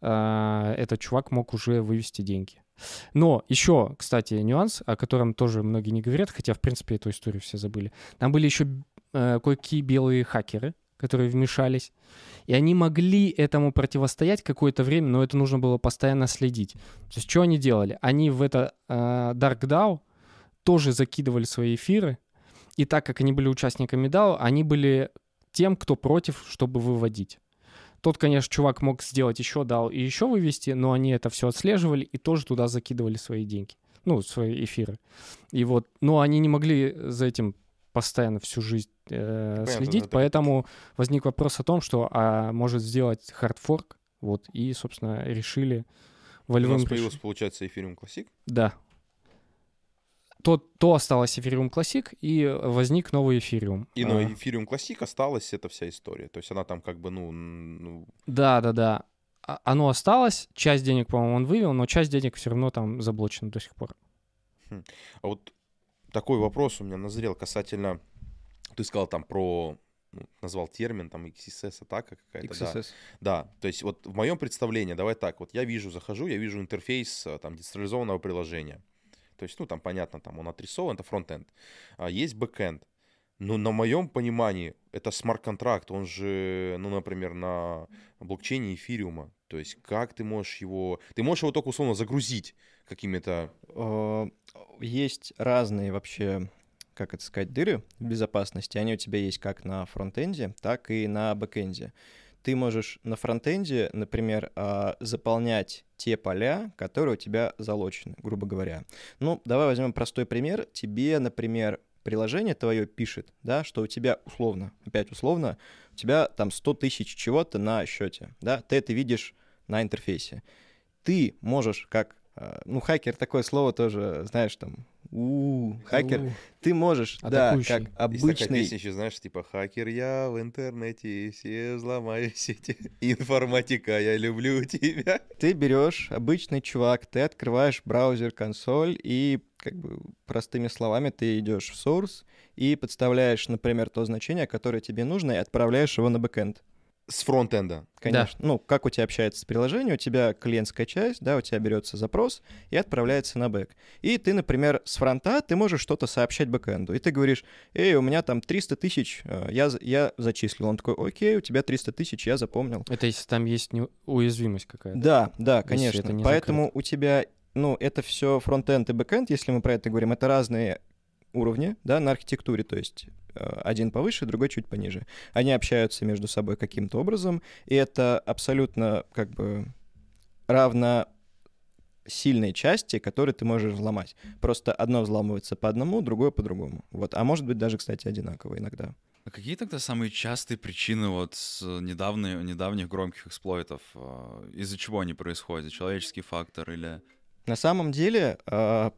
э, этот чувак мог уже вывести деньги. Но еще, кстати, нюанс, о котором тоже многие не говорят, хотя, в принципе, эту историю все забыли. Там были еще э, кое-какие белые хакеры, которые вмешались, и они могли этому противостоять какое-то время, но это нужно было постоянно следить. То есть что они делали? Они в это э, Dark дао тоже закидывали свои эфиры, и так как они были участниками дао, они были тем, кто против, чтобы выводить. Тот, конечно, чувак мог сделать еще дао и еще вывести, но они это все отслеживали и тоже туда закидывали свои деньги, ну, свои эфиры. И вот, но они не могли за этим постоянно всю жизнь э, Понятно, следить, да, поэтому возник вопрос о том, что а может сделать хардфорк, вот, и, собственно, решили волевым... У нас реш- появился, получается, Ethereum Classic. Да. То, то осталось Ethereum Classic, и возник новый Ethereum. И но А, Ethereum Classic осталась эта вся история. То есть она там как бы, ну... ну Да, да, да. А- Оно осталось, часть денег, по-моему, он вывел, но часть денег все равно там заблочена до сих пор. а вот такой вопрос у меня назрел касательно... Ты сказал там про... ну, назвал термин, там, икс эс эс-атака какая-то. икс да. эс эс. Да, то есть вот в моем представлении, давай так, вот я вижу, захожу, я вижу интерфейс э, там децентрализованного приложения. То есть, ну, там, понятно, там он отрисован, это фронтенд. А есть бэкенд. Но на моем понимании это смарт-контракт, он же, ну, например, на блокчейне эфириума. То есть как ты можешь его... Ты можешь его только условно загрузить какими-то... Э, Есть разные вообще, как это сказать, дыры в безопасности. Они у тебя есть как на фронтенде, так и на бэкенде. ты можешь на фронтенде, например, а, заполнять те поля, которые у тебя залочены, грубо говоря. Ну, давай возьмем простой пример. Тебе, например, приложение твое пишет, да, что у тебя условно, опять условно, у тебя там сто тысяч чего-то на счете, да, ты это видишь на интерфейсе. Ты можешь как, ну, хакер, такое слово тоже, знаешь, там, у хакер, У, ты можешь, да, атакующий. как Есть такая обычный... песня еще, знаешь, типа «Хакер я в интернете, все взломаю сети, информатика, я люблю тебя». Ты берешь обычный чувак, ты открываешь браузер, консоль, и как бы простыми словами ты идешь в source и подставляешь, например, то значение, которое тебе нужно, и отправляешь его на бэкэнд. С фронтенда. Конечно. Ну, как у тебя общается с приложением, у тебя клиентская часть, да, у тебя берется запрос и отправляется на бэк. И ты, например, с фронта ты можешь что-то сообщать бэкэнду. И ты говоришь, эй, у меня там триста тысяч, э, я, за- я зачислил. Он такой, окей, у тебя триста тысяч, я запомнил. Это если там есть не- уязвимость какая-то. Да, да, Если конечно. это не Поэтому у тебя, ну, это все фронтенд и бэкэнд, если мы про это говорим, это разные уровни, да, на архитектуре, то есть э, один повыше, другой чуть пониже. Они общаются между собой каким-то образом, и это абсолютно как бы равно сильные части, которые ты можешь взломать. Просто одно взламывается по одному, другое по другому. Вот. А может быть даже, кстати, одинаково иногда. А какие тогда самые частые причины вот с недавних, недавних громких эксплойтов? А, Из-за чего они происходят? Человеческий фактор или... На самом деле, э,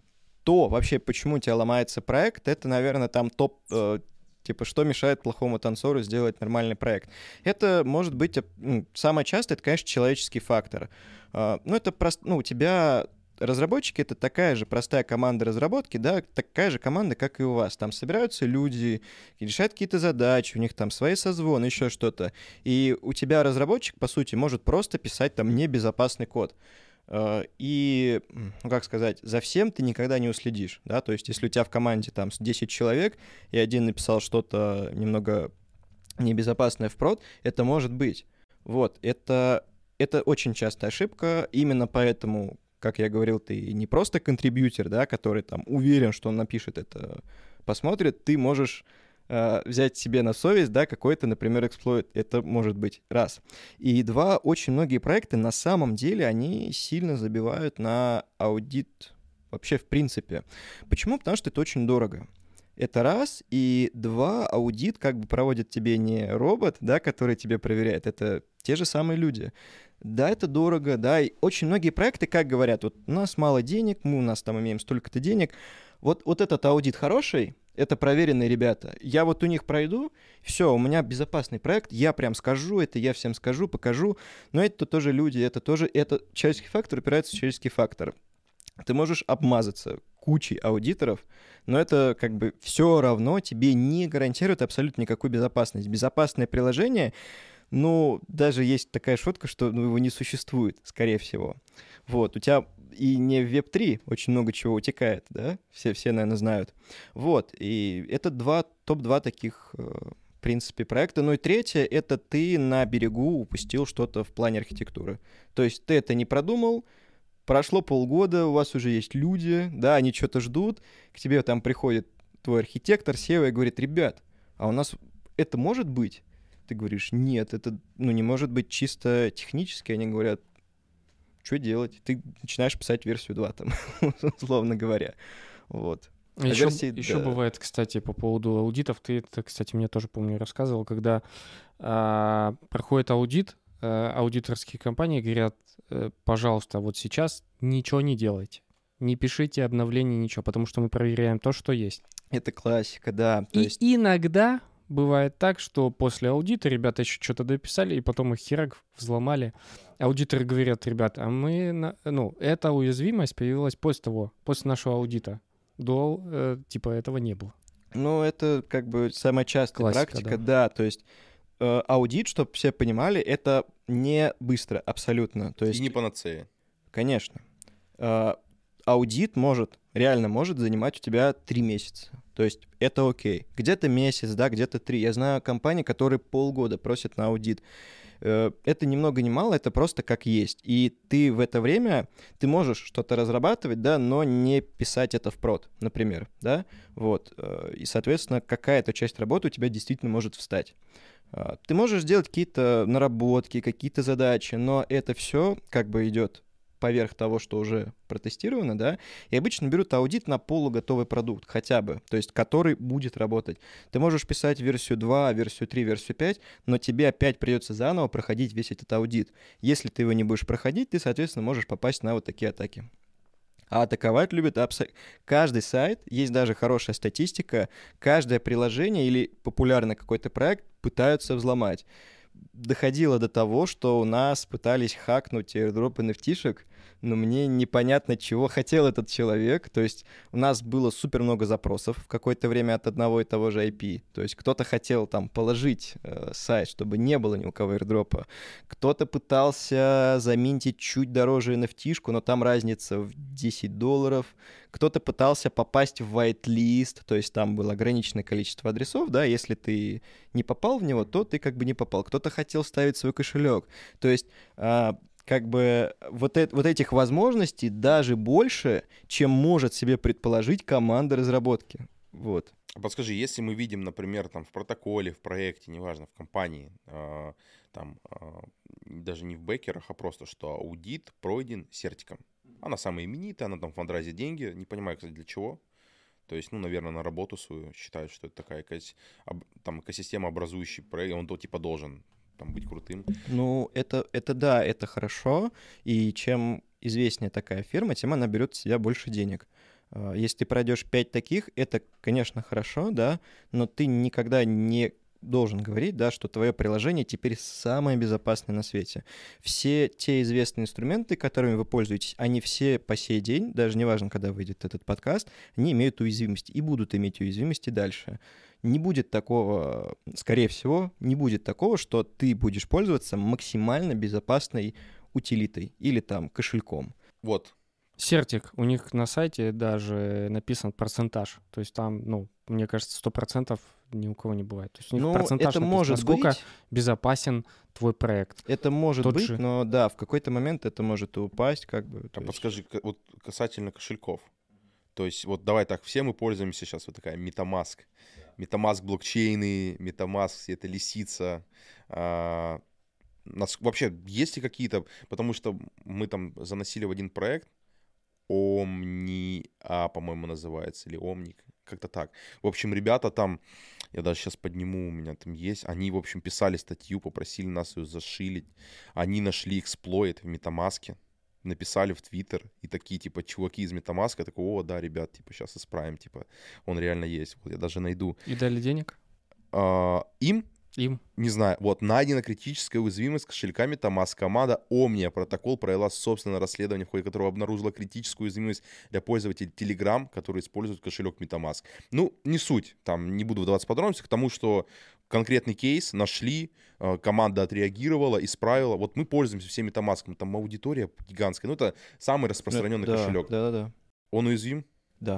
то вообще, почему у тебя ломается проект, это, наверное, там топ, э, типа, что мешает плохому танцору сделать нормальный проект. Это может быть, э, м, самое частое, это, конечно, человеческий фактор. Э, ну, это просто, ну, у тебя разработчики — это такая же простая команда разработки, да, такая же команда, как и у вас. Там собираются люди, решают какие-то задачи, у них там свои созвоны, еще что-то. И у тебя разработчик, по сути, может просто писать там небезопасный код. Э, И, м, ну как сказать, за всем ты никогда не уследишь, да, то есть если у тебя в команде там с десять человек, и один написал что-то немного небезопасное в прод, это может быть. Вот, это, это очень частая ошибка, именно поэтому, как я говорил, ты не просто контрибьютор, да, который там уверен, что он напишет это, посмотрит, ты можешь э, взять себе на совесть, да, какой-то, например, эксплойт. Это может быть раз. И два, очень многие проекты на самом деле, они сильно забивают на аудит вообще в принципе. Почему? Потому что это очень дорого. Это раз. И два, аудит как бы проводит тебе не робот, да, который тебе проверяет, это те же самые люди. Да, это дорого, да, и очень многие проекты, как говорят, вот у нас мало денег, мы у нас там имеем столько-то денег, вот, вот этот аудит хороший, это проверенные ребята, я вот у них пройду, все, у меня безопасный проект, я прям скажу это, я всем скажу, покажу, но это тоже люди, это тоже, это человеческий фактор упирается в человеческий фактор. Ты можешь обмазаться кучей аудиторов, но это как бы все равно тебе не гарантирует абсолютно никакую безопасность. Безопасное приложение, ну, даже есть такая шутка, что ну, его не существует, скорее всего. Вот, у тебя и не в веб три очень много чего утекает, да, все, все, наверное, знают. Вот, и это два, топ-два таких, э, в принципе, проекта. Ну и третье, это ты на берегу упустил что-то в плане архитектуры. То есть ты это не продумал, прошло полгода, у вас уже есть люди, да, они что-то ждут, к тебе там приходит твой архитектор, сео, и говорит, ребят, а у нас это может быть? Ты говоришь, нет, это ну, не может быть чисто технически. Они говорят, что делать? Ты начинаешь писать версию два, там, условно говоря. Вот. А Еще, версии, еще да. бывает, кстати, по поводу аудитов, ты это, кстати, мне тоже, помню, рассказывал, когда а, проходит аудит, а, аудиторские компании говорят, э, пожалуйста, вот сейчас ничего не делайте, не пишите обновлений, ничего, потому что мы проверяем то, что есть. Это классика, да. То И есть иногда бывает так, что после аудита ребята еще что-то дописали, и потом их херак взломали. Аудиторы говорят, ребят, а мы, на- ну, эта уязвимость появилась после того, после нашего аудита. До, э, типа, этого не было. ну, это как бы самая частая Классика, практика, да. То есть э, аудит, чтобы все понимали, это не быстро абсолютно. То есть, И не панацея. конечно, э, аудит может реально может занимать у тебя три месяца. То есть это окей. Где-то месяц, да, где-то три. Я знаю компании, которые полгода просят на аудит. Это ни много ни мало, это просто как есть. И ты в это время, ты можешь что-то разрабатывать, да, но не писать это в прод, например, да, вот. И, соответственно, какая-то часть работы у тебя действительно может встать. Ты можешь сделать какие-то наработки, какие-то задачи, но это все как бы идет поверх того, что уже протестировано, да, и обычно берут аудит на полуготовый продукт хотя бы, то есть который будет работать. Ты можешь писать версию два, версию три, версию пять, но тебе опять придется заново проходить весь этот аудит. Если ты его не будешь проходить, ты, соответственно, можешь попасть на вот такие атаки. А атаковать любит абсолютно каждый сайт, есть даже хорошая статистика, каждое приложение или популярный какой-то проект пытаются взломать. Доходило до того, что у нас пытались хакнуть airdrop эн эф ти-шек, но мне непонятно, чего хотел этот человек. То есть у нас было супер много запросов в какое-то время от одного и того же ай пи. То есть кто-то хотел там положить э, сайт, чтобы не было ни у кого airdropа. Кто-то пытался заминтить чуть дороже эн эф ти-шку, но там разница в десять долларов. Кто-то пытался попасть в whitelist, то есть там было ограниченное количество адресов, да, если ты не попал в него, то ты как бы не попал. Кто-то хотел ставить свой кошелек. То есть а, как бы вот, это, вот этих возможностей даже больше, чем может себе предположить команда разработки. Вот. Подскажи, если мы видим, например, там в протоколе, в проекте, неважно, в компании, э, там э, даже не в бэкерах, а просто, что аудит пройден сертиком. Она самая именитая, она там фандрайзит деньги, не понимаю, кстати, для чего. То есть, ну, наверное, на работу свою считают, что это такая экос... там, экосистема образующий проект, он то типа должен там быть крутым. Ну, это, это да, это хорошо, и чем известнее такая фирма, тем она берет с себя больше денег. Если ты пройдешь пять таких, это, конечно, хорошо, да, но ты никогда не должен говорить, да, что твое приложение теперь самое безопасное на свете. Все те известные инструменты, которыми вы пользуетесь, они все по сей день, даже неважно, когда выйдет этот подкаст, они имеют уязвимости и будут иметь уязвимости дальше. Не будет такого, скорее всего, не будет такого, что ты будешь пользоваться максимально безопасной утилитой или там кошельком. Вот. Сертик, у них на сайте даже написан процентаж. То есть там, ну, мне кажется, сто процентов ни у кого не бывает. То есть у них ну, процентаж это написан, может насколько быть, безопасен твой проект. это может Тот быть, же. но да, в какой-то момент это может и упасть, как бы. А то есть- подскажи, к- вот касательно кошельков. То есть, вот давай так, все мы пользуемся сейчас вот такая MetaMask. MetaMask блокчейны, MetaMask, все это лисица. А, нас, вообще, есть ли какие-то... Потому что мы там заносили в один проект, Omni, а, по-моему, называется, или Омник, как-то так. В общем, ребята там, я даже сейчас подниму, у меня там есть, они, в общем, писали статью, попросили нас ее зашилить. Они нашли эксплойт в MetaMask, написали в Твиттер, и такие, типа, чуваки из MetaMask, такой, о, да, ребят, типа, сейчас исправим, типа, он реально есть. Вот я даже найду. И дали денег А, им, им. не знаю, вот, найдена критическая уязвимость кошелька MetaMask. Команда Omnia протокол провела собственное расследование, в ходе которого обнаружила критическую уязвимость для пользователей Telegram, которые используют кошелек MetaMask. Ну, не суть, там, не буду вдаваться в подробности, к тому, что конкретный кейс нашли, э, команда отреагировала, исправила. Вот мы пользуемся всем MetaMask, там аудитория гигантская. Ну, это самый распространенный да, кошелек. Да, да, да. Он уязвим? Да.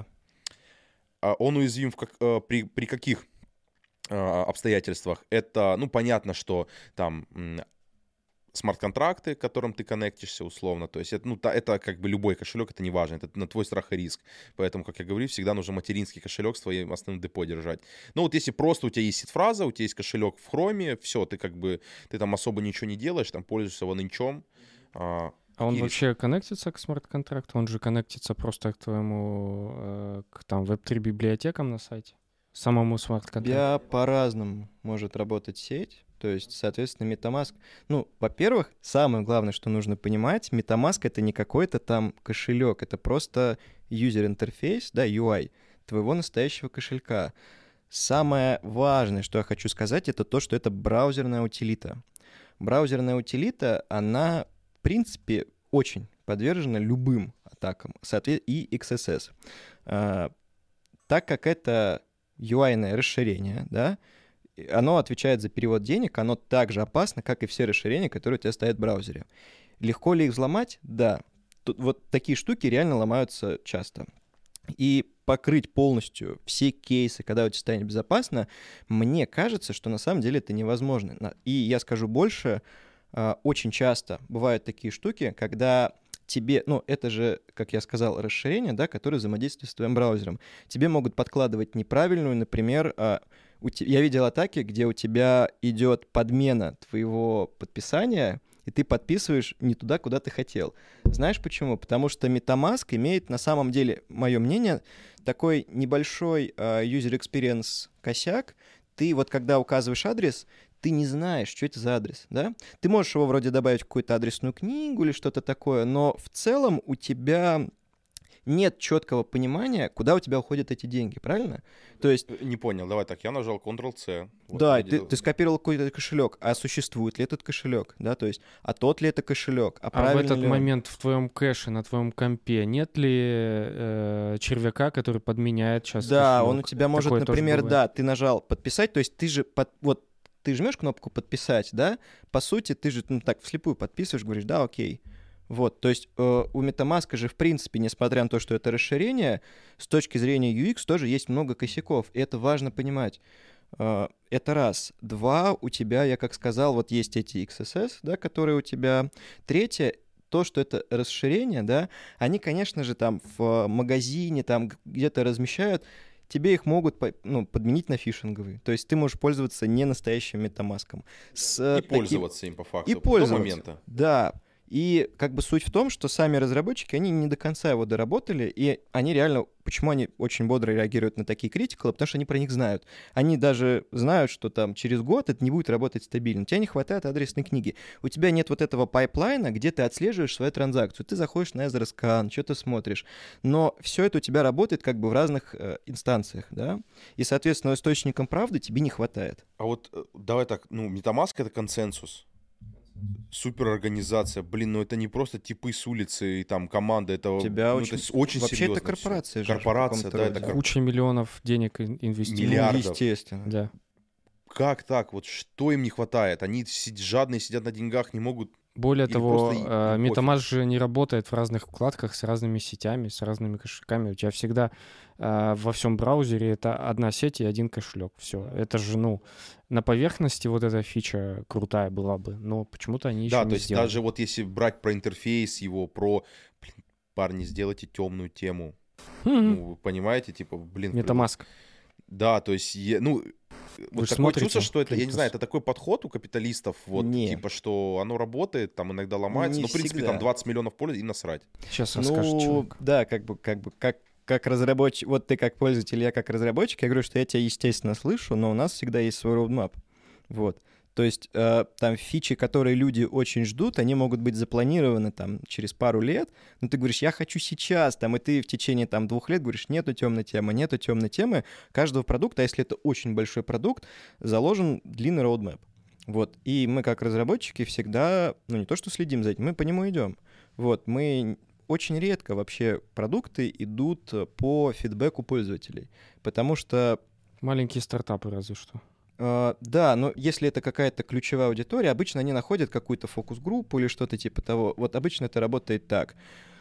А он уязвим в как, э, при, при каких э, обстоятельствах? Это, ну, понятно, что там м, смарт-контракты, к которым ты коннектишься условно. То есть это, ну, та, это как бы любой кошелек, это не важно, это на твой страх и риск. Поэтому, как я говорю, всегда нужно материнский кошелек с твоим основным депо держать. Ну вот если просто у тебя есть сид-фраза, у тебя есть кошелек в хроме, все, ты как бы, ты там особо ничего не делаешь, там пользуешься ванинчом. А, А он какие вообще коннектится к смарт-контракту? Он же коннектится просто к твоему, э, к там веб три библиотекам на сайте? Самому смарт-контракту? Я по-разному может работать сеть. То есть, соответственно, MetaMask... Ну, во-первых, самое главное, что нужно понимать, MetaMask — это не какой-то там кошелек, это просто юзер-интерфейс, да, ю ай, твоего настоящего кошелька. Самое важное, что я хочу сказать, это то, что это браузерная утилита. Браузерная утилита, она, в принципе, очень подвержена любым атакам, соответственно, и икс эс эс. А, так как это ю ай-ное расширение, да, оно отвечает за перевод денег, оно так же опасно, как и все расширения, которые у тебя стоят в браузере. Легко ли их взломать? Да. Тут вот такие штуки реально ломаются часто. и покрыть полностью все кейсы, когда у тебя станет безопасно, мне кажется, что на самом деле это невозможно. На- И я скажу больше, а, очень часто бывают такие штуки, когда тебе, ну, это же, как я сказал, расширение, да, которое взаимодействует с твоим браузером. Тебе могут подкладывать неправильную, например, а, у те- я видел атаки, где у тебя идет подмена твоего подписания, и ты подписываешь не туда, куда ты хотел. Знаешь почему? Потому что MetaMask имеет, на самом деле, мое мнение, такой небольшой а, user experience косяк. Ты вот когда указываешь адрес, ты не знаешь, что это за адрес, да? Ты можешь его вроде добавить в какую-то адресную книгу или что-то такое, но в целом у тебя нет четкого понимания, куда у тебя уходят эти деньги, правильно? То есть, Э, Не понял, давай так, я нажал контрол-C. Вот да, увидел. ты, ты скопировал какой-то кошелек, а существует ли этот кошелек, да? То есть, а тот ли это кошелек, а, А в правильно этот ли он? момент в твоем кэше, на твоем компе, нет ли э, червяка, который подменяет сейчас Да, он у кошелек? тебя может, Такое тоже например, бывает. да, ты нажал подписать, то есть ты же под, вот ты жмешь кнопку подписать, да? По сути, ты же ну, так вслепую подписываешь, говоришь, да, окей. Вот, то есть э, у MetaMask же, в принципе, несмотря на то, что это расширение, с точки зрения ю экс тоже есть много косяков, и это важно понимать. Э, это раз. Два, у тебя, я как сказал, вот есть эти икс эс эс, да, которые у тебя. Третье, то, что это расширение, да, они, конечно же, там в магазине, там г- где-то размещают, тебе их могут по- ну, подменить на фишинговые. То есть ты можешь пользоваться не настоящим MetaMask. С, э, И таким- пользоваться им по факту. и До пользоваться. момента. Да. И как бы суть в том, что сами разработчики, они не до конца его доработали, и они реально, почему они очень бодро реагируют на такие критикалы, потому что они про них знают. Они даже знают, что там через год это не будет работать стабильно. У тебя не хватает адресной книги. У тебя нет вот этого пайплайна, где ты отслеживаешь свою транзакцию. Ты заходишь на Ezra что-то смотришь. Но все это у тебя работает как бы в разных э, инстанциях, да? И, соответственно, источником правды тебе не хватает. А вот э, давай так, ну, MetaMask — это консенсус. Суперорганизация. Блин, ну это не просто типы с улицы и там команда. Это, У тебя ну, очень- это с- очень вообще серьезно это корпорация всё. же в Корпорация, каком-то да, роде. это корпорация. Куча миллионов денег ин- инвестируют. Миллиардов. Ну, естественно. Да. Как так? Вот что им не хватает? Они си- жадные, сидят на деньгах, не могут... Более Или того, просто и- э, им пофиг. MetaMask же не работает в разных вкладках с разными сетями, с разными кошельками. У тебя всегда э, во всем браузере это одна сеть и один кошелек. Все. Это же, ну, на поверхности вот эта фича крутая была бы, но почему-то они еще Да, не то есть сделали. даже вот если брать про интерфейс его, про... Блин, парни, сделайте темную тему. Мгм. Ну, вы понимаете, типа, блин... при- MetaMask. Да, то есть, е- ну, вот ж такое смотрите чувство, что это, я не Криптус? знаю, это такой подход у капиталистов, вот, Не. типа, что оно работает, там иногда ломается, Не но, в принципе, всегда. там двадцать миллионов пользы и насрать. Сейчас расскажет Ну, человек. да, как бы, как бы, как, как разработчик, вот ты как пользователь, я как разработчик, я говорю, что я тебя, естественно, слышу, но у нас всегда есть свой roadmap. Вот. То есть э, там фичи, которые люди очень ждут, они могут быть запланированы там через пару лет, но ты говоришь, я хочу сейчас, там, и ты в течение там двух лет говоришь, нету темной темы, нету темной темы. Каждого продукта, а если это очень большой продукт, заложен длинный roadmap. Вот. И мы как разработчики всегда, ну не то что следим за этим, мы по нему идем. Вот. Мы очень редко вообще продукты идут по фидбэку пользователей, потому что Маленькие стартапы разве что. Э, да, но если это какая-то ключевая аудитория, обычно они находят какую-то фокус-группу или что-то типа того. Вот обычно это работает так.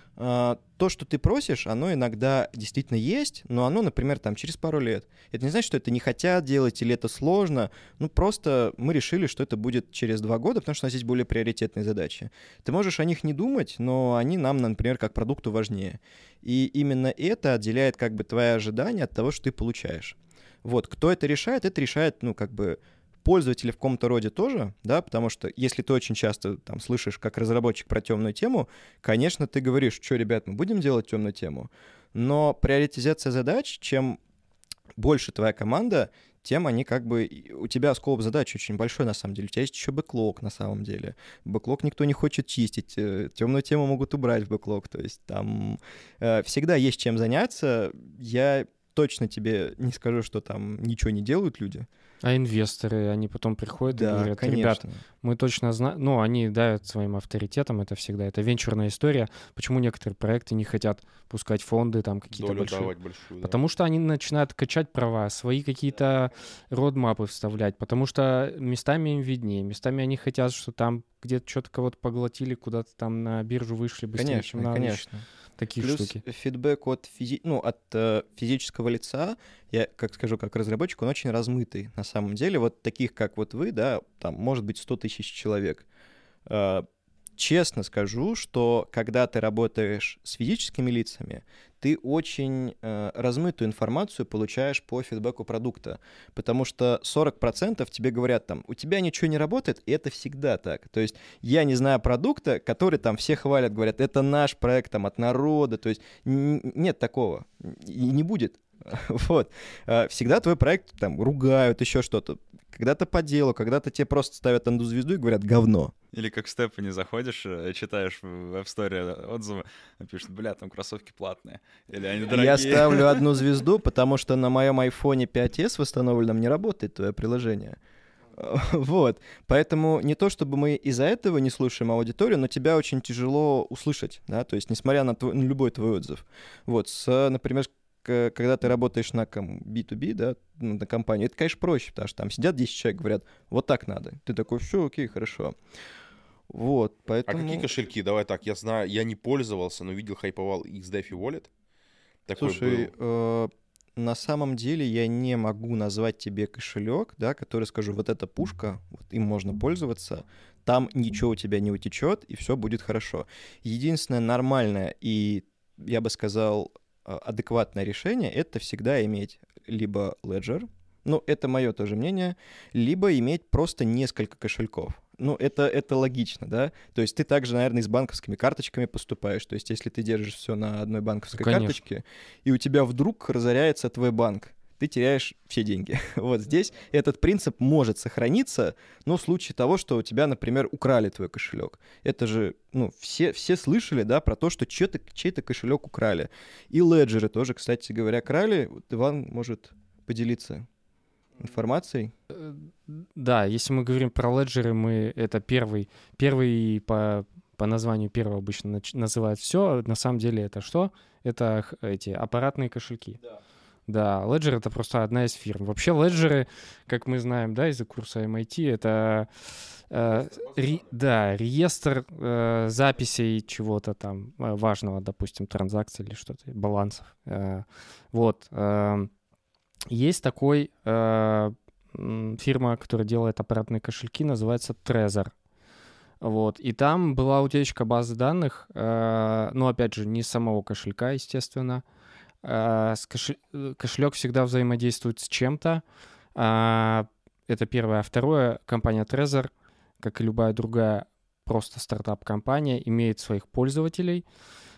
Э, То, что ты просишь, оно иногда действительно есть, но оно, например, там через пару лет. Это не значит, что это не хотят делать или это сложно. Ну, просто мы решили, что это будет через два года, потому что у нас есть более приоритетные задачи. Ты можешь о них не думать, но они нам, например, как продукту важнее. И именно это отделяет как бы твои ожидания от того, что ты получаешь. Вот, кто это решает? Это решает, ну, как бы, пользователи в каком-то роде тоже, да, потому что если ты очень часто там слышишь как разработчик про темную тему, конечно, ты говоришь, что, ребят, мы будем делать темную тему, но приоритизация задач, чем больше твоя команда, тем они как бы... и у тебя скоп задач очень большой, на самом деле. У тебя есть еще бэклог, на самом деле. Бэклог никто не хочет чистить. э, Темную тему могут убрать в бэклог. То есть там э, всегда есть чем заняться. Я точно тебе не скажу, что там ничего не делают люди. А инвесторы, они потом приходят и говорят, ребят, конечно. мы точно знаем, ну, они давят своим авторитетом, это всегда, это венчурная история. Почему некоторые проекты не хотят пускать фонды, там, какие-то Долю большие? давать большую. да. Потому что они начинают качать права, свои какие-то родмапы вставлять, потому что местами им виднее, местами они хотят, что там где-то что-то кого-то поглотили, куда-то там на биржу вышли быстрее, чем Конечно, надо. конечно. такие Плюс штуки. фидбэк от, физи... ну, от э, физического лица, я как скажу, как разработчик, он очень размытый на самом деле. Вот таких, как вот вы, да, там может быть сто тысяч человек. Э, честно скажу, что когда ты работаешь с физическими лицами, ты очень э, размытую информацию получаешь по фидбэку продукта, потому что сорок процентов тебе говорят там, у тебя ничего не работает, и это всегда так. То есть я не знаю продукта, который там все хвалят, говорят, это наш проект там от народа, то есть н- нет такого, и не будет. Вот. Всегда твой проект там ругают, еще что-то. Когда-то по делу, когда-то тебе просто ставят одну звезду и говорят «говно». Или как в Степани заходишь, э, читаешь в App Store отзывы, пишут, бля, там кроссовки платные, или они дорогие. Я ставлю одну звезду, потому что на моем айфоне пять эс восстановленном не работает твое приложение. Вот. Поэтому не то, чтобы мы из-за этого не слушаем аудиторию, но тебя очень тяжело услышать, да, то есть несмотря на, твой, на любой твой отзыв. Вот, с, например, когда ты работаешь на би ту би, да, на компанию, это, конечно, проще, потому что там сидят десять человек, говорят, вот так надо. Ты такой, все, окей, хорошо. Вот, поэтому... А какие кошельки? Давай так, я знаю, я не пользовался, но видел, хайповал икс ди эф и Wallet. Такой Слушай, был. э, на самом деле я не могу назвать тебе кошелек, да, который скажу, вот эта пушка, вот им можно пользоваться, там ничего у тебя не утечет, и все будет хорошо. Единственное нормальное и, я бы сказал, адекватное решение — это всегда иметь либо Ledger, ну, это мое тоже мнение, либо иметь просто несколько кошельков. Ну, это, это логично, да? То есть ты также, наверное, и с банковскими карточками поступаешь. То есть если ты держишь все на одной банковской Ну, карточке, и у тебя вдруг разоряется твой банк, ты теряешь все деньги. Вот здесь этот принцип может сохраниться, но в случае того, что у тебя, например, украли твой кошелек. Это же, ну, все, все слышали, да, про то, что чей-то, чей-то кошелек украли. И леджеры тоже, кстати говоря, крали. Вот Иван может поделиться информацией. Да, если мы говорим про леджеры, мы это первый, первый по, по названию первого обычно нач- называют все. На самом деле это что? Это х- эти аппаратные кошельки. Да. Да, Ledger — это просто одна из фирм. Вообще Ledger, как мы знаем, да, из-за курса эм ай ти, это э, ре, да, реестр э, записей чего-то там э, важного, допустим, транзакций или что-то, балансов. Э, вот. Э, есть такой э, фирма, которая делает аппаратные кошельки, называется Trezor. Вот. И там была утечка базы данных, э, ну, опять же, не самого кошелька, естественно. Кошелек всегда взаимодействует с чем-то. Это первое. А второе, компания Trezor, как и любая другая просто стартап-компания, имеет своих пользователей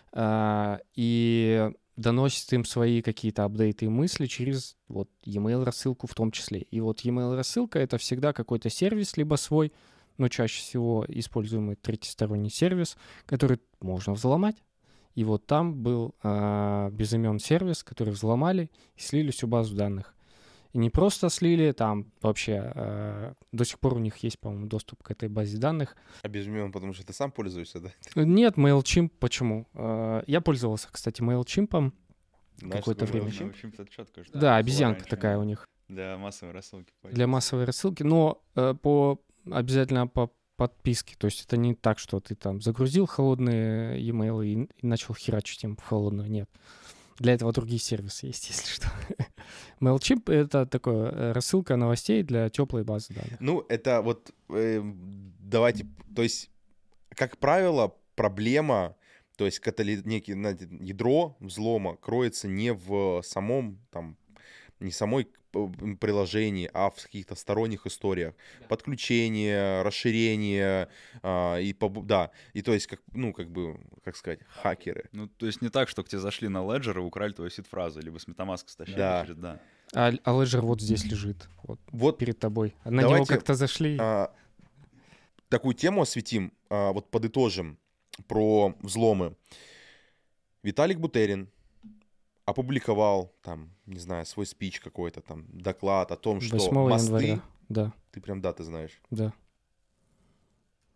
и доносит им свои какие-то апдейты и мысли через вот e-mail рассылку в том числе. И вот e-mail рассылка — это всегда какой-то сервис, либо свой, но чаще всего используемый третьесторонний сервис, который можно взломать. И вот там был э, безымен сервис, который взломали и слили всю базу данных. И не просто слили, там вообще э, до сих пор у них есть, по-моему, доступ к этой базе данных. А без имен, потому что ты сам пользуешься, да? Нет, MailChimp. Почему? Э, я пользовался, кстати, MailChimp Знаешь, какое-то такое время. MailChimp? MailChimp — это четко, что Да, была обезьянка раньше, такая да. у них Для массовой рассылки. для массовой рассылки, но э, по обязательно по подписки. То есть это не так, что ты там загрузил холодные e-mail и, и начал херачить им в холодную. Нет. Для этого другие сервисы есть, если что. MailChimp — это такое э, рассылка новостей для теплой базы данных. Ну, это вот, э, давайте, то есть, как правило, проблема, то есть, катали... некий знаете, ядро взлома кроется не в самом, там, не самой приложении, а в каких-то сторонних историях. Да. Подключение, расширение, а, и, да, и то есть, как, ну, как бы, как сказать, хакеры. Ну, то есть не так, что к тебе зашли на Ledger и украли твою сид-фразу, либо с MetaMask стащили. Да. Через, да. А, а Ledger вот здесь лежит, вот, Вот перед тобой. На давайте, него как-то зашли. А, такую тему осветим, а, вот подытожим про взломы. Виталик Бутерин опубликовал, там, не знаю, свой спич какой-то, там, доклад о том, что мосты... января, да. Ты прям даты знаешь. Да.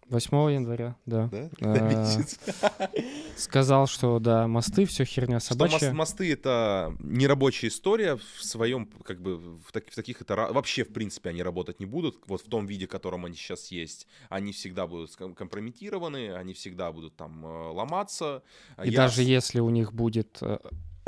восьмого января, да. Да? А, Месяц. Сказал, что да, мосты, все херня Что собачья. мос- мосты — это нерабочая история в своем, как бы, в, так- в таких это ра- вообще, в принципе, они работать не будут, вот в том виде, в котором они сейчас есть. Они всегда будут ском- компрометированы, они всегда будут там э, ломаться. И Я даже с- если у них будет э,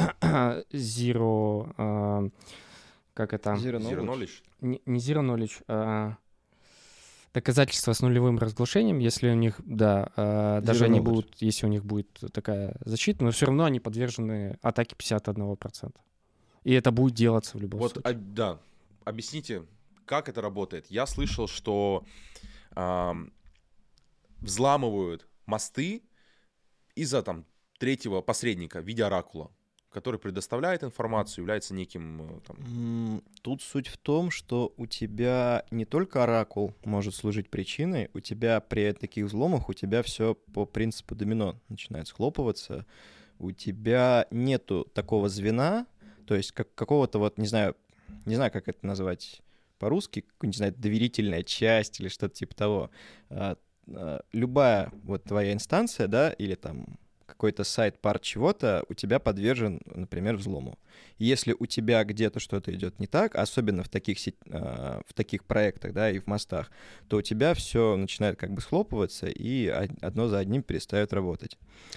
zero, э, как это, Zero Zero knowledge. knowledge. не, не zero knowledge, а доказательства с нулевым разглашением, если у них, да, э, даже Zero они knowledge. будут, если у них будет такая защита, но все равно они подвержены атаке пятьдесят один процент. И это будет делаться в любом Вот, случае. а, да, объясните, как это работает. Я слышал, что ам, взламывают мосты из-за там третьего посредника в виде оракула, который предоставляет информацию, является неким э, там, М, Тут суть в том, что у тебя не только оракул может служить причиной, у тебя при таких взломах у тебя все по принципу домино начинает схлопываться, у тебя нету такого звена, то есть как какого-то вот, не знаю, не знаю, как это назвать по-русски, не знаю, доверительная часть или что-то типа того. А, а, Любая вот твоя инстанция, да, или там какой-то сайт, пар чего-то, у тебя подвержен, например, взлому. И если у тебя где-то что-то идет не так, особенно в таких, сет- а, в таких проектах, да, и в мостах, то у тебя все начинает как бы схлопываться, и од- одно за одним перестает работать.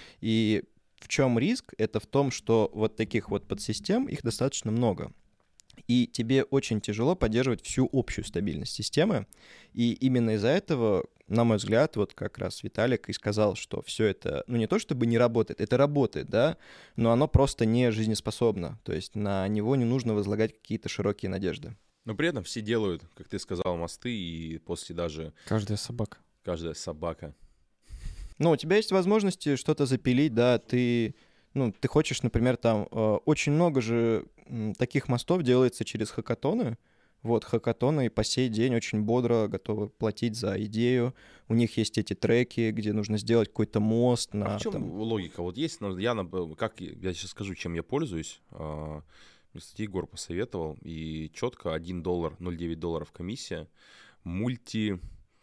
И в чем риск? Это в том, что вот таких вот подсистем, их достаточно много. И тебе очень тяжело поддерживать всю общую стабильность системы. И именно из-за этого, на мой взгляд, вот как раз Виталик и сказал, что все это, ну не то чтобы не работает, это работает, да, но оно просто не жизнеспособно. То есть на него не нужно возлагать какие-то широкие надежды. но при этом все делают, как ты сказал, мосты, и после даже Каждая собака. каждая собака. Ну, у тебя есть возможности что-то запилить, да, ты, ну, ты хочешь, например, там, э, очень много же м, таких мостов делается через хакатоны. Вот, хакатоны по сей день очень бодро готовы платить за идею. У них есть эти треки, где нужно сделать какой-то мост на... А в чем там- логика? Вот есть, но я, нап- как я сейчас скажу, чем я пользуюсь. А, Мне, кстати, Егор посоветовал, и четко один доллар, ноль целых девять долларов комиссия, мульти,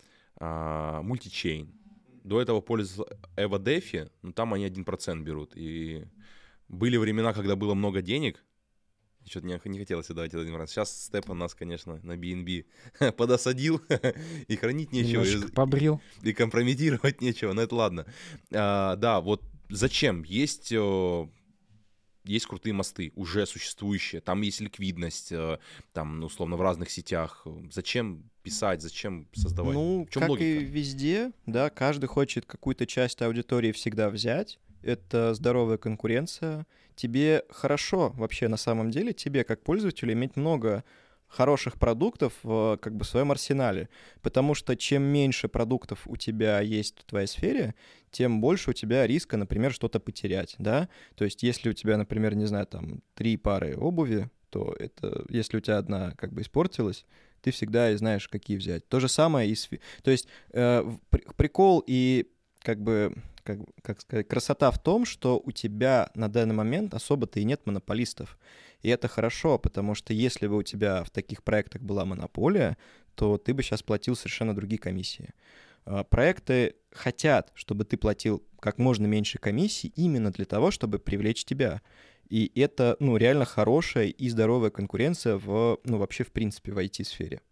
а, мультичейн. До этого пользовался EvoDefi, но там они один процент берут. И были времена, когда было много денег. Что-то не, не хотелось отдавать этот один процент. Сейчас Степан нас, конечно, на би эн би подосадил, и хранить нечего, Немножечко и, побрил. и компрометировать нечего, но это ладно. А, да, вот зачем? Есть, э, есть крутые мосты, уже существующие, там есть ликвидность, э, там, условно, в разных сетях. Зачем писать, зачем создавать? Ну, В чем как логика? и везде, да, каждый хочет какую-то часть аудитории всегда взять. Это здоровая конкуренция. Тебе хорошо вообще на самом деле, тебе как пользователю иметь много хороших продуктов в как бы в своем арсенале, потому что чем меньше продуктов у тебя есть в твоей сфере, тем больше у тебя риска, например, что-то потерять, да. То есть если у тебя, например, не знаю, там три пары обуви, то это, если у тебя одна как бы испортилась, ты всегда знаешь, какие взять. То же самое и с... фи- То есть э, в- при- прикол и как бы, как, как сказать, красота в том, что у тебя на данный момент особо-то и нет монополистов. И это хорошо, потому что если бы у тебя в таких проектах была монополия, то ты бы сейчас платил совершенно другие комиссии. А, Проекты хотят, чтобы ты платил как можно меньше комиссий именно для того, чтобы привлечь тебя. И это, ну, реально хорошая и здоровая конкуренция в, ну, вообще, в принципе, в ай ти-сфере.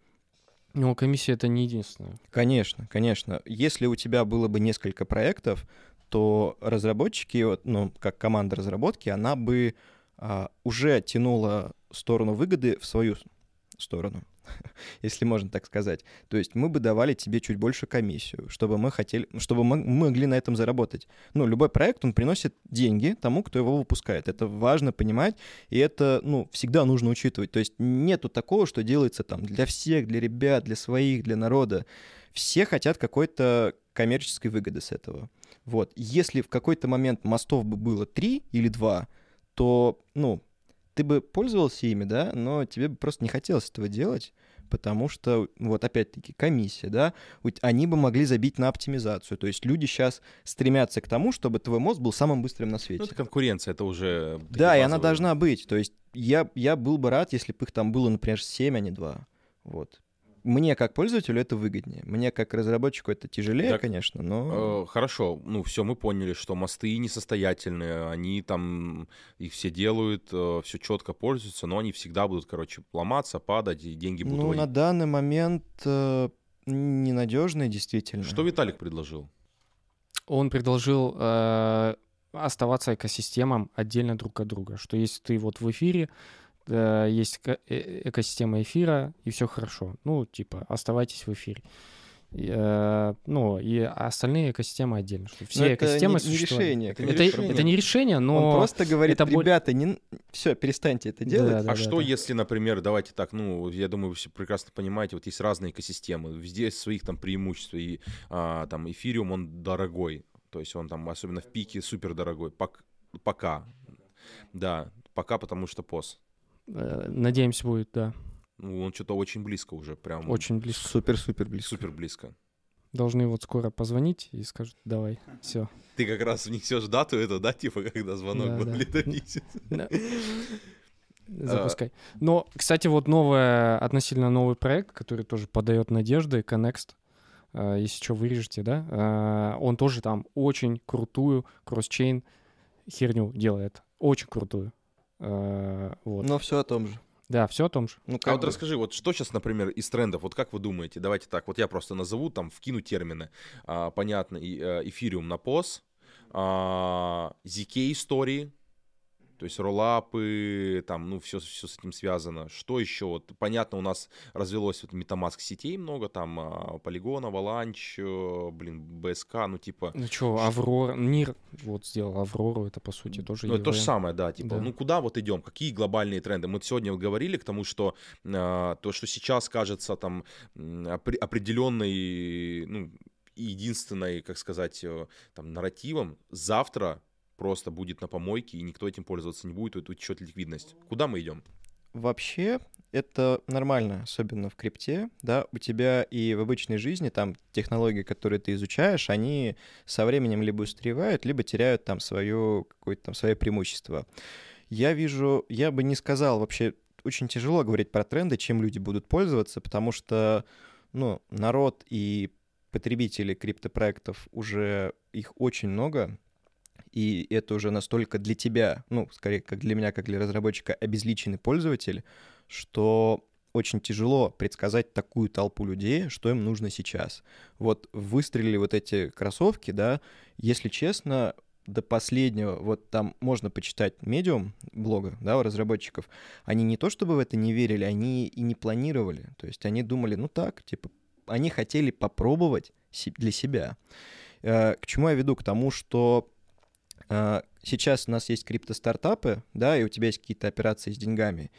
Но комиссия — это не единственное. Конечно, конечно. Если у тебя было бы несколько проектов, то разработчики, вот, ну, как команда разработки, она бы а, уже тянула сторону выгоды в свою с- сторону, если можно так сказать. То есть мы бы давали тебе чуть больше комиссию, чтобы мы хотели, чтобы мы могли на этом заработать. Ну, любой проект, он приносит деньги тому, кто его выпускает. Это важно понимать, и это, ну, всегда нужно учитывать. То есть нету такого, что делается там для всех, для ребят, для своих, для народа. Все хотят какой-то коммерческой выгоды с этого. Вот. Если в какой-то момент мостов бы было три или два, то, ну, ты бы пользовался ими, да, но тебе бы просто не хотелось этого делать, потому что, вот опять-таки, комиссия, да, вот они бы могли забить на оптимизацию. То есть люди сейчас стремятся к тому, чтобы твой мост был самым быстрым на свете. Ну, это конкуренция, это уже... такие Да, и она базовые. должна быть. То есть я, я был бы рад, если бы их там было, например, семь, а не два. Вот. мне как пользователю это выгоднее. Мне как разработчику это тяжелее, Так, конечно, но... Э, Хорошо, ну все, мы поняли, что мосты несостоятельные, они там их все делают, все четко пользуются, но они всегда будут, короче, ломаться, падать, и деньги будут Ну, на уходить. данный момент э, ненадежные, действительно. Что Виталик предложил? Он предложил э, оставаться экосистемам отдельно друг от друга, что если ты вот в эфире, э, есть эко- э- экосистема эфира, и все хорошо. Ну, типа, оставайтесь в эфире. И, э, ну, и остальные экосистемы отдельно. Что все Но это экосистемы не, не существовали. решение. Это не Это, решение. это не решение, но... Он просто говорит, это боль- ребята, не... все, перестаньте это делать. Да, да, А да, что да. если, например, давайте так, ну, я думаю, вы все прекрасно понимаете, вот есть разные экосистемы, везде есть своих там преимуществ, и а, там эфириум, он дорогой, то есть он там, особенно в пике, супер дорогой, Пок- пока, да, пока, потому что пос. Э, Надеемся, будет, да. Ну, он что-то очень близко уже, прям Очень близко. Супер-супер близко. супер близко. Должны вот скоро позвонить и скажут, давай, все. Ты как раз внесешь дату эту, да, типа, когда звонок Да, был да. летописец. Запускай. Но, кстати, вот новое, относительно новый проект, который тоже подает надежды, Connext, э, если что, вырежете, да, э, он тоже там очень крутую кросс-чейн херню делает. Очень крутую. Э, Вот. Но все о том же. Да, все о том же. Ну, А как вот бы, расскажи, вот что сейчас, например, из трендов, вот как вы думаете, давайте так, вот я просто назову, там, вкину термины, а, понятно, и, э, эфириум на пос, а, зет кей истории, то есть роллапы, там, ну, все, все с этим связано. Что еще? Вот, понятно, у нас развелось вот MetaMask сетей много, там, а, Polygon, Avalanche, э, блин, би эс кей, ну, типа... Ну что, Аврора, Нир вот сделал Аврору, это по сути тоже Ну, это то же и ви эм. самое, да, типа, Да. ну куда вот идем, какие глобальные тренды? Мы сегодня вот говорили к тому, что а, то, что сейчас кажется там м, опре- определенной, ну, единственной, как сказать, э, там, нарративом, завтра просто будет на помойке, и никто этим пользоваться не будет, это учет ликвидность. Куда мы идем? вообще это нормально, особенно в крипте, да, у тебя и в обычной жизни там технологии, которые ты изучаешь, они со временем либо устаревают, либо теряют там свое какое-то там свое преимущество. Я вижу, я бы не сказал вообще, очень тяжело говорить про тренды, чем люди будут пользоваться, потому что, ну, народ и потребители криптопроектов уже их очень много, и это уже настолько для тебя, ну, скорее, как для меня, как для разработчика, обезличенный пользователь, что очень тяжело предсказать такую толпу людей, что им нужно сейчас. Вот выстрелили вот эти кроссовки, да, если честно, до последнего, вот там можно почитать Medium блога, да, у разработчиков, они не то чтобы в это не верили, они и не планировали, то есть они думали, ну так, типа, они хотели попробовать се- для себя. Э, К чему я веду? К тому, что э, сейчас у нас есть криптостартапы, да, и у тебя есть какие-то операции с деньгами.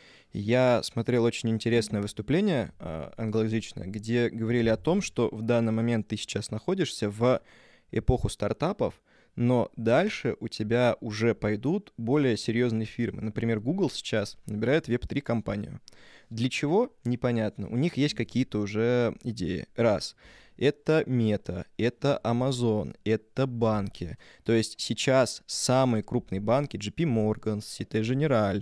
Я смотрел очень интересное выступление э, англоязычное, где говорили о том, что в данный момент ты сейчас находишься в эпоху стартапов, но дальше у тебя уже пойдут более серьезные фирмы. Например, Google сейчас набирает веб три компанию. Для чего? Непонятно. У них есть какие-то уже идеи. Раз. Это Мета, это Amazon, это банки. То есть сейчас самые крупные банки, джей пи Morgan, Société Générale,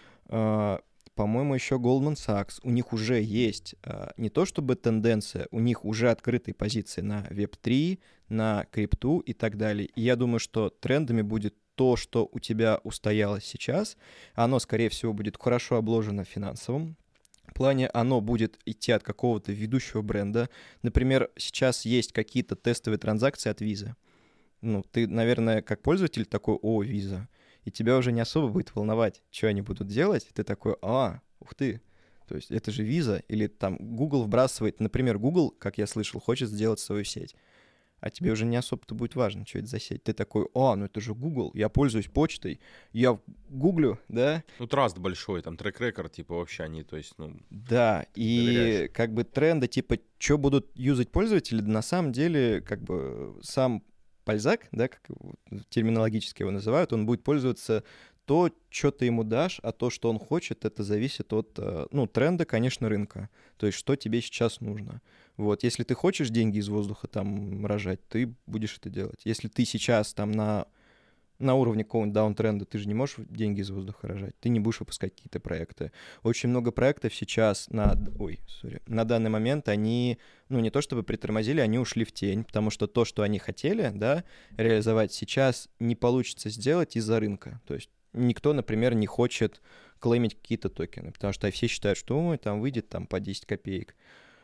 э, по-моему, еще Goldman Sachs, у них уже есть э, не то чтобы тенденция, у них уже открытые позиции на веб три, на крипту и так далее. И я думаю, что трендами будет то, что у тебя устоялось сейчас. Оно, скорее всего, будет хорошо обложено в финансовом плане, оно будет идти от какого-то ведущего бренда. Например, сейчас есть какие-то тестовые транзакции от Visa. Ну, ты, наверное, как пользователь такой: о, Visa. И тебя уже не особо будет волновать, что они будут делать. Ты такой: а, ух ты. То есть это же Visa. Или там Google вбрасывает, например, Google, как я слышал, хочет сделать свою сеть. А тебе уже не особо-то будет важно, что это за сеть. Ты такой: а, ну это же Google, я пользуюсь почтой, я гуглю, да? Ну, траст большой, там, трек-рекорд, типа, вообще они, то есть, ну... Да, и Доверяешь. как бы тренды, типа, что будут юзать пользователи, да на самом деле, как бы сам Пользак, да, как его терминологически его называют, он будет пользоваться то, что ты ему дашь, а то, что он хочет, это зависит от, э, ну, тренда, конечно, рынка. То есть, что тебе сейчас нужно. Вот, если ты хочешь деньги из воздуха там рожать, ты будешь это делать. Если ты сейчас там на на уровне какого-нибудь даунтренда ты же не можешь деньги из воздуха рожать, ты не будешь выпускать какие-то проекты. Очень много проектов сейчас на, ой, sorry, на данный момент, они, ну, не то чтобы притормозили, они ушли в тень, потому что то, что они хотели, да, реализовать сейчас, не получится сделать из-за рынка. То есть никто, например, не хочет клеймить какие-то токены, потому что все считают, что ой, там выйдет там по десять копеек.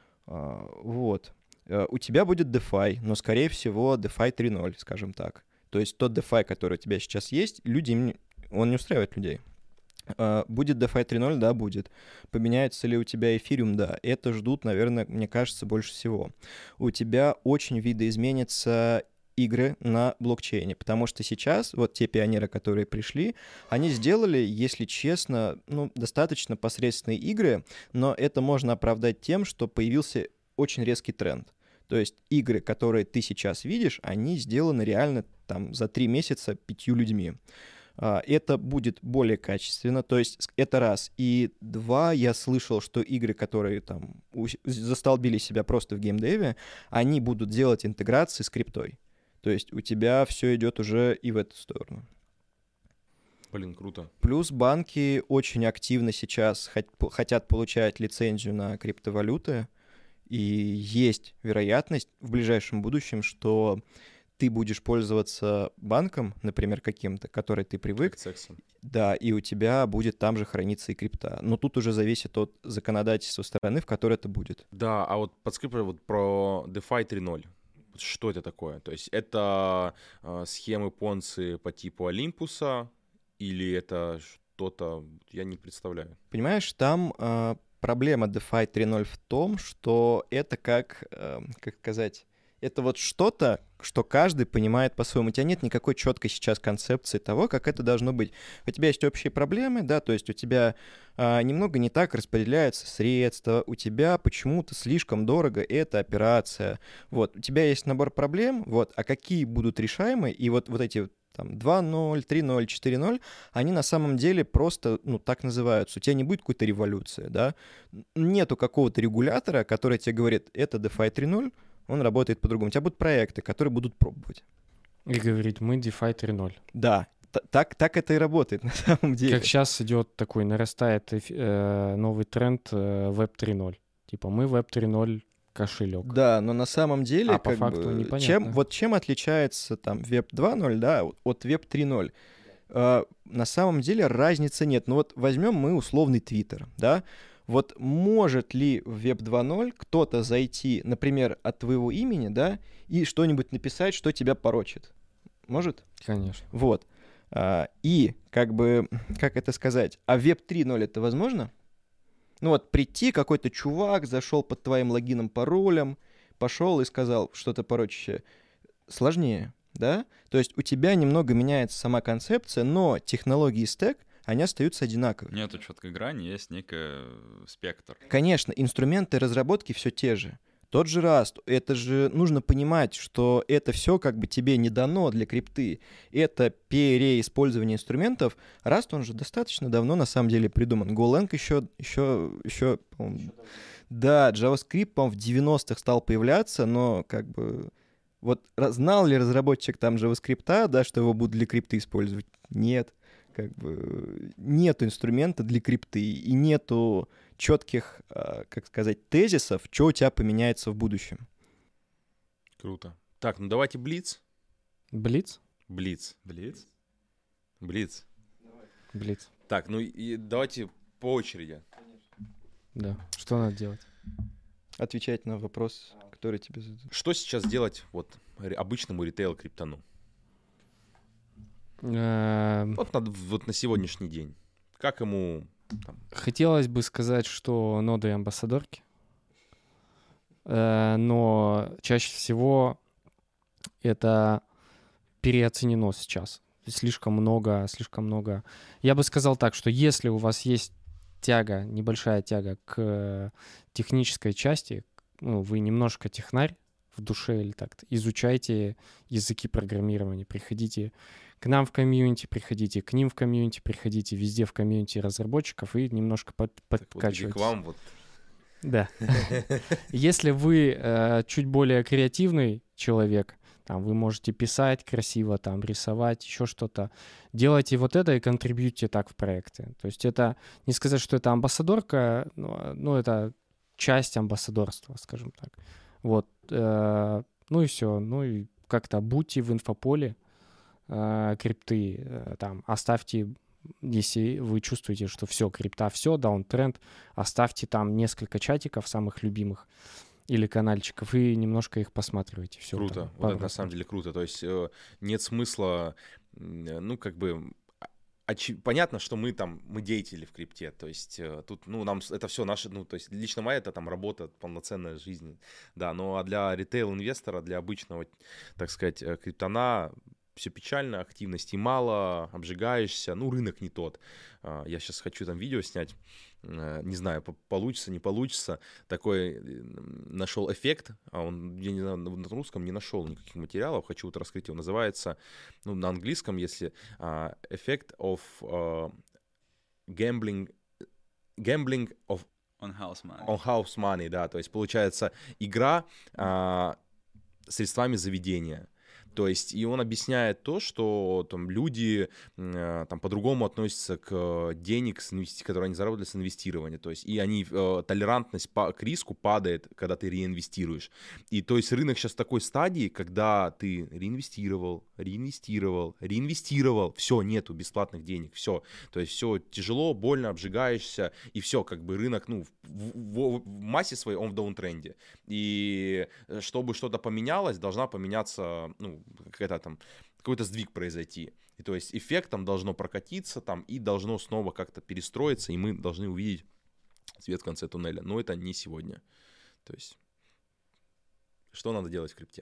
А, вот. У тебя будет DeFi, но, скорее всего, DeFi три ноль, скажем так. То есть тот DeFi, который у тебя сейчас есть, люди, он не устраивает людей. Uh, будет DeFi три ноль? Да, будет. Поменяется ли у тебя эфириум? Да. Это ждут, наверное, мне кажется, больше всего. У тебя очень видоизменятся игры на блокчейне, потому что сейчас вот те пионеры, которые пришли, они сделали, если честно, ну, достаточно посредственные игры, но это можно оправдать тем, что появился очень резкий тренд. То есть игры, которые ты сейчас видишь, они сделаны реально там за три месяца пятью людьми. Это будет более качественно, то есть это раз. И два, я слышал, что игры, которые там застолбили себя просто в геймдеве, они будут делать интеграции с криптой. То есть у тебя все идет уже и в эту сторону. Блин, круто. Плюс банки очень активно сейчас хотят получать лицензию на криптовалюты, и есть вероятность в ближайшем будущем, что ты будешь пользоваться банком, например, каким-то, который ты привык, да, и у тебя будет там же храниться и крипта. Но тут уже зависит от законодательства страны, в которой это будет. Да, а вот подскажи вот про DeFi три ноль. Что это такое? То есть это э, схемы понци по типу Олимпуса или это что-то, я не представляю. Понимаешь, там э, проблема DeFi три ноль в том, что это как, э, как сказать, это вот что-то, что каждый понимает по-своему. У тебя нет никакой четкой сейчас концепции того, как это должно быть. У тебя есть общие проблемы, да, то есть у тебя а, немного не так распределяются средства, у тебя почему-то слишком дорого эта операция. Вот, у тебя есть набор проблем, вот, а какие будут решаемы, и вот, вот эти там два ноль, три ноль, четыре ноль, они на самом деле просто, ну, так называются. У тебя не будет какой-то революции, да. Нету какого-то регулятора, который тебе говорит, это DeFi три ноль, он работает по-другому. У тебя будут проекты, которые будут пробовать. И говорить, мы DeFi три ноль. Да, т- так, так это и работает на самом деле. Как сейчас идет такой, нарастает э, новый тренд э, веб три ноль. Типа мы веб три ноль кошелек. Да, но на самом деле, а как по факту бы, непонятно. Чем, вот чем отличается там веб два ноль, да, от веб три ноль? Э, на самом деле разницы нет. Ну вот возьмем мы условный Twitter, да. Вот может ли в веб два ноль кто-то зайти, например, от твоего имени, да, и что-нибудь написать, что тебя порочит? Может? Конечно. Вот. И, как бы, как это сказать, а в веб три ноль это возможно? Ну вот прийти, какой-то чувак зашел под твоим логином, паролем, пошел и сказал что-то порочащее. Сложнее, да? То есть у тебя немного меняется сама концепция, но технологии и стэк, они остаются одинаковыми. Нету четкой грани, есть некий спектр. Конечно, инструменты разработки все те же. Тот же Rust, это же нужно понимать, что это все как бы тебе не дано для крипты. Это переиспользование инструментов. Rust, он же достаточно давно на самом деле придуман. Golang еще, еще, еще, да, JavaScript, по-моему, в девяностых стал появляться, но как бы вот знал ли разработчик там JavaScript, да, что его будут для крипты использовать? Нет. Как бы нету инструмента для крипты и нету четких, как сказать, тезисов, что у тебя поменяется в будущем. Круто. Так, ну давайте блиц. Блиц? Блиц. Блиц? Блиц. Блиц. Так, ну и давайте по очереди. Да. Что надо делать? Отвечать на вопрос, который тебе задают. Что сейчас делать вот обычному ритейл-криптону? Вот на, вот на сегодняшний день. Как ему... Там... Хотелось бы сказать, что ноды амбассадорки, но чаще всего это переоценено сейчас. Слишком много, слишком много. Я бы сказал так, что если у вас есть тяга, небольшая тяга к технической части, ну, вы немножко технарь в душе или так-то, изучайте языки программирования, приходите к нам в комьюнити, приходите к ним в комьюнити, приходите везде в комьюнити разработчиков и немножко под, подкачивайтесь. Вот к вам вот. Да. Если вы э, чуть более креативный человек, Там вы можете писать красиво, там рисовать, еще что-то. Делайте вот это и контрибьюйте так в проекты. То есть это, не сказать, что это амбассадорка, но, но это часть амбассадорства, скажем так. Вот. Э, ну и все. Ну и как-то будьте в инфополе э, крипты, э, там, оставьте, если вы чувствуете, что все, крипта, все, даунтренд, оставьте там несколько чатиков самых любимых или канальчиков и немножко их посматривайте. Всё, Круто, там, вот это на пару самом раз. деле круто. То есть э, нет смысла, м, ну, как бы, а- очи- понятно, что мы там, мы деятели в крипте, то есть э, тут, ну, нам с- это все наше, ну, то есть лично моя это там работа, полноценная жизнь, да, но а для ритейл-инвестора, для обычного, так сказать, э, криптона все печально, активностей мало, обжигаешься, ну, рынок не тот. А, Я сейчас хочу там видео снять, э, не знаю, по- получится, не получится. Такой э, нашел эффект, а он, я не знаю, на на русском не нашел никаких материалов, хочу вот раскрыть его. Называется, ну, на английском, если а, эффект of а, gambling, gambling of On house money. on house money, да, то есть получается игра а, средствами заведения. То есть, и он объясняет то, что там люди э, там по-другому относятся к денег, с инвести- которые они заработали с инвестирования. То есть, и они, э, толерантность по- к риску падает, когда ты реинвестируешь. И то есть рынок сейчас в такой стадии, когда ты реинвестировал, реинвестировал, реинвестировал, все, нету бесплатных денег, все. То есть все тяжело, больно, обжигаешься, и все, как бы рынок, ну, в, в- в массе своей он в даунтренде. И э, чтобы что-то поменялось, должна поменяться, ну, какая-то там, какой-то сдвиг произойти. И то есть эффектом должно прокатиться там и должно снова как-то перестроиться, и мы должны увидеть свет в конце туннеля. Но это не сегодня. То есть что надо делать в крипте?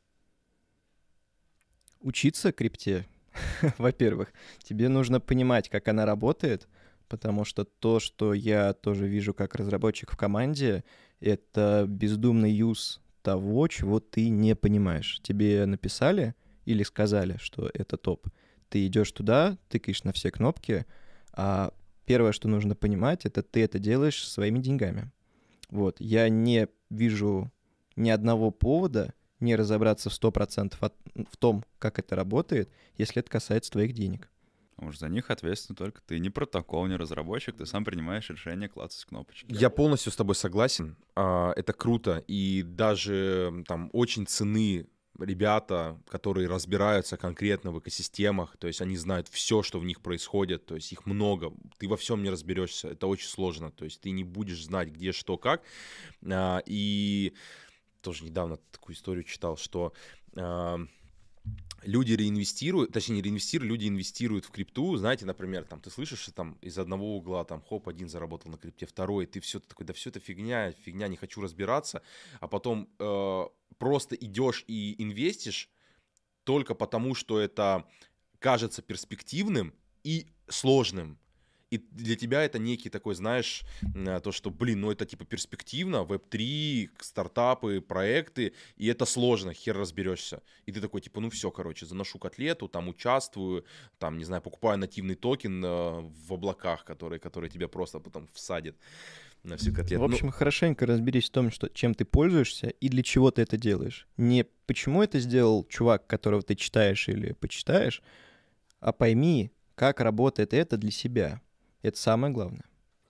Учиться крипте, во-первых, тебе нужно понимать, как она работает, потому что то, что я тоже вижу как разработчик в команде, это бездумный юз того, чего ты не понимаешь. Тебе написали или сказали, что это топ. Ты идешь туда, тыкаешь на все кнопки, а первое, что нужно понимать, это ты это делаешь своими деньгами. Вот. Я не вижу ни одного повода не разобраться в сто процентов от- в том, как это работает, если это касается твоих денег. Потому что за них ответственен только ты. Не протокол, не разработчик, ты сам принимаешь решение клацать кнопочки. Я полностью с тобой согласен. А, Это круто. И даже м, там очень ценны ребята, которые разбираются конкретно в экосистемах, то есть они знают все, что в них происходит, то есть их много, ты во всем не разберешься, это очень сложно, то есть ты не будешь знать, где, что, как. А, И тоже недавно такую историю читал, что а, люди реинвестируют, точнее не реинвестируют, люди инвестируют в крипту, знаете, например, там ты слышишь, что там из одного угла там хоп, один заработал на крипте, второй, ты все такой, да все это фигня, фигня, не хочу разбираться, а потом э, просто идешь и инвестишь только потому, что это кажется перспективным и сложным. И для тебя это некий такой, знаешь, м, то, что, блин, ну это типа перспективно, веб три, стартапы, проекты, и это сложно, хер разберешься. И ты такой, типа, ну все, короче, заношу котлету, там участвую, там, не знаю, покупаю нативный токен э, в облаках, который, который тебя просто потом всадит на всю котлету. В Ну, общем, хорошенько разберись в том, что, чем ты пользуешься и для чего ты это делаешь. Не почему это сделал чувак, которого ты читаешь или почитаешь, а пойми, как работает это для себя. Это самое главное.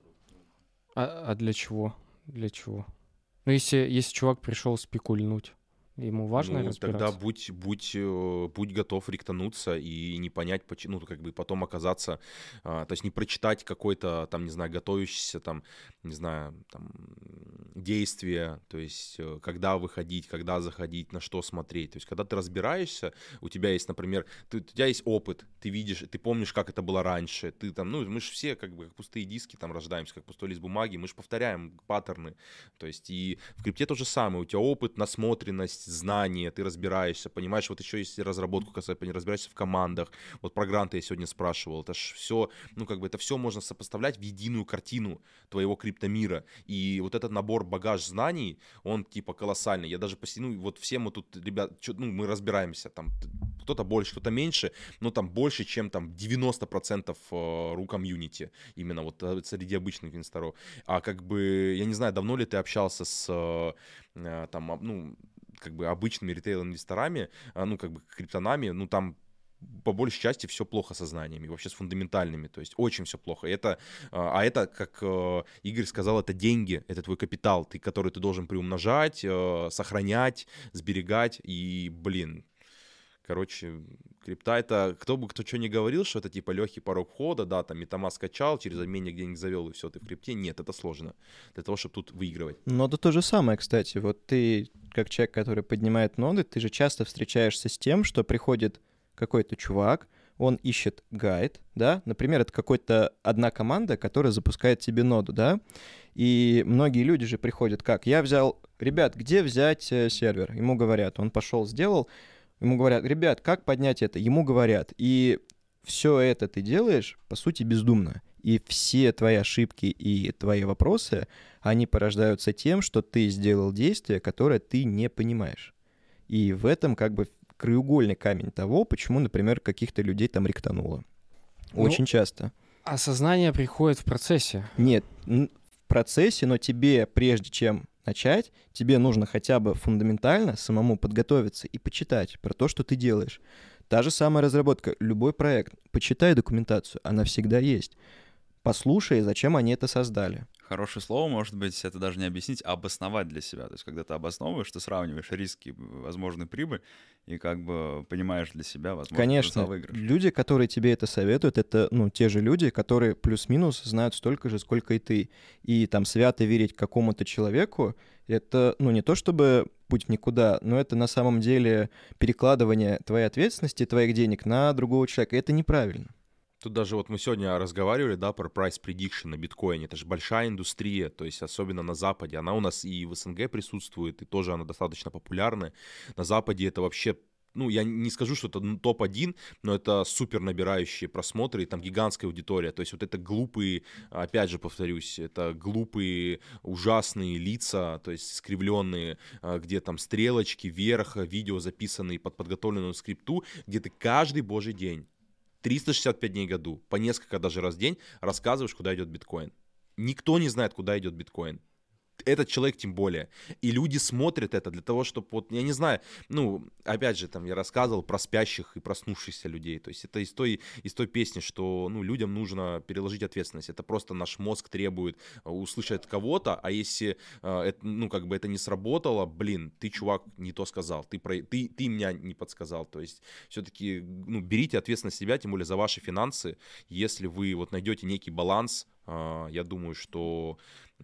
А, а для чего? Для чего? Ну, если, если чувак пришел спекульнуть, ему важно ну, разбираться? тогда будь, будь, э, будь готов ректануться и не понять, почему, ну, как бы потом оказаться, а, то есть не прочитать какой-то, там, не знаю, готовящийся, там, не знаю, там, действие, то есть э, когда выходить, когда заходить, на что смотреть. То есть когда ты разбираешься, у тебя есть, например, ты, у тебя есть опыт, ты видишь, ты помнишь, как это было раньше, ты там, ну, мы же все как бы как пустые диски там рождаемся, как пустой лист бумаги, мы же повторяем паттерны, то есть и в крипте то же самое, у тебя опыт, насмотренность, знания, ты разбираешься, понимаешь, вот еще если разработку касается, разбираешься в командах, вот про гранты я сегодня спрашивал, это ж все, ну, как бы это все можно сопоставлять в единую картину твоего криптомира, и вот этот набор, багаж знаний, он типа колоссальный, я даже посидел, ну, вот все мы тут, ребят, чё, ну, мы разбираемся, там, кто-то больше, кто-то меньше, но там больше, чем там девяносто процентов ру комьюнити, именно вот э, среди обычных инвесторов, а как бы, я не знаю, давно ли ты общался с, э, там, ну, как бы обычными ритейл-инвесторами, а, ну, как бы криптонами, ну, там по большей части все плохо со знаниями, вообще с фундаментальными, то есть очень все плохо. Это, а это, как Игорь сказал, это деньги, это твой капитал, ты, который ты должен приумножать, сохранять, сберегать, и, блин, короче, крипта это, кто бы кто что ни говорил, что это типа легкий порог входа, да, там MetaMask скачал, через обменник денег завел, и все, ты в крипте. Нет, это сложно для того, чтобы тут выигрывать. Нода то же самое, кстати. Вот ты, как человек, который поднимает ноды, ты же часто встречаешься с тем, что приходит какой-то чувак, он ищет гайд, да, например, это какой-то одна команда, которая запускает тебе ноду, да, и многие люди же приходят как? Я взял, ребят, где взять сервер? Ему говорят, он пошел, сделал, ему говорят, ребят, как поднять это? Ему говорят, и все это ты делаешь, по сути, бездумно, и все твои ошибки и твои вопросы, они порождаются тем, что ты сделал действие, которое ты не понимаешь, и в этом как бы краеугольный камень того, почему, например, каких-то людей там ректануло. Очень ну, часто. Осознание приходит в процессе. Нет, в процессе, но тебе, прежде чем начать, тебе нужно хотя бы фундаментально самому подготовиться и почитать про то, что ты делаешь. Та же самая разработка, любой проект. Почитай документацию, она всегда есть. Послушай, зачем они это создали. Хорошее слово, может быть, это даже не объяснить, а обосновать для себя. То есть, когда ты обосновываешь, ты сравниваешь риски, возможную прибыль, и как бы понимаешь для себя, возможно, конечно, выигрыш. Люди, которые тебе это советуют, это, ну, те же люди, которые плюс-минус знают столько же, сколько и ты. И там свято верить какому-то человеку, это, ну, не то чтобы путь в никуда, но это на самом деле перекладывание твоей ответственности, твоих денег на другого человека. И это неправильно. Тут даже вот мы сегодня разговаривали, да, про price prediction на биткоине. Это же большая индустрия, то есть особенно на Западе. Она у нас и в СНГ присутствует, и тоже она достаточно популярная. На Западе это вообще, ну, я не скажу, что это топ один, но это супер набирающие просмотры, и там гигантская аудитория. То есть вот это глупые, опять же повторюсь, это глупые, ужасные лица, то есть искривленные, где там стрелочки вверх, видео записанные под подготовленную скрипту, где ты каждый божий день, триста шестьдесят пять дней в году, по несколько даже раз в день рассказываешь, куда идет биткоин. Никто не знает, куда идет биткоин. Этот человек тем более. И люди смотрят это для того, чтобы, вот, я не знаю, ну, опять же, там я рассказывал про спящих и проснувшихся людей. То есть это из той, из той песни, что, ну, людям нужно переложить ответственность. Это просто наш мозг требует услышать кого-то, а если, это, ну, как бы это не сработало, блин, ты, чувак, не то сказал, ты, про, ты, ты меня не подсказал. То есть все-таки, ну, берите ответственность на себя, тем более за ваши финансы. Если вы вот найдете некий баланс, я думаю, что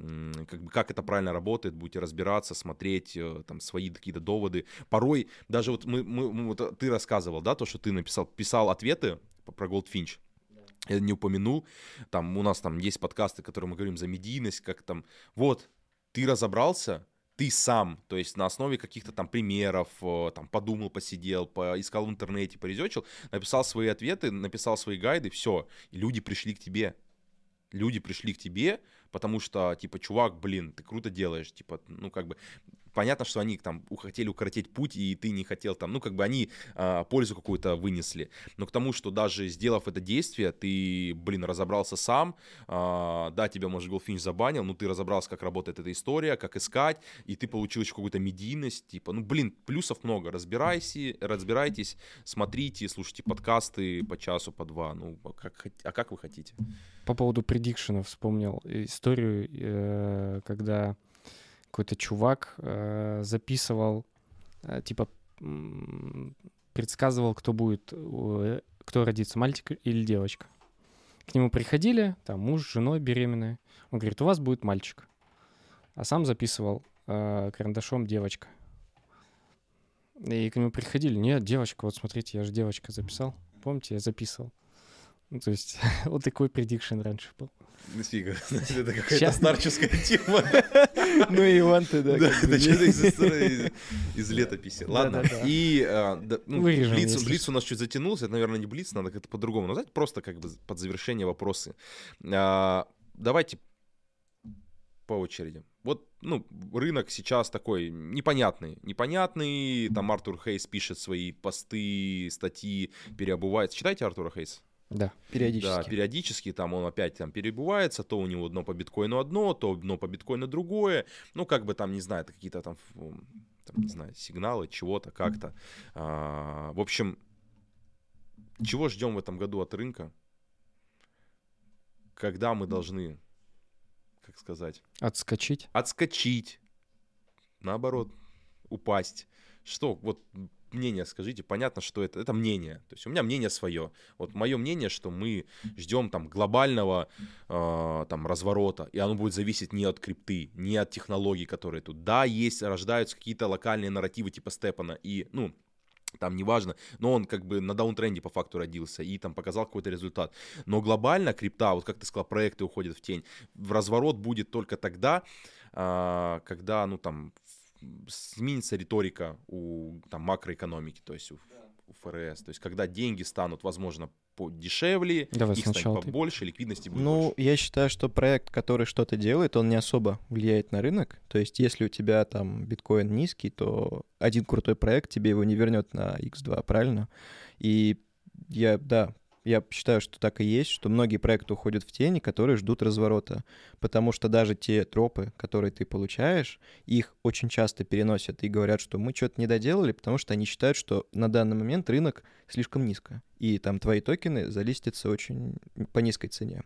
как бы, как это правильно работает, будете разбираться, смотреть там свои какие-то доводы. Порой даже вот мы, мы, мы вот ты рассказывал, да, то, что ты написал, писал ответы про Goldfinch. Я не упомянул, там у нас там есть подкасты, которые мы говорим за медийность, как там, вот, ты разобрался, ты сам, то есть на основе каких-то там примеров, там подумал, посидел, поискал в интернете, порезечил, написал свои ответы, написал свои гайды, все, и люди пришли к тебе. Люди пришли к тебе, потому что, типа, чувак, блин, ты круто делаешь, типа, ну, как бы, понятно, что они там хотели укоротить путь, и ты не хотел там, ну, как бы они а, пользу какую-то вынесли, но к тому, что даже сделав это действие, ты, блин, разобрался сам, а, да, тебя, может, Goldfinch забанил, но ты разобрался, как работает эта история, как искать, и ты получил еще какую-то медийность, типа, ну, блин, плюсов много, разбирайся, разбирайтесь, смотрите, слушайте подкасты по часу, по два, ну, как, а как вы хотите? По поводу предикшенов вспомнил историю, э, когда какой-то чувак э, записывал, э, типа, м- предсказывал, кто будет, э, кто родится, мальчик или девочка. К нему приходили, там, муж с женой беременные. Он говорит, у вас будет мальчик. А сам записывал э, карандашом девочка. И к нему приходили, нет, девочка, вот смотрите, я же девочка записал. Помните, я записывал. Ну, то есть вот такой предикшн раньше был. Ну, фига, это какая-то старческая тема. Ну, Иван, ты, да. Да, это что-то из летописи. Ладно, и блиц у нас чуть затянулся, это, наверное, не блиц, надо как-то по-другому назвать, просто как бы под завершение вопросы. Давайте по очереди. Вот, ну, рынок сейчас такой непонятный. Непонятный, там Артур Хейс пишет свои посты, статьи, переобувается. Читайте Артура Хейса? Да. Периодически. Да, периодически там он опять там перебывается, то у него дно по биткоину одно, то дно по биткоину другое. Ну, как бы там, не знаю, это какие-то там, там, не знаю, сигналы, чего-то, как-то. А, в общем, чего ждем в этом году от рынка? Когда мы должны, как сказать... Отскочить. Отскочить. Наоборот, упасть. Что, вот... Мнение скажите, понятно, что это, это мнение. То есть у меня мнение свое. Вот мое мнение, что мы ждем там глобального э, там разворота, и оно будет зависеть не от крипты, не от технологий, которые тут. Да, есть, рождаются какие-то локальные нарративы типа Степана, и, ну, там неважно, но он как бы на даунтренде по факту родился и там показал какой-то результат. Но глобально крипта, вот как ты сказал, проекты уходят в тень. В разворот будет только тогда, э, когда, ну, там, сменится риторика у там, макроэкономики, то есть у, у ФРС. То есть когда деньги станут, возможно, подешевле, Давай их станет сначала ты. побольше, ликвидности будет Ну, больше. я считаю, что проект, который что-то делает, он не особо влияет на рынок. То есть если у тебя там биткоин низкий, то один крутой проект тебе его не вернет на икс два, правильно? И я, да, я считаю, что так и есть, что многие проекты уходят в тени, которые ждут разворота. Потому что даже те дропы, которые ты получаешь, их очень часто переносят и говорят, что мы что-то не доделали, потому что они считают, что на данный момент рынок слишком низко. И там твои токены залистятся очень по низкой цене.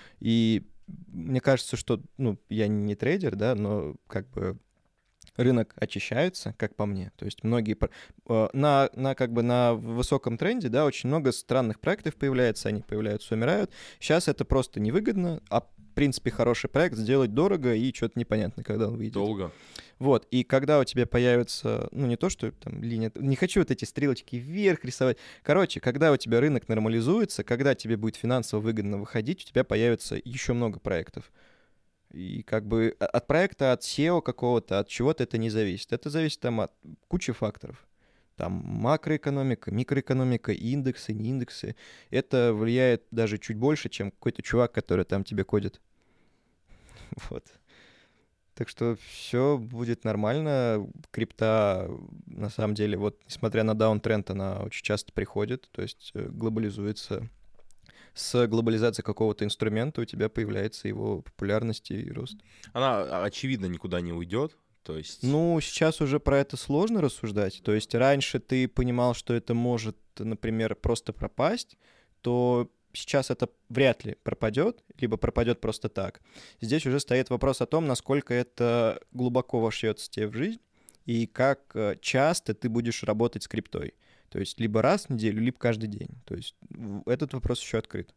И мне кажется, что, ну, я не трейдер, да, но как бы рынок очищается, как по мне. То есть многие... На, на, как бы на высоком тренде, да, очень много странных проектов появляется, они появляются, умирают. Сейчас это просто невыгодно, а в принципе хороший проект сделать дорого и что-то непонятно, когда он выйдет. Долго. Вот, и когда у тебя появится, ну не то, что там линия... Не хочу вот эти стрелочки вверх рисовать. Короче, когда у тебя рынок нормализуется, когда тебе будет финансово выгодно выходить, у тебя появится еще много проектов. И как бы от проекта, от сео какого-то, от чего-то это не зависит. Это зависит там от кучи факторов. Там макроэкономика, микроэкономика, индексы, не индексы. Это влияет даже чуть больше, чем какой-то чувак, который там тебе кодит. Вот. Так что все будет нормально. Крипта, на самом деле, вот несмотря на даунтренд, она очень часто приходит, то есть глобализуется. С глобализацией какого-то инструмента у тебя появляется его популярность и рост. Она, очевидно, никуда не уйдет. То есть... Ну, сейчас уже про это сложно рассуждать. То есть раньше ты понимал, что это может, например, просто пропасть, то сейчас это вряд ли пропадет, либо пропадет просто так. Здесь уже стоит вопрос о том, насколько это глубоко вошьется тебе в жизнь и как часто ты будешь работать с криптой. То есть либо раз в неделю, либо каждый день. То есть этот вопрос еще открыт.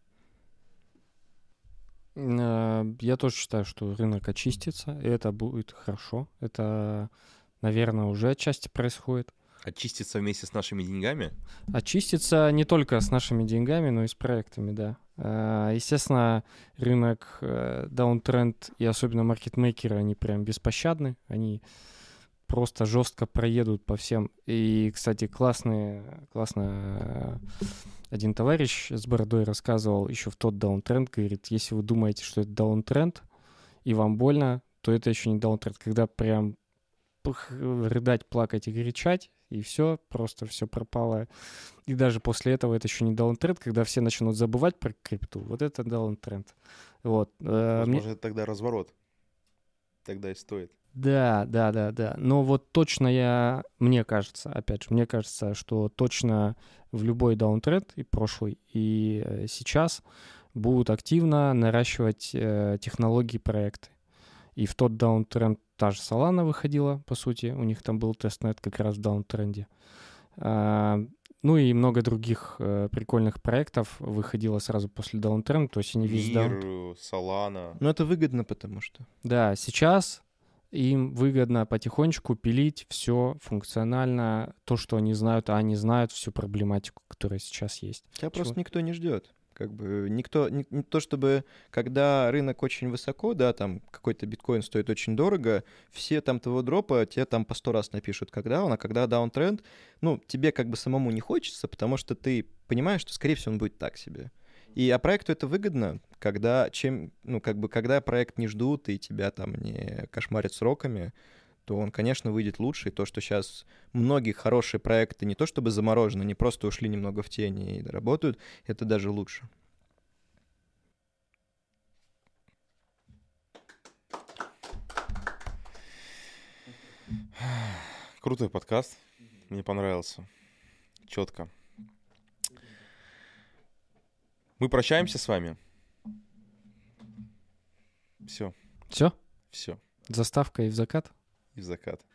Я тоже считаю, что рынок очистится, и это будет хорошо. Это, наверное, уже отчасти происходит. Очиститься вместе с нашими деньгами? Очиститься не только с нашими деньгами, но и с проектами, да. Естественно, рынок, даунтренд и особенно маркетмейкеры, они прям беспощадны. Они просто жестко проедут по всем. И, кстати, классный, классно один товарищ с бородой рассказывал еще в тот даунтренд, говорит, если вы думаете, что это даунтренд, и вам больно, то это еще не даунтренд, когда прям рыдать, плакать и кричать, и все, просто все пропало. И даже после этого это еще не даунтренд, когда все начнут забывать про крипту, вот это даунтренд. Вот. Возможно, Мне... это тогда разворот. Тогда и стоит. Да, да, да, да. Но вот точно я, мне кажется, опять же, мне кажется, что точно в любой даунтренд, и прошлый, и э, сейчас, будут активно наращивать э, технологии проекты. И в тот даунтренд та же Solana выходила, по сути, у них там был тестнет как раз в даунтренде. А, ну и много других э, прикольных проектов выходило сразу после даунтренда, то есть они весь Мир, даун... Solana. Ну это выгодно, потому что... Да, сейчас... Им выгодно потихонечку пилить все функционально, то, что они знают, а они знают всю проблематику, которая сейчас есть. Тебя Чего? Просто никто не ждет. Как бы никто, не, не то чтобы, когда рынок очень высоко, да, там какой-то биткоин стоит очень дорого, все там твоего дропа тебе там по сто раз напишут, когда он, а когда даунтренд, ну, тебе как бы самому не хочется, потому что ты понимаешь, что, скорее всего, он будет так себе. И а проекту это выгодно, когда, чем, ну, как бы, когда проект не ждут и тебя там не кошмарят сроками, то он, конечно, выйдет лучше. И то, что сейчас многие хорошие проекты не то чтобы заморожены, они просто ушли немного в тень и работают, это даже лучше. Крутой подкаст. Мне понравился. Четко. Мы прощаемся с вами. Все. Все? Все. Заставка и в закат? И в закат.